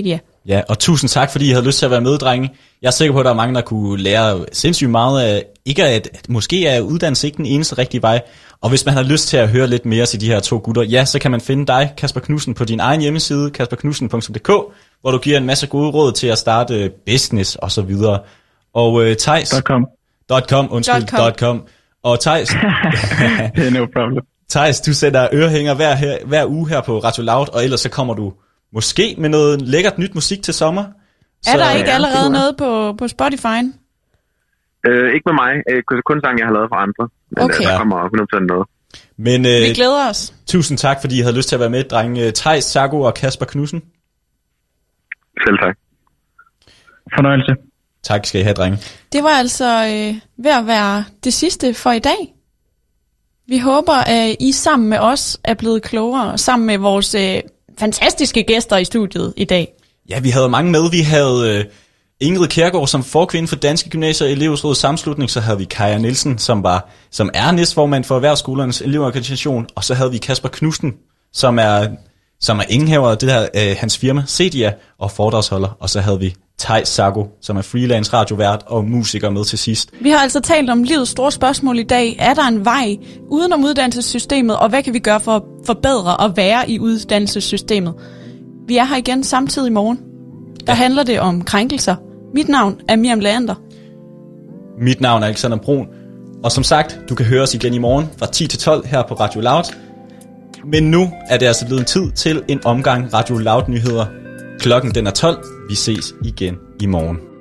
Ja, og tusind tak, fordi I havde lyst til at være med, drenge. Jeg er sikker på, at der er mange, der kunne lære sindssygt meget af, ikke at, at måske er uddannelse ikke den eneste rigtige vej. Og hvis man har lyst til at høre lidt mere til de her to gutter, ja, så kan man finde dig, Kasper Knudsen, på din egen hjemmeside, kasper knudsen punktum d k, hvor du giver en masse gode råd til at starte business og så videre. Og øh, Theis... .com. .com, undskyld, .com. .com. Og Theis... Det er no problem. Theis, du sender ørehænger hver, her, hver uge her på Radio Loud, og ellers så kommer du måske med noget lækkert nyt musik til sommer. Så, er der ikke ja, allerede noget på, på Spotify? Øh, ikke med mig. Øh, kun sange, jeg har lavet for andre. Men okay. øh, der kommer hundrede procent noget. Men, øh, vi glæder os. Tusind tak, fordi I havde lyst til at være med, drenge. Theis Sago og Kasper Knudsen. Selv tak. Fornøjelse. Tak skal I have, drenge. Det var altså øh, ved at være det sidste for i dag. Vi håber, at I sammen med os er blevet klogere, sammen med vores øh, fantastiske gæster i studiet i dag. Ja, vi havde mange med. Vi havde øh, Ingrid Kjærgaard som forkvinde for Danske Gymnasier Elevrådets Sammenslutning. Så havde vi Kaja Nielsen, som, var, som er næstformand for Erhvervsskolernes Elevorganisation. Og så havde vi Kasper Knudsen, som er, som er indehaver af det der, øh, hans firma Cedia og foredragsholder. Og så havde vi Theis Sago, som er freelance radiovært og musiker med til sidst. Vi har altså talt om livets store spørgsmål i dag. Er der en vej udenom uddannelsessystemet, og hvad kan vi gøre for at forbedre at være i uddannelsessystemet? Vi er her igen samtidig i morgen. Der ja. handler det om krænkelser. Mit navn er Miriam Leander. Mit navn er Alexander Brun. Og som sagt, du kan høre os igen i morgen fra ti til tolv her på Radio Loud. Men nu er det altså blevet tid til en omgang Radio Loud nyheder. Klokken den er tolv. Vi ses igen i morgen.